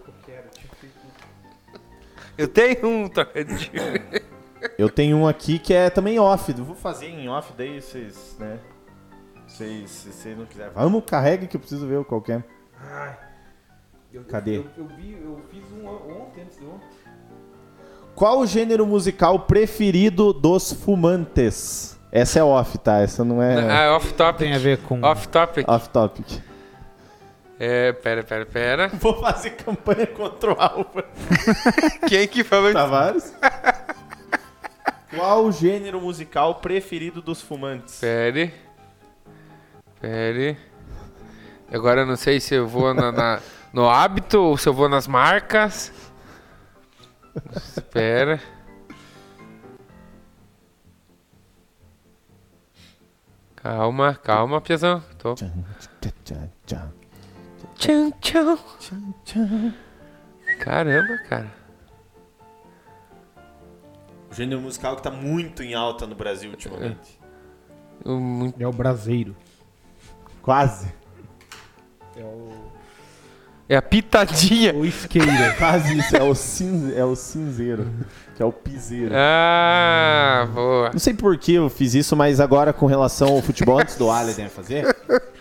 Eu tenho um. Eu tenho um aqui que é também off. Eu vou fazer em off, daí vocês, né? Vocês, se vocês não quiserem. Vamos, carregue que eu preciso ver qual que é. Eu, Cadê? Eu, eu, vi, eu fiz um ontem, antes de ontem. Qual o gênero musical preferido dos fumantes? Essa é off, tá? Essa não é... Ah, off-topic. Tem a ver com... Off-topic. Off-topic. É, pera, pera, pera. Vou fazer campanha contra o Álvaro. Quem que falou isso? Tavares? Qual o gênero musical preferido dos fumantes? Pere. Pere. Agora eu não sei se eu vou na, na, no hábito ou se eu vou nas marcas. Espera. Calma, calma, Piazão. Tô. Tchau, tchau. Caramba, cara. O gênero musical que tá muito em alta no Brasil ultimamente. É, muito... é o braseiro. Quase. É o... É a pitadinha. O isqueiro. Quase isso, é o, cinze... é o cinzeiro, que é o piseiro. Ah, boa. Não sei por que eu fiz isso, mas agora com relação ao futebol, antes do Alisson fazer...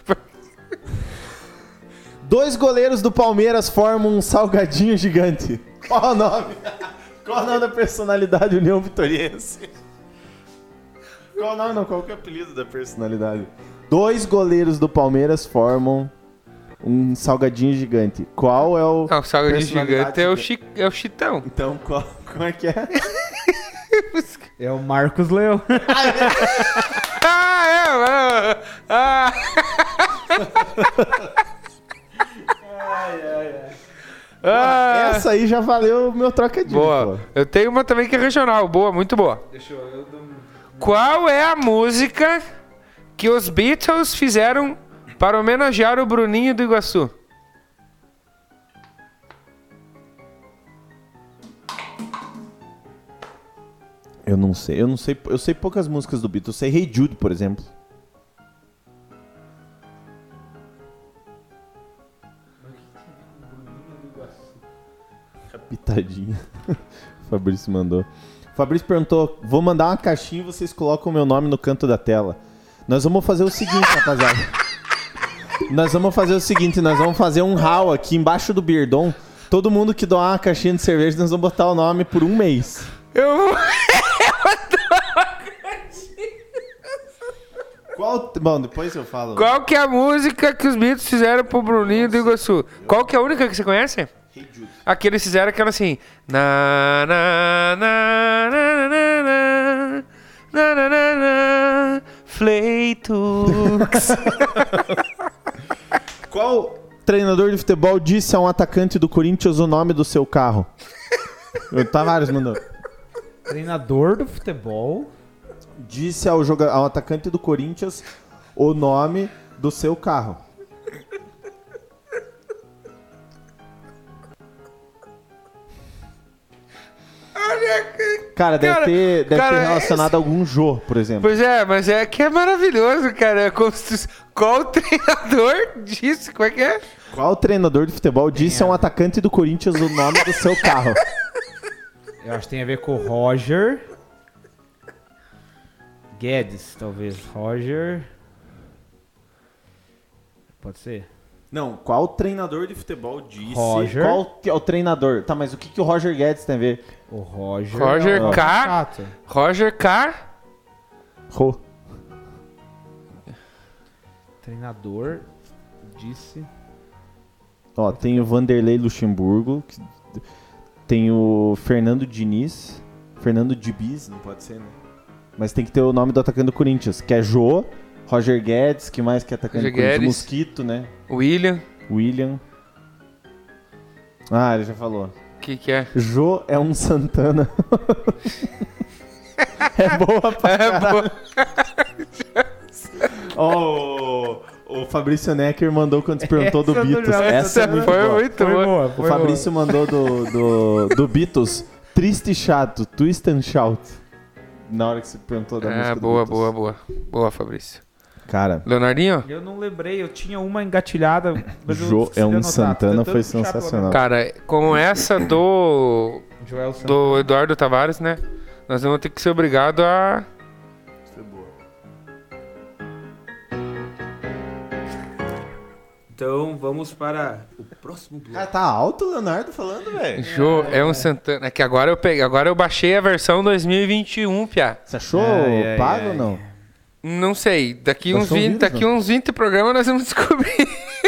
Dois goleiros do Palmeiras formam um salgadinho gigante. Qual o nome? Qual o nome da personalidade União Vitoriense? Qual o nome? Não, qual que é o apelido da personalidade? Dois goleiros do Palmeiras formam um salgadinho gigante. Qual é o... Não, o salgadinho gigante é o, chi... é o Chitão. Então, qual... como é que é? É o Marcos Leão. Ah, é, mano. Ah. Ai, ai, ai. Ah, essa aí já valeu o meu trocadilho. Boa. Pô. Eu tenho uma também que é regional. Boa, muito boa. Deixa eu... eu dou... Qual é a música que os Beatles fizeram para homenagear o Bruninho do Iguaçu? Eu não sei, eu não sei, eu sei poucas músicas do Beatles. Eu sei Hey Jude, por exemplo. Pitadinha. O Fabrício mandou. O Fabrício perguntou: vou mandar uma caixinha e vocês colocam o meu nome no canto da tela. Nós vamos fazer o seguinte, rapaziada. Nós vamos fazer o seguinte, nós vamos fazer um hall aqui embaixo do Beardon. Todo mundo que doar uma caixinha de cerveja, nós vamos botar o nome por um mês. Eu vou... Qual... Bom, depois eu falo. Qual que é a música que os Beatles fizeram pro Bruninho do Iguaçu? Qual que é a única que você conhece? Hey Jude. Aqui eles fizeram aquela assim. Na, na, na, na, na, na, na, na, na, na, Fleitux. Qual treinador de futebol disse a um atacante do Corinthians o nome do seu carro? O Tavares mandou. Treinador do futebol disse ao, joga- ao atacante do Corinthians o nome do seu carro. Cara, deve Cara, ter, deve cara, ter relacionado esse- a algum Jô, por exemplo. Pois é, mas é que é maravilhoso, cara. É como se... Qual treinador disse? Como é que é? Qual treinador de futebol disse a um atacante do Corinthians o nome do seu carro? eu acho que tem a ver com o Roger Guedes, talvez. Roger. Pode ser? Não, qual treinador de futebol disse... Roger. Qual que é o treinador? Tá, mas o que, que o Roger Guedes tem a ver? O Roger. Roger é o K. chato. Roger K. Ro. Treinador disse. Ó, tem o Vanderlei Luxemburgo, que- tem o Fernando Diniz, Fernando Diniz, não pode ser, né? Mas tem que ter o nome do atacante do Corinthians, que é Jô, Roger Guedes, que mais que é atacante Roger do Corinthians? Guedes. Mosquito, né? William. William. Ah, ele já falou. O que que é? Jô é um Santana. É boa pra É boa. Ó, o, o Fabrício Necker mandou quando se perguntou do Essa do Beatles. Jorge Essa é muito foi boa. muito Foi boa. boa, O foi Fabrício mandou do, do, do Beatles, triste e chato, twist and shout. Na hora que você perguntou da música É, do boa, Beatles. boa, boa. Boa, Fabrício. Cara, Leonardinho? boa. Eu não lembrei, eu tinha uma engatilhada. Mas eu Jô esqueci é de um anotar. Santana, Tô foi tentando puxar pela sensacional. Cara, como essa do... memória. Joel Santana. do Eduardo Tavares, né? Nós vamos ter que ser obrigados a... Então vamos para o próximo bloco. Cara, tá alto o Leonardo falando, velho. Jô, é um Santana. É que agora eu peguei, agora eu baixei a versão dois mil e vinte e um, piá. Você achou Ai, ai, pago ai. ou não? Não sei, daqui Nós uns somos vinte, vírus, daqui né? uns vinte programas nós vamos descobrir.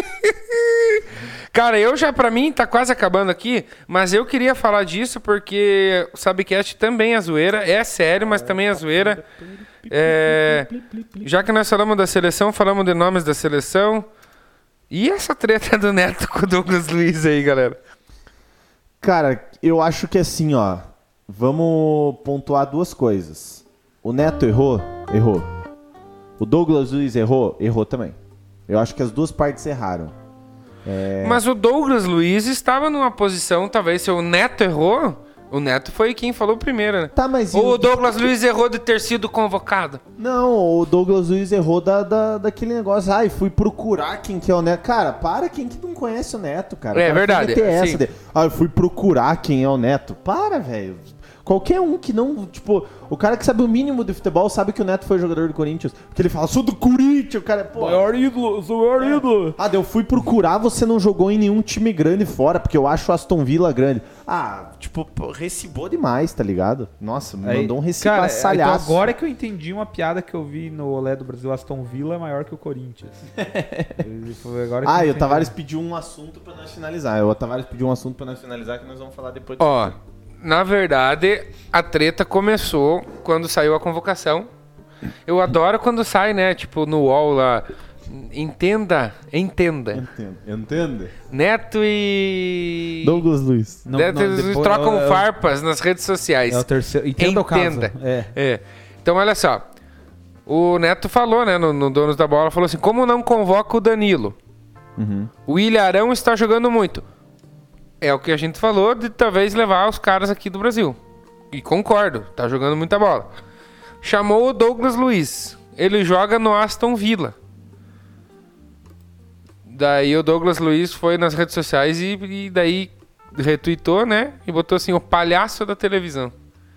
Cara, eu já, pra mim, tá quase acabando aqui, mas eu queria falar disso porque o Sabcast também é zoeira, é sério, mas também é zoeira. É, já que nós falamos da seleção, falamos de nomes da seleção. E essa treta do Neto com o Douglas Luiz aí, galera? Cara, eu acho que assim, ó. Vamos pontuar duas coisas. O Neto errou? Errou. O Douglas Luiz errou? Errou também. Eu acho que as duas partes erraram. É. Mas o Douglas Luiz estava numa posição, talvez, se o Neto errou, o Neto foi quem falou primeiro, né? Tá, mas... e Ou o Douglas Luiz errou de ter sido convocado? Não, o Douglas Luiz errou da, da, daquele negócio. Ai, fui procurar quem que é o Neto. Cara, para quem que não conhece o Neto, cara. É O cara verdade, foi meter essa sim. de, ah, eu fui procurar quem é o Neto. Para, velho. Qualquer um que não, tipo, o cara que sabe o mínimo de futebol sabe que o Neto foi jogador do Corinthians. Porque ele fala, sou do Corinthians, o cara, pô. ídolo, sou o maior ídolo. Ah, daí eu fui procurar, você não jogou em nenhum time grande fora, porque eu acho o Aston Villa grande. Ah, tipo, pô, recibou demais, tá ligado? Nossa, me Aí, mandou um cara, recibalhaço. então agora que eu entendi uma piada que eu vi no Olé do Brasil, Aston Villa é maior que o Corinthians. Foi agora que Ah, e o entendi. Tavares pediu um assunto pra nós finalizar. O Tavares pediu um assunto pra nós finalizar que nós vamos falar depois. Ó, na verdade, a treta começou quando saiu a convocação. Eu adoro quando sai, né? Tipo, no U O L lá. Entenda, entenda. Entende? Entende? Neto e. Douglas Luiz. Não, Neto não, eles depois- trocam é o- farpas nas redes sociais. É o terceiro. Entenda, o caso. Entenda. É. É. Então, olha só. O Neto falou, né, no, no Donos da Bola, falou assim, como não convoca o Danilo? Uhum. O Ilharão está jogando muito. É o que a gente falou de talvez levar os caras aqui do Brasil. E concordo, tá jogando muita bola. Chamou o Douglas Luiz. Ele joga no Aston Villa. Daí o Douglas Luiz foi nas redes sociais e, e daí retweetou, né? E botou assim, o palhaço da televisão.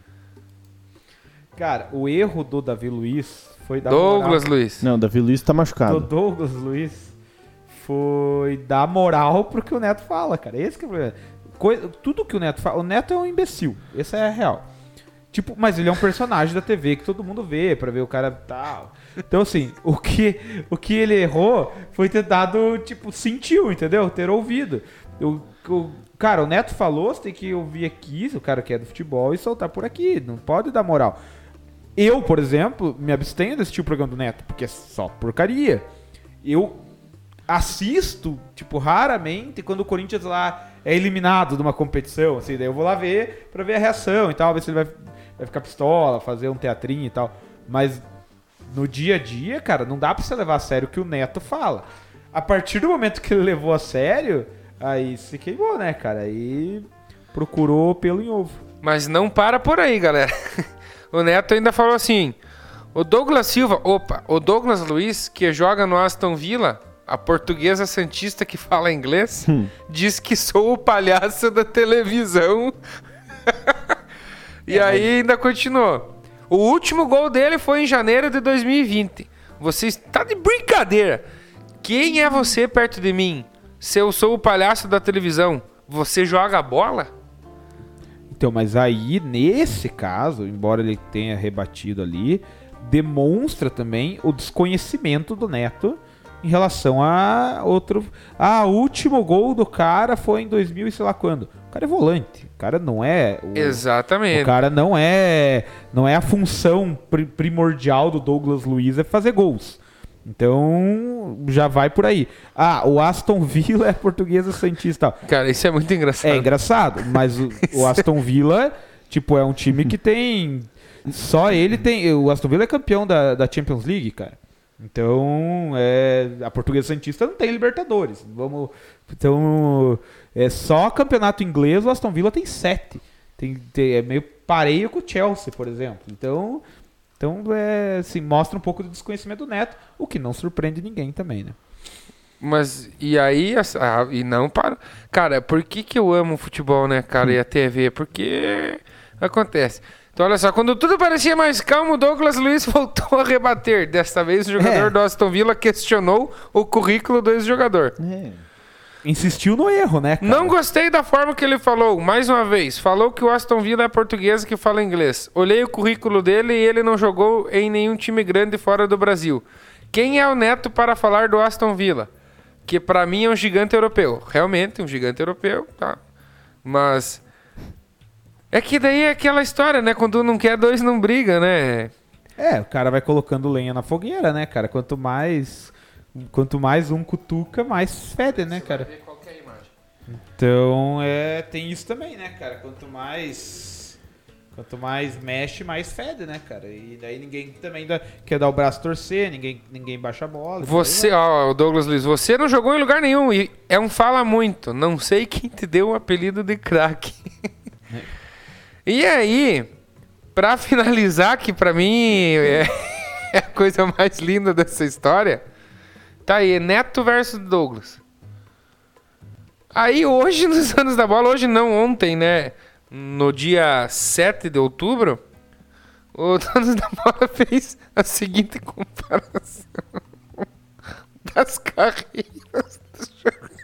Cara, o erro do Davi Luiz foi dar Douglas moral... Luiz. Não, o Davi Luiz tá Do machucado. Douglas Luiz foi dar moral pro que o Neto fala, cara. Esse que é o problema. Coisa, tudo que o Neto fala... O Neto é um imbecil. Essa é a real. Tipo, mas ele é um personagem da T V que todo mundo vê pra ver o cara tal. Então, assim, o que, o que ele errou foi ter dado, tipo, sentiu, entendeu? Ter ouvido. O, o, cara, o Neto falou, você tem que ouvir aqui, o cara que é do futebol, e soltar por aqui. Não pode dar moral. Eu, por exemplo, me abstenho de assistir o programa do Neto, porque é só porcaria. Eu assisto, tipo, raramente, quando o Corinthians lá é eliminado de uma competição, assim, daí eu vou lá ver pra ver a reação e tal, ver se ele vai, vai ficar pistola, fazer um teatrinho e tal. Mas no dia a dia, cara, não dá pra você levar a sério o que o Neto fala. A partir do momento que ele levou a sério, aí se queimou, né, cara? Aí procurou pelo em ovo. Mas não para por aí, galera. O Neto ainda falou assim, o Douglas Silva, opa, o Douglas Luiz, que joga no Aston Villa, a portuguesa santista que fala inglês, hum. diz que sou o palhaço da televisão. E é, aí mas... ainda continuou. O último gol dele foi em janeiro de dois mil e vinte. Você está de brincadeira. Quem é você perto de mim? Se eu sou o palhaço da televisão, você joga bola? Então, mas aí, nesse caso, embora ele tenha rebatido ali, demonstra também o desconhecimento do Neto em relação a outro... Ah, o último gol do cara foi em dois mil e sei lá quando. O cara é volante. O cara não é... O, Exatamente. O cara não é... Não é a função pri- primordial do Douglas Luiz é fazer gols. Então, já vai por aí. Ah, o Aston Villa é portuguesa santista. Cara, isso é muito engraçado. É engraçado, mas o, o Aston Villa, tipo, é um time que tem... Só ele tem... O Aston Villa é campeão da, da Champions League, cara. Então, é, a portuguesa santista não tem Libertadores. Vamos, então, é só campeonato inglês, o Aston Villa tem sete. Tem, tem, é meio pareio com o Chelsea, por exemplo. Então... Então, é, assim, mostra um pouco do desconhecimento do Neto, o que não surpreende ninguém também, né? Mas, e aí, ah, e não para... Cara, por que que eu amo o futebol, né, cara, e a T V? Porque acontece. Então, olha só, quando tudo parecia mais calmo, o Douglas Luiz voltou a rebater. Desta vez, o jogador é. do Aston Villa questionou o currículo do ex-jogador. É. Insistiu no erro, né, cara? Não gostei da forma que ele falou. Mais uma vez, falou que o Aston Villa é português que fala inglês. Olhei o currículo dele e ele não jogou em nenhum time grande fora do Brasil. Quem é o Neto para falar do Aston Villa? Que pra mim é um gigante europeu. Realmente, um gigante europeu, tá. Mas... é que daí é aquela história, né? Quando um não quer, dois não briga, né? É, o cara vai colocando lenha na fogueira, né, cara? Quanto mais... Quanto mais um cutuca, mais fede, né, cara? Você vai ver qual que é a imagem. Então, é, tem isso também, né, cara? Quanto mais quanto mais mexe, mais fede, né, cara? E daí ninguém também dá, quer dar o braço torcer, ninguém, ninguém baixa a bola. Você, ó, Douglas Luiz, você não jogou em lugar nenhum e é um fala muito. Não sei quem te deu o apelido de craque. E aí, pra finalizar, que pra mim é, é a coisa mais linda dessa história... Tá aí, Neto versus Douglas. Aí hoje, nos Anos da Bola, hoje não, ontem, né? No dia sete de outubro, o Anos da Bola fez a seguinte comparação das carreiras dos jogadores.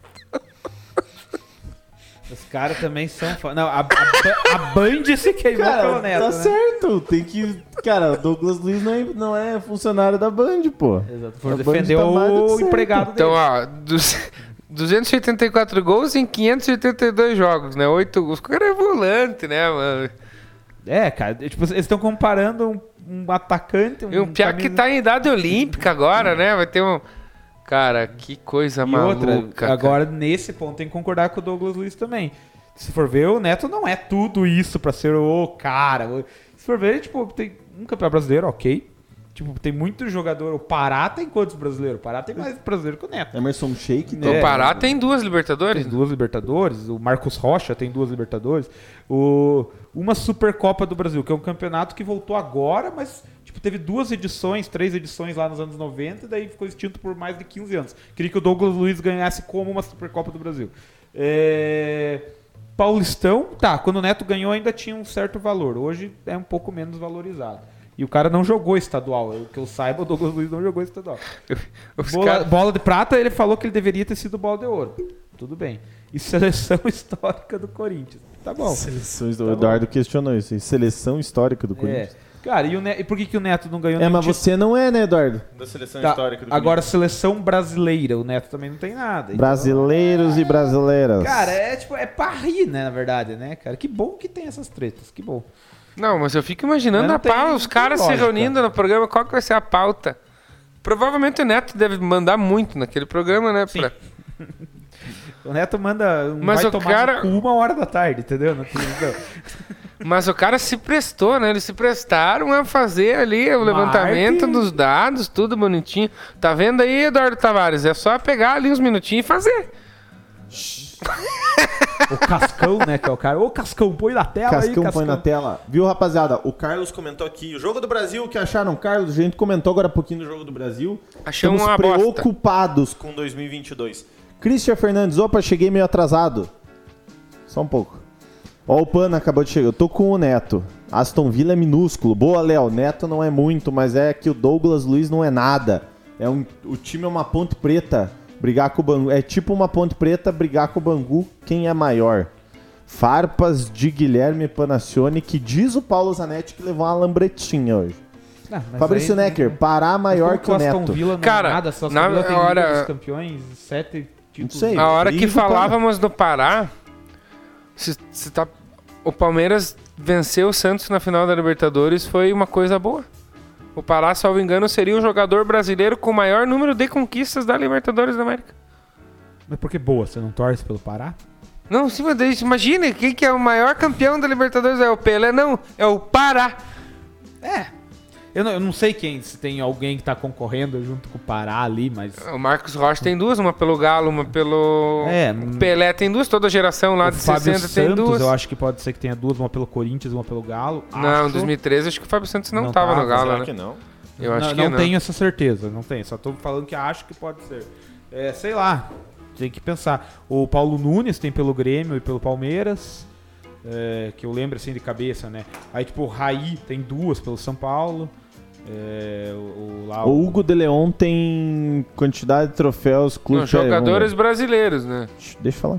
Os caras também são... Não, a, a, a Band se queimou cara, pelo Neto, tá né? certo, tem que... Cara, o Douglas Luiz não é, não é funcionário da Band, pô. Exato, por defender tá o empregado dele. Então, ó, duzentos e oitenta e quatro gols em quinhentos e oitenta e dois jogos, né? oito gols. O cara é volante, né, mano? É, cara, tipo, eles estão comparando um, um atacante... Um, e um piá camisa... que tá em idade olímpica agora, né? Vai ter um... Cara, que coisa e maluca. Outra, agora, cara. Nesse ponto, tem que concordar com o Douglas Luiz também. Se for ver, o Neto não é tudo isso pra ser o cara. Se for ver, tipo, tem um campeão brasileiro, ok. Tipo, tem muito jogador. O Pará tem quantos brasileiros? O Pará tem mais brasileiro que o Neto. Emerson Sheik, né? O Pará tem duas Libertadores. Tem duas Libertadores. O Marcos Rocha tem duas Libertadores. O... Uma Supercopa do Brasil, que é um campeonato que voltou agora, mas tipo, teve duas edições, três edições lá nos anos noventa, e daí ficou extinto por mais de quinze anos. Queria que o Douglas Luiz ganhasse como uma Supercopa do Brasil. É... Paulistão, tá, quando o Neto ganhou ainda tinha um certo valor. Hoje é um pouco menos valorizado. E o cara não jogou estadual. Eu, que eu saiba, o Douglas Luiz não jogou estadual. Bola, cara... bola de prata, ele falou que ele deveria ter sido bola de ouro. Tudo bem. E seleção histórica do Corinthians. Tá bom. Seleção, tá o Eduardo bom. questionou isso. Seleção histórica do Corinthians. É. Cara, e, o Neto, e por que, que o Neto não ganhou? É, mas título? Você não é, né, Eduardo? Da seleção tá. histórica do Agora, seleção brasileira. O Neto também não tem nada. Brasileiros então, é... e brasileiras. Cara, é tipo, é pra rir, né, na verdade, né, cara? Que bom que tem essas tretas, que bom. Não, mas eu fico imaginando a pauta, os caras se reunindo no programa, qual que vai ser a pauta? Provavelmente o Neto deve mandar muito naquele programa, né? Sim. Pra... O Neto manda um Mas vai o tomar cara- no cu uma hora da tarde, entendeu? Na televisão. Mas o cara se prestou, né? Eles se prestaram a fazer ali o levantamento arte. dos dados, tudo bonitinho. Tá vendo aí, Eduardo Tavares? É só pegar ali uns minutinhos e fazer. O Cascão, né, que é o cara. Ô, Cascão, põe na tela aí, Cascão Cascão. põe na tela. Viu, rapaziada? O Carlos comentou aqui. O Jogo do Brasil, o que acharam, Carlos? A gente comentou agora há pouquinho do Jogo do Brasil. Achei Estamos uma bosta. preocupados com dois mil e vinte e dois. Christian Fernandes, opa, cheguei meio atrasado. Só um pouco. Ó, o Pana acabou de chegar. Eu tô com o Neto. Aston Villa é minúsculo. Boa, Léo. Neto não é muito, mas é que o Douglas Luiz não é nada. É um, o time é uma ponte preta. Brigar com o Bangu. É tipo uma ponte preta brigar com o Bangu. Quem é maior? Farpas de Guilherme Panacione, que diz o Paulo Zanetti que levou uma lambretinha hoje. Ah, mas Fabrício aí- Necker, Pará maior que o Aston Neto. Villa não Cara, é nada, só Aston na Villa tem hora- Liga dos Campeões, sete títulos. sei. A hora que Briga do Pará. falávamos do Pará, se, se tá, o Palmeiras venceu o Santos na final da Libertadores, foi uma coisa boa. O Pará, salvo engano, seria o jogador brasileiro com o maior número de conquistas da Libertadores da América. Mas por que boa? Você não torce pelo Pará? Não, sim, mas daí, imagine, quem que é o maior campeão da Libertadores? É o Pelé? Não, é o Pará. É. Eu não, eu não sei quem, se tem alguém que tá concorrendo junto com o Pará ali, mas... O Marcos Rocha tem duas, uma pelo Galo, uma pelo... É, o Pelé tem duas, toda a geração lá o de Fábio sessenta tem Santos, duas. eu acho que pode ser que tenha duas, uma pelo Corinthians, uma pelo Galo. Não, em acho. dois mil e treze acho que o Fábio Santos não, Não tava, tava, no Galo, Será né? que não? Eu acho não, que não não. tenho essa certeza, não tenho. Só tô falando que acho que pode ser. É, sei lá, tem que pensar. O Paulo Nunes tem pelo Grêmio e pelo Palmeiras, é, que eu lembro assim de cabeça, né? Aí tipo o Raí tem duas pelo São Paulo. É, o, o, lá, O Hugo de Leon tem quantidade de troféus. Clube Não, jogadores brasileiros, né? Deixa eu falar.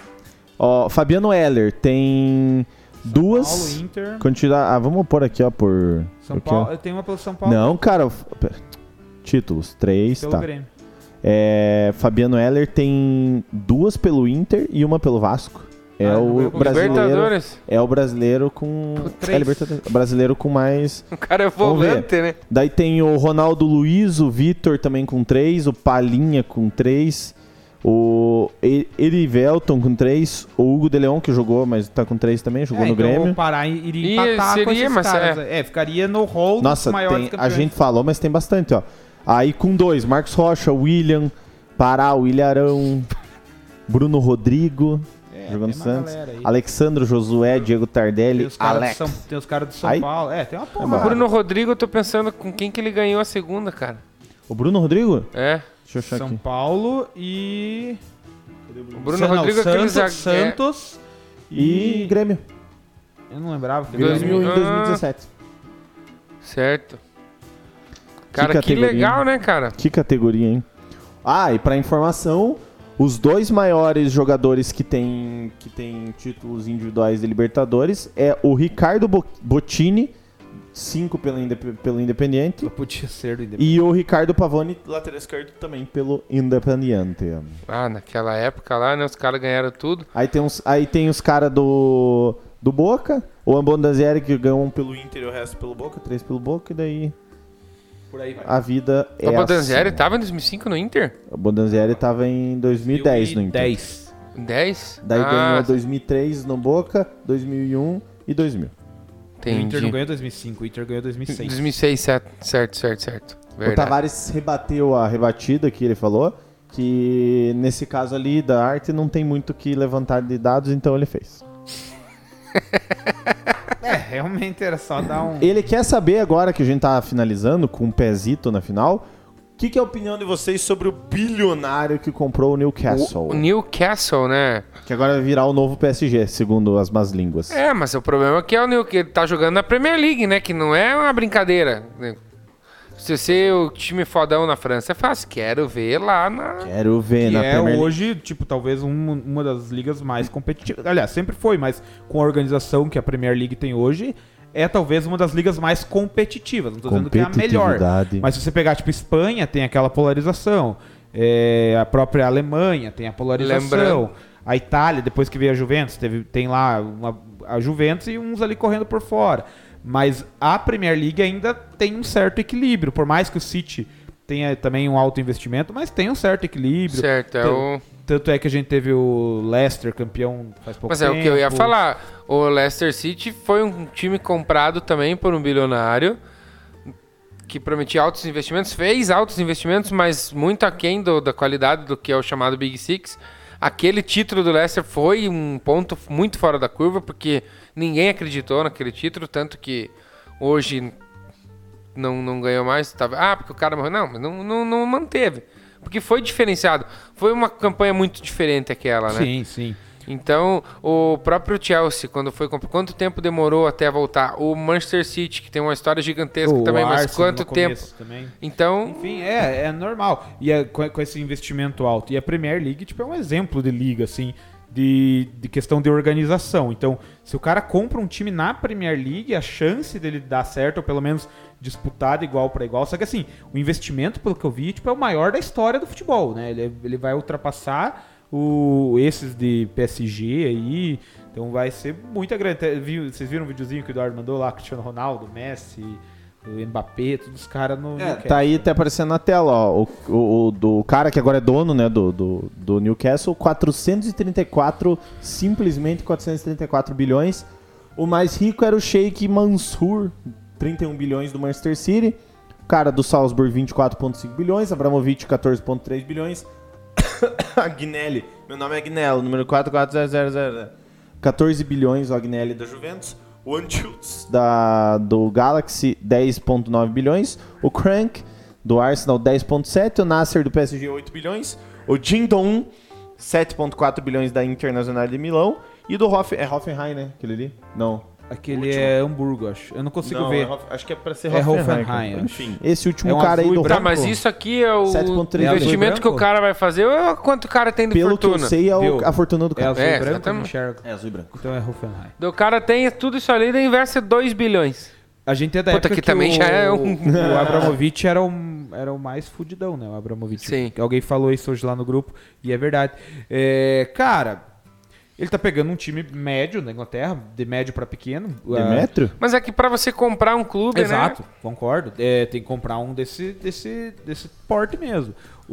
Ó, Fabiano Heller tem duas. Paulo, Inter, Quantidade. Ah, vamos pôr aqui, ó, por. São aqui, ó. Paulo. Tem uma pelo São Paulo Não, cara. pera. Títulos, três, pelo tá. Grêmio. É, Fabiano Heller tem duas pelo Inter e uma pelo Vasco. É Ah, não o ganhou com brasileiro. Libertadores. É o brasileiro com. Com É, três. Libertadores. Brasileiro com mais. O cara é Vamos ver. volante, né? Daí tem o Ronaldo Luiz, o Vitor também com três, o Palinha com três, o E- Erivelton com três, o Hugo de Leon que jogou, mas tá com três também, jogou É, no então Grêmio. o Pará iria E empatar com seria, esses mas caras. É. ficaria no hall Nossa, dos maiores tem, a campeões. gente falou, mas tem bastante, ó. Aí com dois, Marcos Rocha, William, Pará, William Arão, Bruno Rodrigo, É, jogando tem uma Santos, galera aí. Alexandro Josué, Diego Tem Tardelli, os caras Alex. do São, tem os caras do São Aí- Paulo. É, tem uma O porra. Bruno Rodrigo, eu tô pensando com quem que ele ganhou a segunda, cara. O Bruno Rodrigo? É. Deixa eu achar São aqui. Paulo e... O Bruno Não, Rodrigo é aquele Santos, zague- Santos E e... Grêmio. Eu não lembrava. que Dois Grêmio mil- em dois mil e dezessete. é, certo. Cara, que, categoria, legal, né, cara? Que categoria, hein? Ah, e pra informação, os dois maiores jogadores que têm que tem títulos individuais de Libertadores é o Ricardo Bo- Bottini, cinco pelo, Indep pelo Independiente, Podia ser do Independente. e o Ricardo Pavone, lateral esquerdo, também pelo Independiente. Ah, naquela época lá, né, os caras ganharam tudo. Aí tem, uns, aí tem os caras do, do Boca, o Ambondanzieri que ganhou um pelo Inter e o resto pelo Boca, três pelo Boca, e daí Por aí vai. a vida é O Bodanzieri assim. tava em dois mil e cinco no Inter? O Bondanzieri tava em dois mil e dez no Inter. dez. dez? Daí ah, ganhou dois mil e três no Boca, dois mil e um e dois mil. O Inter não entendi. ganhou em dois mil e cinco, o Inter ganhou em dois mil e seis. dois mil e seis, certo, certo, certo, certo. O Verdade. Tavares rebateu a rebatida que ele falou, que nesse caso ali da arte não tem muito o que levantar de dados, então ele fez. É, realmente era só dar um... Ele quer saber agora que a gente tá finalizando com um pezito na final, o que, que é a opinião de vocês sobre o bilionário que comprou o Newcastle? O, o Newcastle, né? Que agora vai virar o novo P S G, segundo as más línguas. É, mas o problema é que é o New, que ele tá jogando na Premier League, né? Que não é uma brincadeira. né? Se você o time fodão na França é fácil. Quero ver lá na... Quero ver Que na é Premier League. hoje, tipo, talvez um- uma das ligas mais competitivas. Aliás, sempre foi, mas com a organização que a Premier League tem hoje, é talvez uma das ligas mais competitivas. Não tô dizendo que é a melhor. Competitividade. Mas se você pegar, tipo, Espanha, tem aquela polarização. É, a própria Alemanha tem a polarização. Lembrando. A Itália, depois que veio a Juventus, teve, tem lá uma- a Juventus e uns ali correndo por fora. Mas a Premier League ainda tem um certo equilíbrio. Por mais que o City tem também um alto investimento, mas tem um certo equilíbrio. Certo, é T- o... Tanto é que a gente teve o Leicester campeão faz pouco Mas tempo. é o que eu ia falar. O Leicester City foi um time comprado também por um bilionário que prometia altos investimentos, fez altos investimentos, mas muito aquém do, da qualidade do que é o chamado Big Six. Aquele título do Leicester foi um ponto muito fora da curva, porque ninguém acreditou naquele título, tanto que hoje não, não ganhou mais. Tava, ah, porque o cara morreu. Não, mas não, não, não manteve. Porque foi diferenciado. Foi uma campanha muito diferente aquela, né? Sim, sim. Então, o próprio Chelsea, quando foi comp- quanto tempo demorou até voltar? O Manchester City, que tem uma história gigantesca O também, mas Arsenal quanto no tempo? começo também. Então, Enfim, é, é normal. E é, com, com esse investimento alto. E a Premier League, tipo, é um exemplo de liga, assim, de, de questão de organização. Então, se o cara compra um time na Premier League, a chance dele dar certo, ou pelo menos disputar de igual para igual. Só que, assim, o investimento, pelo que eu vi, tipo, é o maior da história do futebol, né? Ele, ele vai ultrapassar o, esses de P S G aí. Então, vai ser muito grande. Vocês viram o videozinho que o Eduardo mandou lá? Cristiano Ronaldo, Messi... o Mbappé, todos os caras no É, Newcastle. tá aí até aparecendo na tela, ó. O, o, o do cara que agora é dono, né, do, do, do Newcastle, quatrocentos e trinta e quatro, simplesmente quatrocentos e trinta e quatro bilhões. O mais rico era o Sheikh Mansour, trinta e um bilhões do Manchester City. O cara do Salzburg, vinte e quatro vírgula cinco bilhões. Abramovich, quatorze vírgula três bilhões. Agnelli, meu nome é Agnello, número quatro quatro zero zero zero. quatorze bilhões o Agnelli da Juventus. O Anschutz da, do Galaxy, dez vírgula nove bilhões. O Crank, do Arsenal, dez vírgula sete. O Nasser, do P S G, oito bilhões. O Jindong, sete vírgula quatro bilhões da Internacional de Milão. E do Hoffen, é Hoffenheim, né? Aquele ali? Não. Aquele último. é Hamburgo, acho. Eu não consigo Não, ver. é Hoff- acho que é pra ser É Hoffenheim. Hoffenheim, cara. acho. Enfim, esse último É um cara aí azul do e tá, branco. mas isso aqui é o sete vírgula três investimento que o branco? cara vai fazer ou é quanto o cara tem de Pelo que eu fortuna? sei, é o- Viu? a fortuna do É cara. azul É, e branco, eu não exatamente. enxergo. É azul e branco. Então é Hoffenheim. O cara tem tudo isso ali e investe dois bilhões. A gente é da Puta, época que que também o, já é um- o Abramovich era, um, era o mais fudidão, né? O Abramovich. Sim. Alguém falou isso hoje lá no grupo e é verdade. É, cara, ele tá pegando um time médio na Inglaterra, de médio pra pequeno. Demétrio? Mas é que pra você comprar um clube, Exato, né? concordo. É, tem que comprar um desse, desse, desse porte mesmo.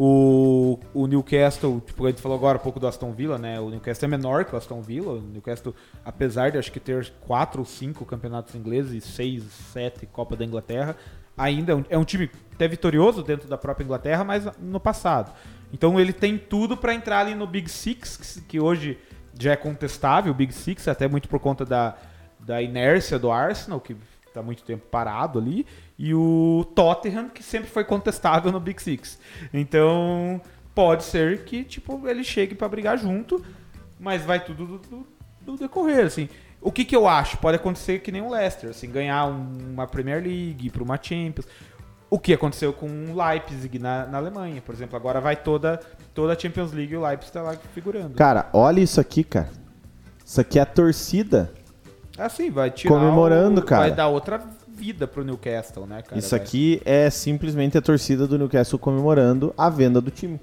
O, o Newcastle, tipo, a gente falou agora um pouco do Aston Villa, né? O Newcastle é menor que o Aston Villa. O Newcastle, apesar de acho que ter quatro ou cinco campeonatos ingleses e seis, sete Copa da Inglaterra, ainda é um, é um time até vitorioso dentro da própria Inglaterra, mas no passado. Então ele tem tudo para entrar ali no Big Six, que, que hoje já é contestável, o Big Six, até muito por conta da, da inércia do Arsenal, que está muito tempo parado ali, e o Tottenham, que sempre foi contestável no Big Six. Então, pode ser que tipo, ele chegue para brigar junto, mas vai tudo do, do, do decorrer, assim. O que, que eu acho? Pode acontecer que nem o Leicester, assim, ganhar um, uma Premier League, ir para uma Champions. O que aconteceu com o Leipzig na, na Alemanha, por exemplo. Agora vai toda, toda a Champions League e o Leipzig está lá figurando. Cara, olha isso aqui, cara. Isso aqui é a torcida. Assim, vai tirar Comemorando, o, cara. Vai dar outra vida pro Newcastle, né, cara? Isso Vai- aqui é simplesmente a torcida do Newcastle comemorando a venda do time.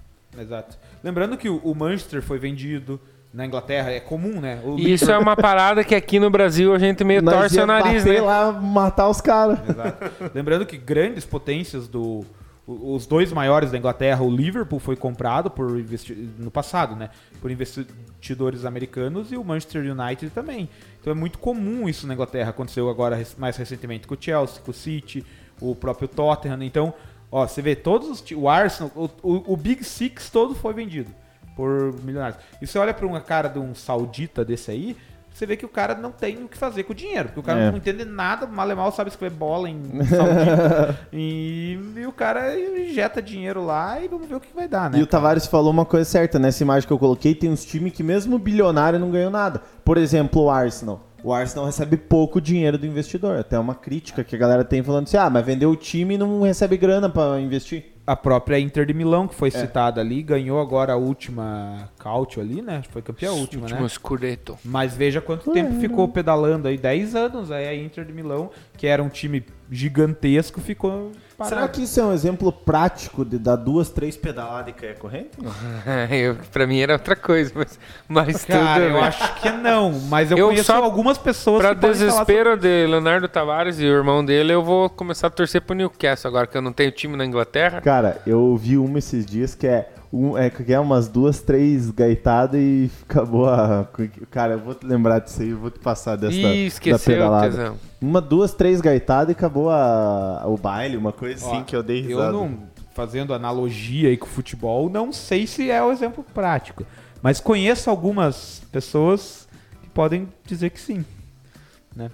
Exato. Lembrando que o, o Manchester foi vendido na Inglaterra, é comum, né? O E isso é uma parada que aqui no Brasil a gente meio Nós torce ia o nariz, bater né? lá, matar os caras. Exato. Lembrando que grandes potências do... o- Os dois maiores da Inglaterra, o Liverpool foi comprado por investi- no passado, né? Por investidores americanos e o Manchester United também. Então é muito comum isso na Inglaterra. Aconteceu agora rec- mais recentemente com o Chelsea, com o City, o próprio Tottenham. Então, ó, você vê todos os ti- o Arsenal, o, o, o Big Six todo foi vendido por milionários. E você olha para uma cara de um saudita desse aí, você vê que o cara não tem o que fazer com o dinheiro, porque o cara É. não entende nada, mal e mal sabe escrever bola em saudita. e, e o cara injeta dinheiro lá e vamos ver o que vai dar, né? E o Tavares falou uma coisa certa, nessa imagem que eu coloquei, tem uns times que mesmo bilionário não ganham nada. Por exemplo, o Arsenal. O Arsenal recebe pouco dinheiro do investidor. Até uma crítica que a galera tem falando assim, ah, mas vendeu o time e não recebe grana pra investir. A própria Inter de Milão, que foi citada ali, ganhou agora a última Calcio ali, né? Foi campeã a última, Último né? Scudetto. Mas veja quanto tempo ficou pedalando aí, dez anos aí a Inter de Milão, que era um time gigantesco ficou parado. Será que isso é um exemplo prático de dar duas, três pedaladas e cair a corrente? eu, pra mim era outra coisa, mas, mas Cara, tudo eu bem. acho que não, mas eu, Eu conheço só- algumas pessoas Pra que podem falar desespero de Leonardo Tavares e o irmão dele, eu vou começar a torcer pro Newcastle agora que eu não tenho time na Inglaterra. Cara, eu vi uma esses dias que é, um, é, que é umas duas, três gaitadas e acabou a... Cara, eu vou te lembrar disso aí, eu vou te passar dessa Ih, da esqueceu, pedalada. tesão. Uma, duas, três gaitadas e acabou a, o baile, uma coisa Ó, assim que eu dei risada. Eu não, fazendo analogia aí com o futebol, não sei se é o exemplo prático, mas conheço algumas pessoas que podem dizer que sim, né?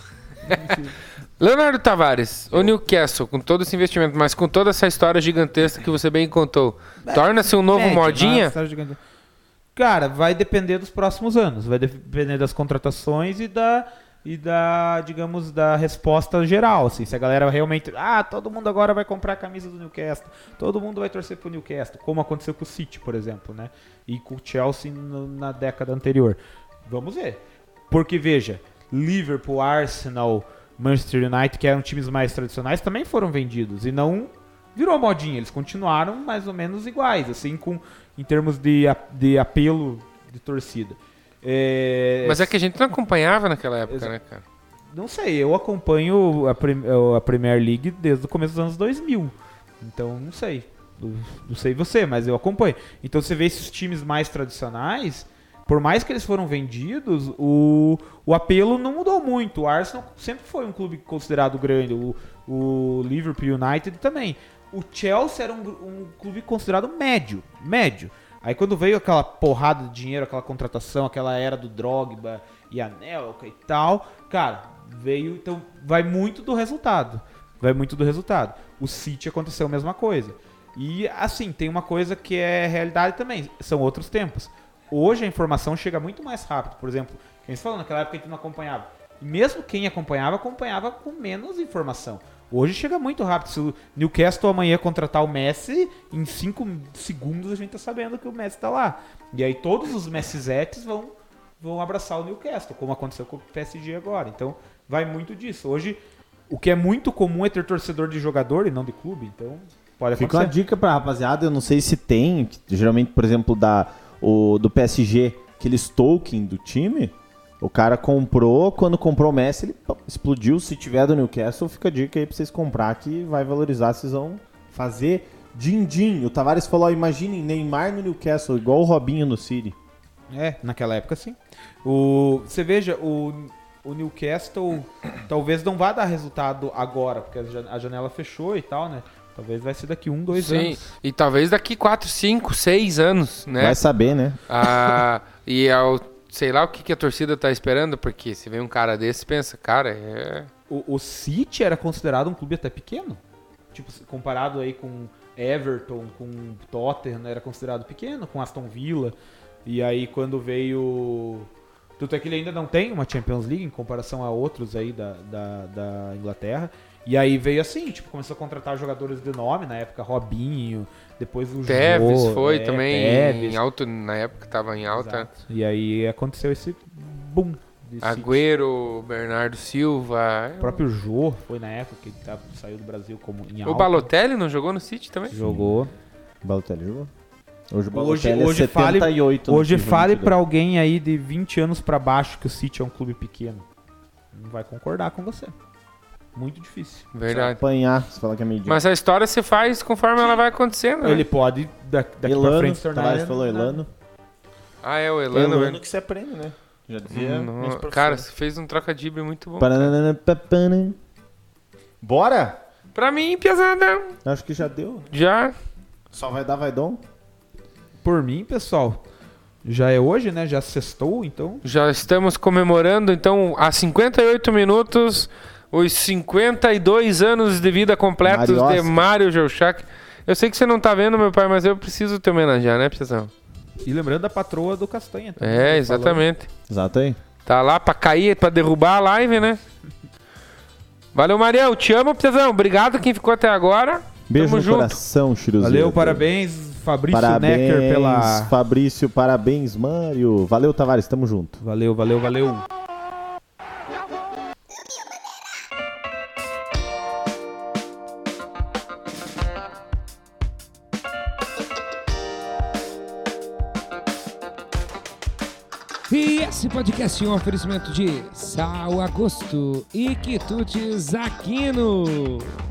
Leonardo Tavares, o Newcastle, com todo esse investimento, mas com toda essa história gigantesca que você bem contou, torna-se um novo Médio, modinha? mas tá gigante. Cara, vai depender dos próximos anos, vai depender das contratações e da e da, digamos, da resposta geral, assim, se a galera realmente, ah, todo mundo agora vai comprar a camisa do Newcastle, todo mundo vai torcer pro Newcastle, como aconteceu com o City, por exemplo, né? E com o Chelsea no, na década anterior. Vamos ver. Porque veja, Liverpool, Arsenal, Manchester United, que eram times mais tradicionais, também foram vendidos e não virou modinha, eles continuaram mais ou menos iguais, assim, com, em termos de, a- de apelo de torcida. É, Mas é que a gente não acompanhava naquela época, Exa- né, cara? Não sei, eu acompanho a, Prem- a Premier League desde o começo dos anos dois mil, então não sei, não, não sei você, mas eu acompanho. Então você vê esses times mais tradicionais, por mais que eles foram vendidos, o, o apelo não mudou muito. O Arsenal sempre foi um clube considerado grande, o, o Liverpool United também. O Chelsea era um, um clube considerado médio, médio. Aí quando veio aquela porrada de dinheiro, aquela contratação, aquela era do Drogba e Anelka e tal, cara, veio, então vai muito do resultado. Vai muito do resultado. O City aconteceu a mesma coisa. E assim, tem uma coisa que é realidade também, são outros tempos. Hoje a informação chega muito mais rápido. Por exemplo, quem você falou, naquela época a gente não acompanhava. E mesmo quem acompanhava, acompanhava com menos informação. Hoje chega muito rápido. Se o Newcastle amanhã contratar o Messi, em cinco segundos a gente tá sabendo que o Messi tá lá. E aí todos os Messizetes vão, vão abraçar o Newcastle, como aconteceu com o P S G agora. Então vai muito disso. Hoje o que é muito comum é ter torcedor de jogador e não de clube. Então pode acontecer. Fica uma dica pra rapaziada, eu não sei se tem, que geralmente, por exemplo, da, o, do P S G, aqueles token do time, o cara comprou, quando comprou o Messi, ele pô, explodiu. Se tiver do Newcastle, fica a dica aí pra vocês comprar, que vai valorizar, vocês vão fazer din-din. O Tavares falou, ó, imaginem Neymar no Newcastle, igual o Robinho no City. É, naquela época sim. O, você veja, o, o Newcastle talvez não vá dar resultado agora, porque a jan- a janela fechou e tal, né? Talvez vai ser daqui um, dois Sim, anos. e talvez daqui quatro, cinco, seis anos, né? Vai saber, né? Ah, e ao, sei lá o que, que a torcida tá esperando, porque se vem um cara desse, pensa, cara, é... O, o City era considerado um clube até pequeno. Tipo, comparado aí com Everton, com Tottenham, era considerado pequeno, com Aston Villa. E aí quando veio... Tanto é que ele ainda não tem uma Champions League em comparação a outros aí da, da, da Inglaterra. E aí veio assim, tipo, começou a contratar jogadores de nome, na época Robinho, depois o Tevez Jô, foi é, também Tevez. em alto, na época tava em alta. Exato. E aí aconteceu esse boom. de City. Agüero, Bernardo Silva. O próprio Jô foi na época que tá, saiu do Brasil como em alta. O Balotelli não jogou no City também? Jogou. O Balotelli jogou? Hoje o Hoje, Balotelli hoje é fale, setenta e oito. no hoje FIFA fale vinte e dois. pra alguém aí de vinte anos pra baixo que o City é um clube pequeno. Não vai concordar com você. Muito difícil. Verdade. Apanhar, você fala que é meio Mas a história se faz conforme ela vai acontecendo, né? Ele pode da, daqui pra Elano, frente se tornar... Tavares falou Elano. Ah, é o Elano. Elano que se aprende, né? Já dizia. Hum, meus não. professores. Cara, você fez um trocadilho muito bom. Paranana, papana. Bora? Pra mim, pesada, Acho que já deu. já. Só vai dar, vai dom. Por mim, pessoal, já é hoje, né? Já sextou, então... Já estamos comemorando, então, há cinquenta e oito minutos, os cinquenta e dois anos de vida completos Mário de Oscar. Mário Geuchac. Eu sei que você não tá vendo, meu pai, mas eu preciso te homenagear, né, Piazão? E lembrando da patroa do Castanha. também, É, né, exatamente. Exato aí. Tá lá pra cair, pra derrubar a live, né? Valeu, Marião. Te amo, Piazão. Obrigado quem ficou até agora. Beijo Tamo no junto. coração, falando. Chiruzinho. Valeu, parabéns, Fabrício Parabéns, Necker, pela... Fabrício, parabéns, Mário. Valeu, Tavares, tamo junto. Valeu, valeu, valeu. E esse podcast é um oferecimento de Sal Agosto e Quitutes Aquino.